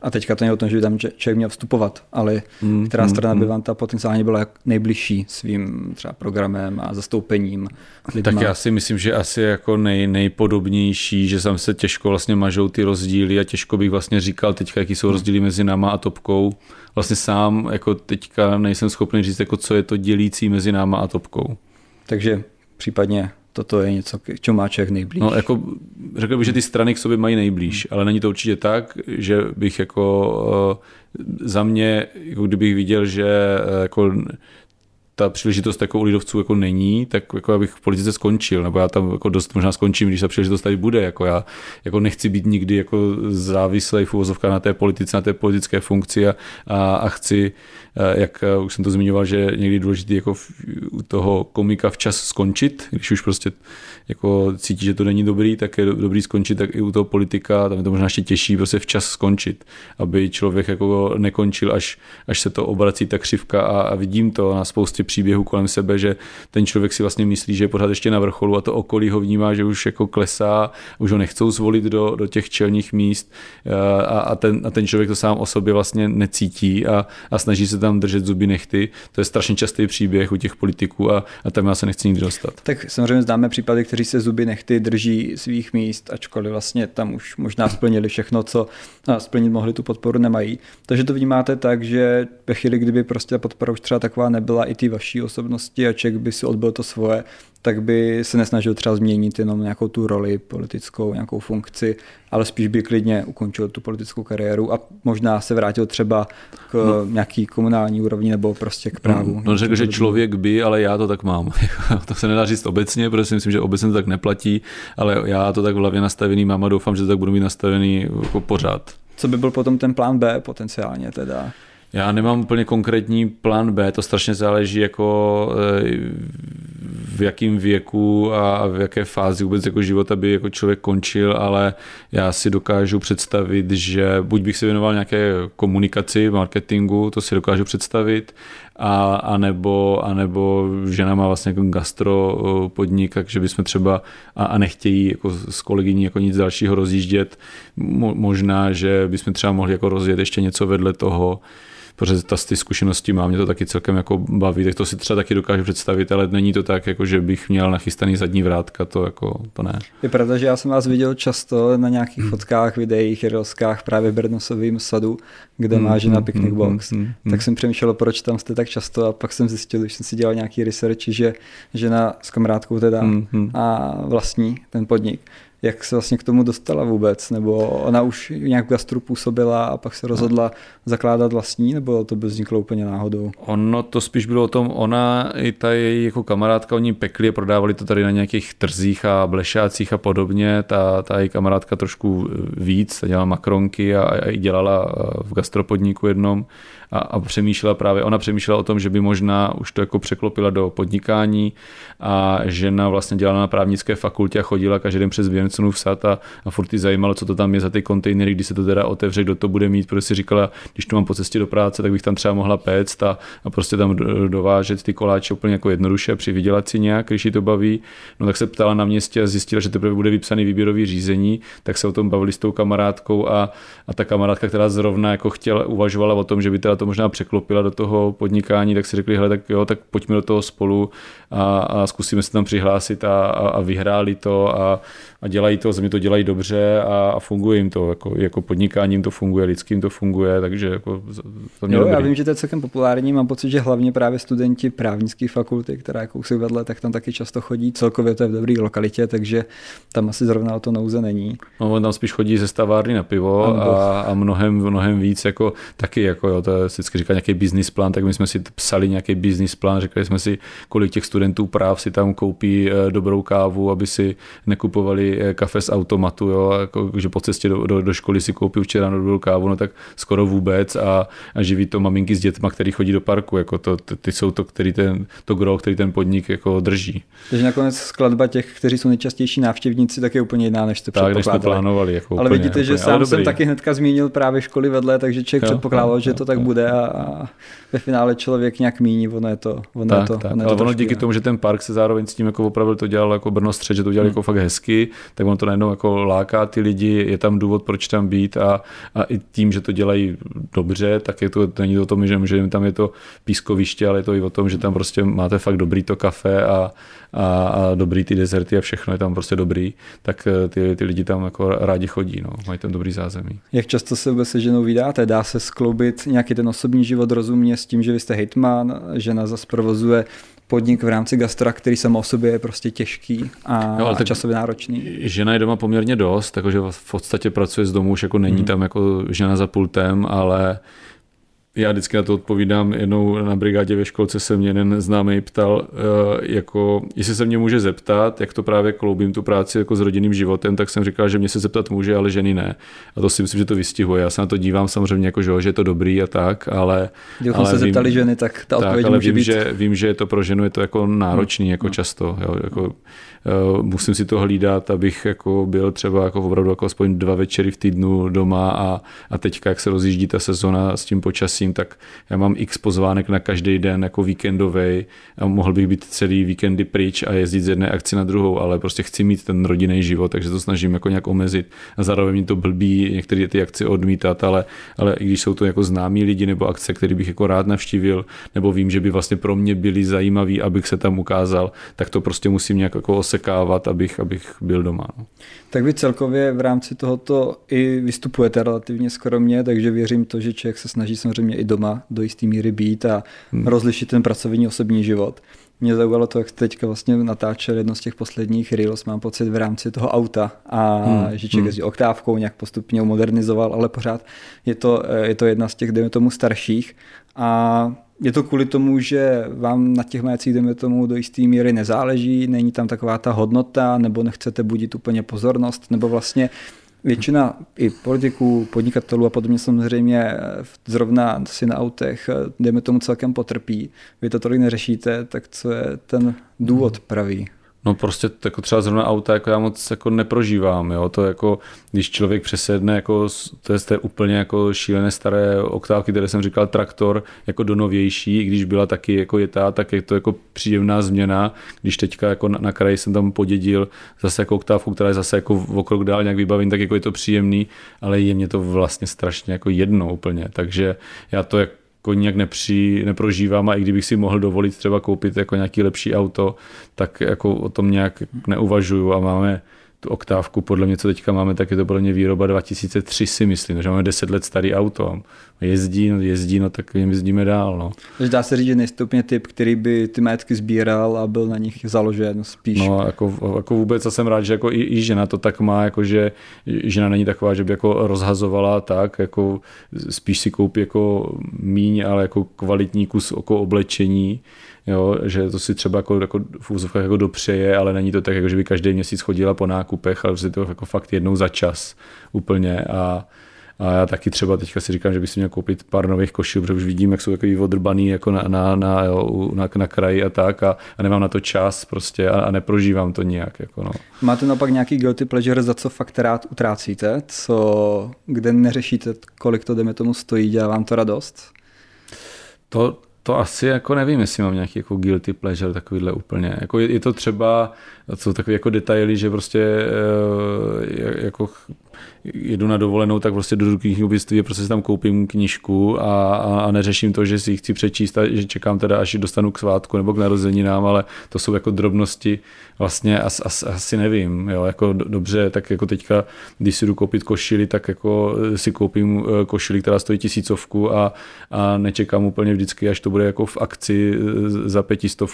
A teďka to není o tom, že by tam člověk měl vstupovat, ale která strana by vám ta potenciálně byla nejbližší svým třeba programem a zastoupením lidma. Tak já si myslím, že asi jako nejpodobnější, že tam se těžko vlastně mažou ty rozdíly a těžko bych vlastně říkal teďka, jaký jsou rozdíly mezi náma a topkou. Vlastně sám jako teďka nejsem schopný říct, jako co je to dělící mezi náma a topkou. Takže případně toto je něco, k čemu má člověk nejblíž. No, jako řekl bych, že ty strany k sobě mají nejblíž, ale není to určitě tak, že bych jako za mě, jako kdybych viděl, že jako ta příležitost jako u lidovců jako není, tak jako já bych v politice skončil, nebo já tam jako dost možná skončím, když ta příležitost tady bude. Jako já jako nechci být nikdy jako závislý v uvozovkách na té politice, na té politické funkci a chci, jak už jsem to zmiňoval, že někdy je důležité jako u toho komika včas skončit, když už prostě jako cítí, že to není dobrý, tak je dobrý skončit, tak i u toho politika, tam je to možná ještě těžší, prostě včas skončit, aby člověk jako nekončil, až se to obrací ta křivka a vidím to na spoustě příběhů kolem sebe, že ten člověk si vlastně myslí, že je pořád ještě na vrcholu a to okolí ho vnímá, že už jako klesá, už ho nechcou zvolit do těch čelních míst a ten člověk to sám o sobě vlastně necítí a snaží se tam držet zuby nechty. To je strašně častý příběh u těch politiků a tam já se nechci nikdy dostat. Tak samozřejmě známe případy, kteří se zuby nechty drží svých míst, ačkoliv vlastně tam už možná splnili všechno, co splnit mohli, tu podporu nemají. Takže to vnímáte tak, že ve chvíli, kdyby prostě podpora už třeba taková nebyla i ty vaší osobnosti a člověk by si odbyl to svoje, tak by se nesnažil třeba změnit jenom nějakou tu roli politickou, nějakou funkci, ale spíš by klidně ukončil tu politickou kariéru a možná se vrátil třeba k nějaký komunální úrovni nebo prostě k právu. No řekl, že člověk by, ale já to tak mám. To se nedá říct obecně, protože si myslím, že obecně to tak neplatí, ale já to tak v hlavě nastavený mám a doufám, že to tak budu mít nastavený jako pořád. Co by byl potom ten plán B potenciálně teda? Já nemám úplně konkrétní plán B, to strašně záleží jako v jakém věku a v jaké fázi vůbec jako života by jako člověk končil, ale já si dokážu představit, že buď bych se věnoval nějaké komunikaci, marketingu, to si dokážu představit, a nebo žena má vlastně jako gastro podnik, takže bychom třeba a nechtějí jako s kolegyní jako nic dalšího rozjíždět. Možná, že bychom třeba mohli jako rozjet ještě něco vedle toho, protože ty zkušenosti mám, mě to taky celkem jako baví, tak to si třeba taky dokážu představit, ale není to tak, jako že bych měl nachystaný zadní vrátka, to ne. Je pravda, že já jsem vás viděl často na nějakých fotkách, videích, reelskách právě v Brnosovém sadu, kde má žena Picnic Box. Tak jsem přemýšlel, proč tam jste tak často a pak jsem zjistil, když jsem si dělal nějaký research, že žena s kamarádkou teda a vlastní ten podnik. Jak se vlastně k tomu dostala vůbec? Nebo ona už nějak v gastru působila a pak se rozhodla zakládat vlastní, nebo to by vzniklo úplně náhodou? Ono to spíš bylo o tom, ona i ta její jako kamarádka, oni pekli a prodávali to tady na nějakých trzích a blešácích a podobně. Ta její kamarádka trošku víc, ta dělala makronky a i dělala v gastropodniku jednom. A ona přemýšlela o tom, že by možná už to jako překlopila do podnikání a žena vlastně dělala na právnické fakultě a chodila každý den přes Běrncův sad a furt jí zajímalo, co to tam je za ty kontejnery, když se to teda otevře, kdo to bude mít, protože si říkala, když to mám po cestě do práce, tak bych tam třeba mohla péct a prostě tam dovážet ty koláče úplně jako jednoduše a přivydělat si nějak, když jí to baví. No tak se ptala na městě a zjistila, že teprve bude vypsaný výběrový řízení, tak se o tom bavili s tou kamarádkou a ta kamarádka, která zrovna jako uvažovala o tom, že by teda to možná překlopila do toho podnikání, tak si řekli, hele, tak jo, tak pojďme do toho spolu a zkusíme se tam přihlásit a vyhráli to a dělají to, za mě to dělají dobře a funguje jim to, jako podnikáním to funguje, lidským to funguje, takže jako to mě dobrý. Já vím, že to je celkem populární, mám pocit, že hlavně právě studenti právnické fakulty, která je kousek vedle, tak tam taky často chodí, celkově to je v dobré lokalitě, takže tam asi zrovna o to nouze není. No, on tam spíš chodí ze stavárny na pivo a mnohem víc, jako taky, jako jo, to je vždycky říká nějaký business plán, tak my jsme si psali nějaký business plán, řekli jsme si, kolik těch studentů práv si tam koupí dobrou kávu, aby si nekupovali kafe z automatu, jo, jako, že po cestě do školy si koupí včera dobrou kávu, no tak skoro vůbec a živí to maminky s dětma, který chodí do parku, jako ty jsou to, který ten podnik jako drží. Takže nakonec skladba těch, kteří jsou nejčastější návštěvníci, tak je úplně jiná, než jste předpokládali. Tak, než jsme plánovali. Jako ale úplně, vidíte, že sám jsem taky hnedka zmínil právě školy vedle, takže člověk předpokládal, že to tak bude a ve finále člověk nějak míní, ono je to. Ale ono díky tomu, že ten park se zároveň s tím jako opravdu to dělal jako Brno střed, že to dělal jako fakt hezky, tak on to najednou jako láká ty lidi, je tam důvod, proč tam být a i tím, že to dělají dobře, tak je to, není to o tom, že tam je to pískoviště, ale je to i o tom, že tam prostě máte fakt dobrý to kafe a dobrý ty dezerty a všechno je tam prostě dobrý, tak ty lidi tam jako rádi chodí, no, mají tam dobrý zázemí. Jak často se vůbec se ženou vydáte? Dá se skloubit nějaký ten osobní život rozumně s tím, že vy jste hejtman, žena zase provozuje podnik v rámci gastra, který samo o sobě je prostě těžký a časově náročný? Žena je doma poměrně dost, takže v podstatě pracuje z domu, už jako není tam jako žena za pultem, ale já vždycky na to odpovídám. Jednou na brigádě ve školce se mě jeden známý ptal, jako, jestli se mě může zeptat, jak to právě kloubím tu práci jako s rodinným životem, tak jsem říkal, že mě se zeptat může, ale ženy ne. A to si myslím, že to vystihuje. Já se na to dívám samozřejmě, jako, že je to dobrý a tak, ale... Kdybychom se zeptali ženy, tak ta odpověď může být... Vím, že je to pro ženu je to jako náročný, jako často. Jo, jako, musím si to hlídat, abych jako byl třeba jako opravdu jako aspoň 2 večery v týdnu doma a teďka, jak se rozjíždí ta sezona s tím počasím, tak já mám x pozvánek na každý den jako víkendovej a mohl bych být celý víkendy pryč a jezdit z jedné akci na druhou, ale prostě chci mít ten rodinný život, takže to snažím jako nějak omezit a zároveň mi to blbý některé ty akce odmítat, ale i když jsou to jako známí lidi nebo akce, které bych jako rád navštívil, nebo vím, že by vlastně pro mě byly zajímavý, abych se tam ukázal, tak to prostě musím nějak jako osekávat, abych byl doma. No. Tak vy celkově v rámci tohoto i vystupujete relativně skromně, takže věřím to, že člověk se snaží samozřejmě i doma do jisté míry být a rozlišit ten pracovní osobní život. Mě zaujalo to, jak teďka vlastně natáčel jedno z těch posledních reels, mám pocit, v rámci toho auta a že člověk jezdí oktávkou, nějak postupně modernizoval, ale pořád je to jedna z těch, dejme tomu, starších a je to kvůli tomu, že vám na těch majetcích, dejme tomu, do jisté míry nezáleží, není tam taková ta hodnota, nebo nechcete budit úplně pozornost, nebo vlastně většina i politiků, podnikatelů a podobně samozřejmě zrovna si na autech, dejme tomu, celkem potrpí. Vy to tolik neřešíte, tak co je ten důvod pravý? No prostě jako třeba zrovna auta jako já moc jako neprožívám, jo, to jako když člověk přesedne jako to je úplně jako šílené staré oktávky, které jsem říkal traktor jako do novější, i když byla taky jako jetá, tak je to jako příjemná změna, když teďka jako na kraji jsem tam podědil zase jako oktávku, která je zase jako o krok dál nějak vybavím, tak jako je to příjemný, ale je mě to vlastně strašně jako jedno úplně, takže já to jako nijak neprožívám a i kdybych si mohl dovolit třeba koupit jako nějaký lepší auto, tak jako o tom nějak neuvažuju a máme tu oktávku, podle mě, co teďka máme, tak je to podle mě výroba 2003 si myslím, že máme 10 let starý auto. Jezdí, no tak jezdíme dál. No. Takže dá se říct, že nejste úplně typ, který by ty majetky sbíral a byl na nich založen spíš. No jako vůbec jsem rád, že jako i žena to tak má, jako že žena není taková, že by jako rozhazovala tak, jako spíš si koupí jako míň, ale jako kvalitní kus jako oblečení. Jo, že to si třeba jako v úzovkách jako dopřeje, ale není to tak, jako že by každý měsíc chodila po nákupech, ale prostě to jako fakt jednou za čas úplně a já taky třeba teďka si říkám, že bych si měl koupit pár nových košil, protože už vidím, jak jsou takový odrbaný jako na kraji a tak a nemám na to čas prostě a neprožívám to nijak. Jako no. Máte naopak nějaký guilty pleasure, za co fakt rád utrácíte? Kde neřešíte, kolik to dejme tomu stojí, dělá vám to radost? To asi jako nevím, jestli mám nějaký jako guilty pleasure takovýhle úplně. Jako je to třeba, jsou takové jako detaily, že prostě jako jedu na dovolenou, tak prostě do knihkupectví a prostě si tam koupím knížku a neřeším to, že si ji chci přečíst a že čekám teda, až ji dostanu k svátku nebo k narozeninám, ale to jsou jako drobnosti, vlastně asi nevím, jo, jako dobře, tak jako teďka, když si jdu koupit košili, tak jako si koupím košili, která stojí 1000 a nečekám úplně vždycky, až to bude jako v akci za 500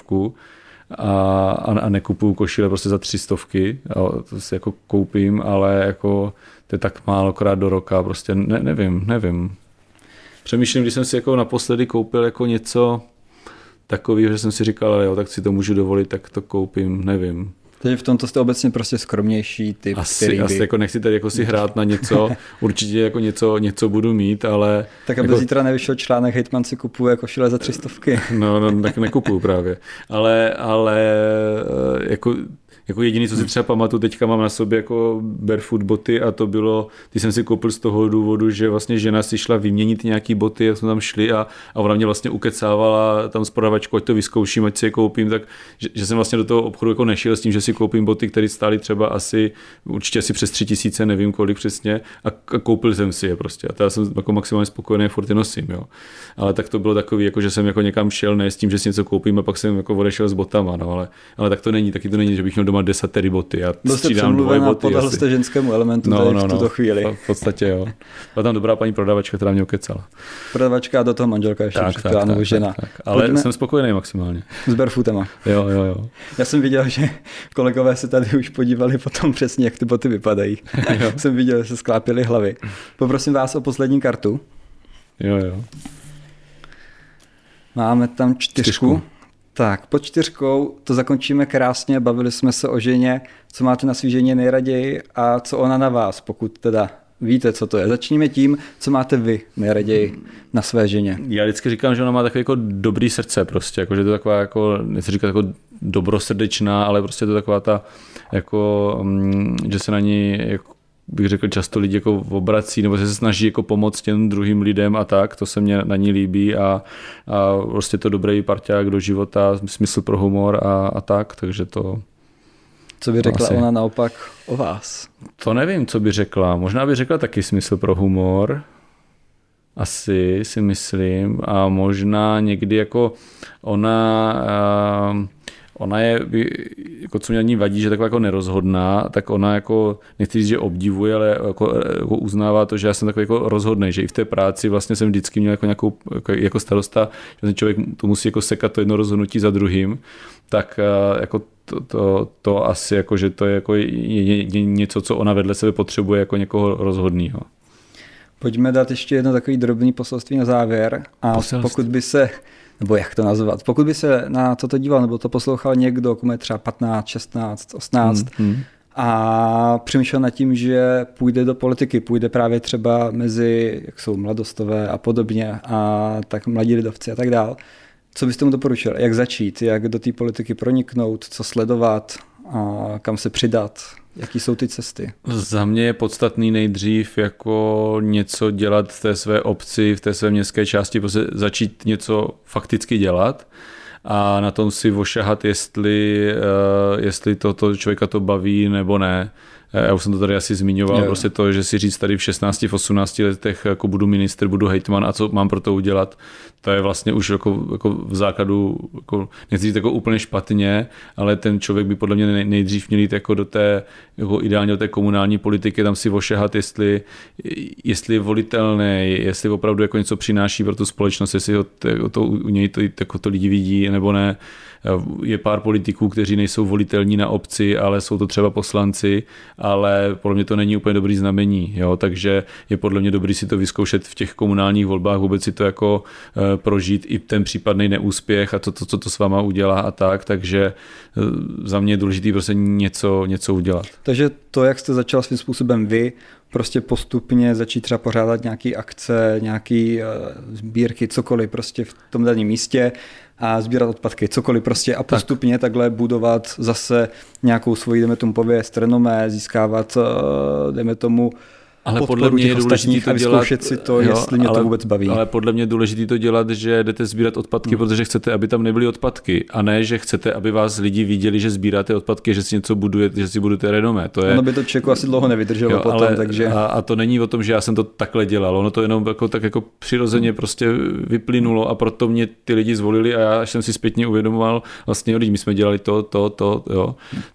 a nekupuju košile prostě za 300, to si jako koupím, ale jako to je tak málokrát do roka, prostě nevím. Přemýšlím, když jsem si jako naposledy koupil jako něco takového, že jsem si říkal, jo, tak si to můžu dovolit, tak to koupím, nevím. Takže v tomto jste obecně prostě skromnější typ, asi jako nechci tady jako si hrát na něco, určitě jako něco budu mít, ale... Tak aby jako, zítra nevyšel článek, hejtman si kupuje košile za 300. No, tak nekupuju právě. Ale jako Jako jediný, co si třeba pamatuju, teďka mám na sobě jako barefoot boty a to bylo, ty jsem si koupil z toho důvodu, že vlastně žena si šla vyměnit nějaký boty, jak jsme tam šli a ona mě vlastně ukecávala tam s prodavačkou, ať to vyzkouším, ať si je koupím, tak že jsem vlastně do toho obchodu jako nešel s tím, že si koupím boty, které stály třeba určitě asi přes 3000, nevím kolik přesně a koupil jsem si je prostě a já jsem jako maximálně spokojený, furt je nosím, jo. Ale tak to bylo takový, jako že jsem jako někam šel, ne s tím, že si něco koupím a pak jsem jako odešel s botama, no, ale tak to není, taky to není, že bych měl doma 10 boty a střídám 2 boty. Podal jste ženskému elementu v tuto chvíli. V podstatě jo. Byla tam dobrá paní prodavačka, která mě ukecala. Prodavačka a do toho manželka ještě přišla, nebo žena. Tak. Ale jsem spokojený maximálně. S barefootama. Jo. Já jsem viděl, že kolegové se tady už podívali potom přesně, jak ty boty vypadají. Jsem viděl, že se sklápěly hlavy. Poprosím vás o poslední kartu. Jo. Máme tam 4. Tak, pod 4 to zakončíme krásně, bavili jsme se o ženě, co máte na svý ženě nejraději a co ona na vás, pokud teda víte, co to je. Začněme tím, co máte vy nejraději na své ženě. Já vždycky říkám, že ona má takové jako dobrý srdce prostě, jako, že to je taková jako, nechci říkat jako dobrosrdečná, ale prostě to je taková ta, jako, že se na ní, jako, bych řekl, často lidi jako obrací, nebo se snaží jako pomoct těm druhým lidem a tak, to se mně na ní líbí a prostě to dobrý parťák do života, smysl pro humor a tak, takže to... Co by řekla ona naopak o vás? To nevím, co by řekla. Možná by řekla taky smysl pro humor. Asi si myslím. A možná někdy jako ona je, jako co mě na ní vadí, že je taková jako nerozhodná, tak ona jako, nechci říct, že obdivuje, ale jako uznává to, že já jsem takový jako rozhodnej, že i v té práci vlastně jsem vždycky měl jako nějakou, jako starosta, že ten člověk to musí jako sekat to jedno rozhodnutí za druhým, tak jako to asi jako, že to je jako něco, co ona vedle sebe potřebuje jako někoho rozhodného. Pojďme dát ještě jedno takový drobný poselství na závěr a pokud by se, nebo jak to nazvat, pokud by se na toto díval nebo to poslouchal někdo, komu je třeba 15, 16, 18 a přemýšlel nad tím, že půjde do politiky, půjde právě třeba mezi, jak jsou mladostové a podobně a tak mladí lidovci a tak dál. Co byste mu doporučil? Jak začít? Jak do té politiky proniknout? Co sledovat? A kam se přidat? Jaký jsou ty cesty? Za mě je podstatný nejdřív jako něco dělat v té své obci, v té své městské části, prostě začít něco fakticky dělat a na tom si ošahat, jestli to člověka to baví nebo ne. Já už jsem to tady asi zmiňoval, prostě to, že si říct tady v 16, v 18 letech jako budu ministr, budu hejtman a co mám pro to udělat, to je vlastně už jako v základu, jako, nechci říct jako úplně špatně, ale ten člověk by podle mě nejdřív měl jít jako do té, jako ideálně do té komunální politiky, tam si ošahat, jestli je volitelný, jestli opravdu jako něco přináší pro tu společnost, jestli u něj to lidi vidí nebo ne. Je pár politiků, kteří nejsou volitelní na obci, ale jsou to třeba poslanci, ale podle mě to není úplně dobrý znamení, jo? Takže je podle mě dobrý si to vyzkoušet v těch komunálních volbách, vůbec si to jako prožít i ten případný neúspěch a co to s váma udělá a tak, takže za mě je důležitý prostě něco udělat. Takže to, jak jste začal svým způsobem vy, prostě postupně začít třeba pořádat nějaké akce, nějaké sbírky, cokoliv prostě v tom daném místě a sbírat odpadky, cokoliv prostě a postupně takhle budovat zase nějakou svoji, dejme tomu pověst, renomé, získávat, dejme tomu, ale podle mě je důležité to dělat, si to, jestli mě to vůbec baví. Ale podle mě je důležité to dělat, že jdete sbírat odpadky, protože chcete, aby tam nebyly odpadky, a ne, že chcete, aby vás lidi viděli, že sbíráte odpadky, že si něco budujete, že si budujete renomé. To je, ono by to člověku asi dlouho nevydrželo potom, ale, takže... A to není o tom, že já jsem to takhle dělal, ono to jenom jako, tak jako přirozeně prostě vyplynulo a proto mě ty lidi zvolili a já jsem si zpětně uvědomoval, vlastně jo, my jsme dělali to, jo.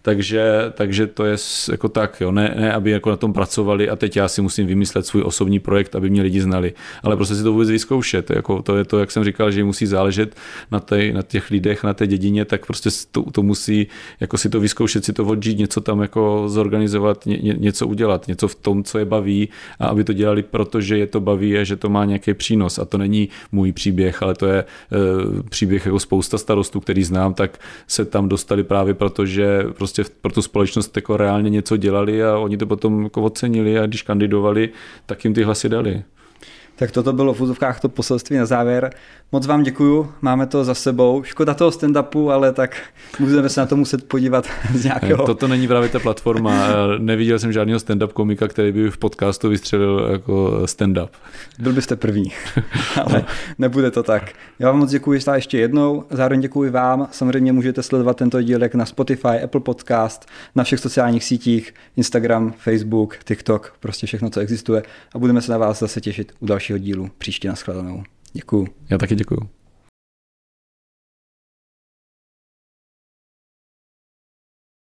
Takže to je jako tak, jo, ne aby jako na tom pracovali a teď já si musím vymyslet svůj osobní projekt, aby mě lidi znali. Ale prostě si to vůbec vyzkoušet. Jako to je to, jak jsem říkal, že musí záležet na těch lidech, na té dědině, tak prostě to musí jako si to vyzkoušet, si to odžít, něco tam jako zorganizovat, něco udělat, něco v tom, co je baví a aby to dělali, protože je to baví a že to má nějaký přínos. A to není můj příběh, ale to je příběh jako spousta starostů, který znám, tak se tam dostali právě proto, že prostě pro tu společnost jako reálně něco dělali a oni to potom jako ocenili a když kandidovali, tak jim ty hlasy dali. Tak toto bylo v úzovkách to poselství na závěr. Moc vám děkuju, máme to za sebou. Škoda toho stand-upu, ale tak můžeme se na to muset podívat z nějakého... Toto není právě ta platforma. Neviděl jsem žádného stand-up komika, který by v podcastu vystřelil jako stand-up. Byl byste první, ale nebude to tak. Já vám moc děkuji ještě jednou, zároveň děkuji vám. Samozřejmě můžete sledovat tento dílek na Spotify, Apple Podcast, na všech sociálních sítích, Instagram, Facebook, TikTok, prostě všechno, co existuje. A budeme se na vás zase těšit u dalšího dílu. Příště nashledanou. Děkuju. Já taky děkuju.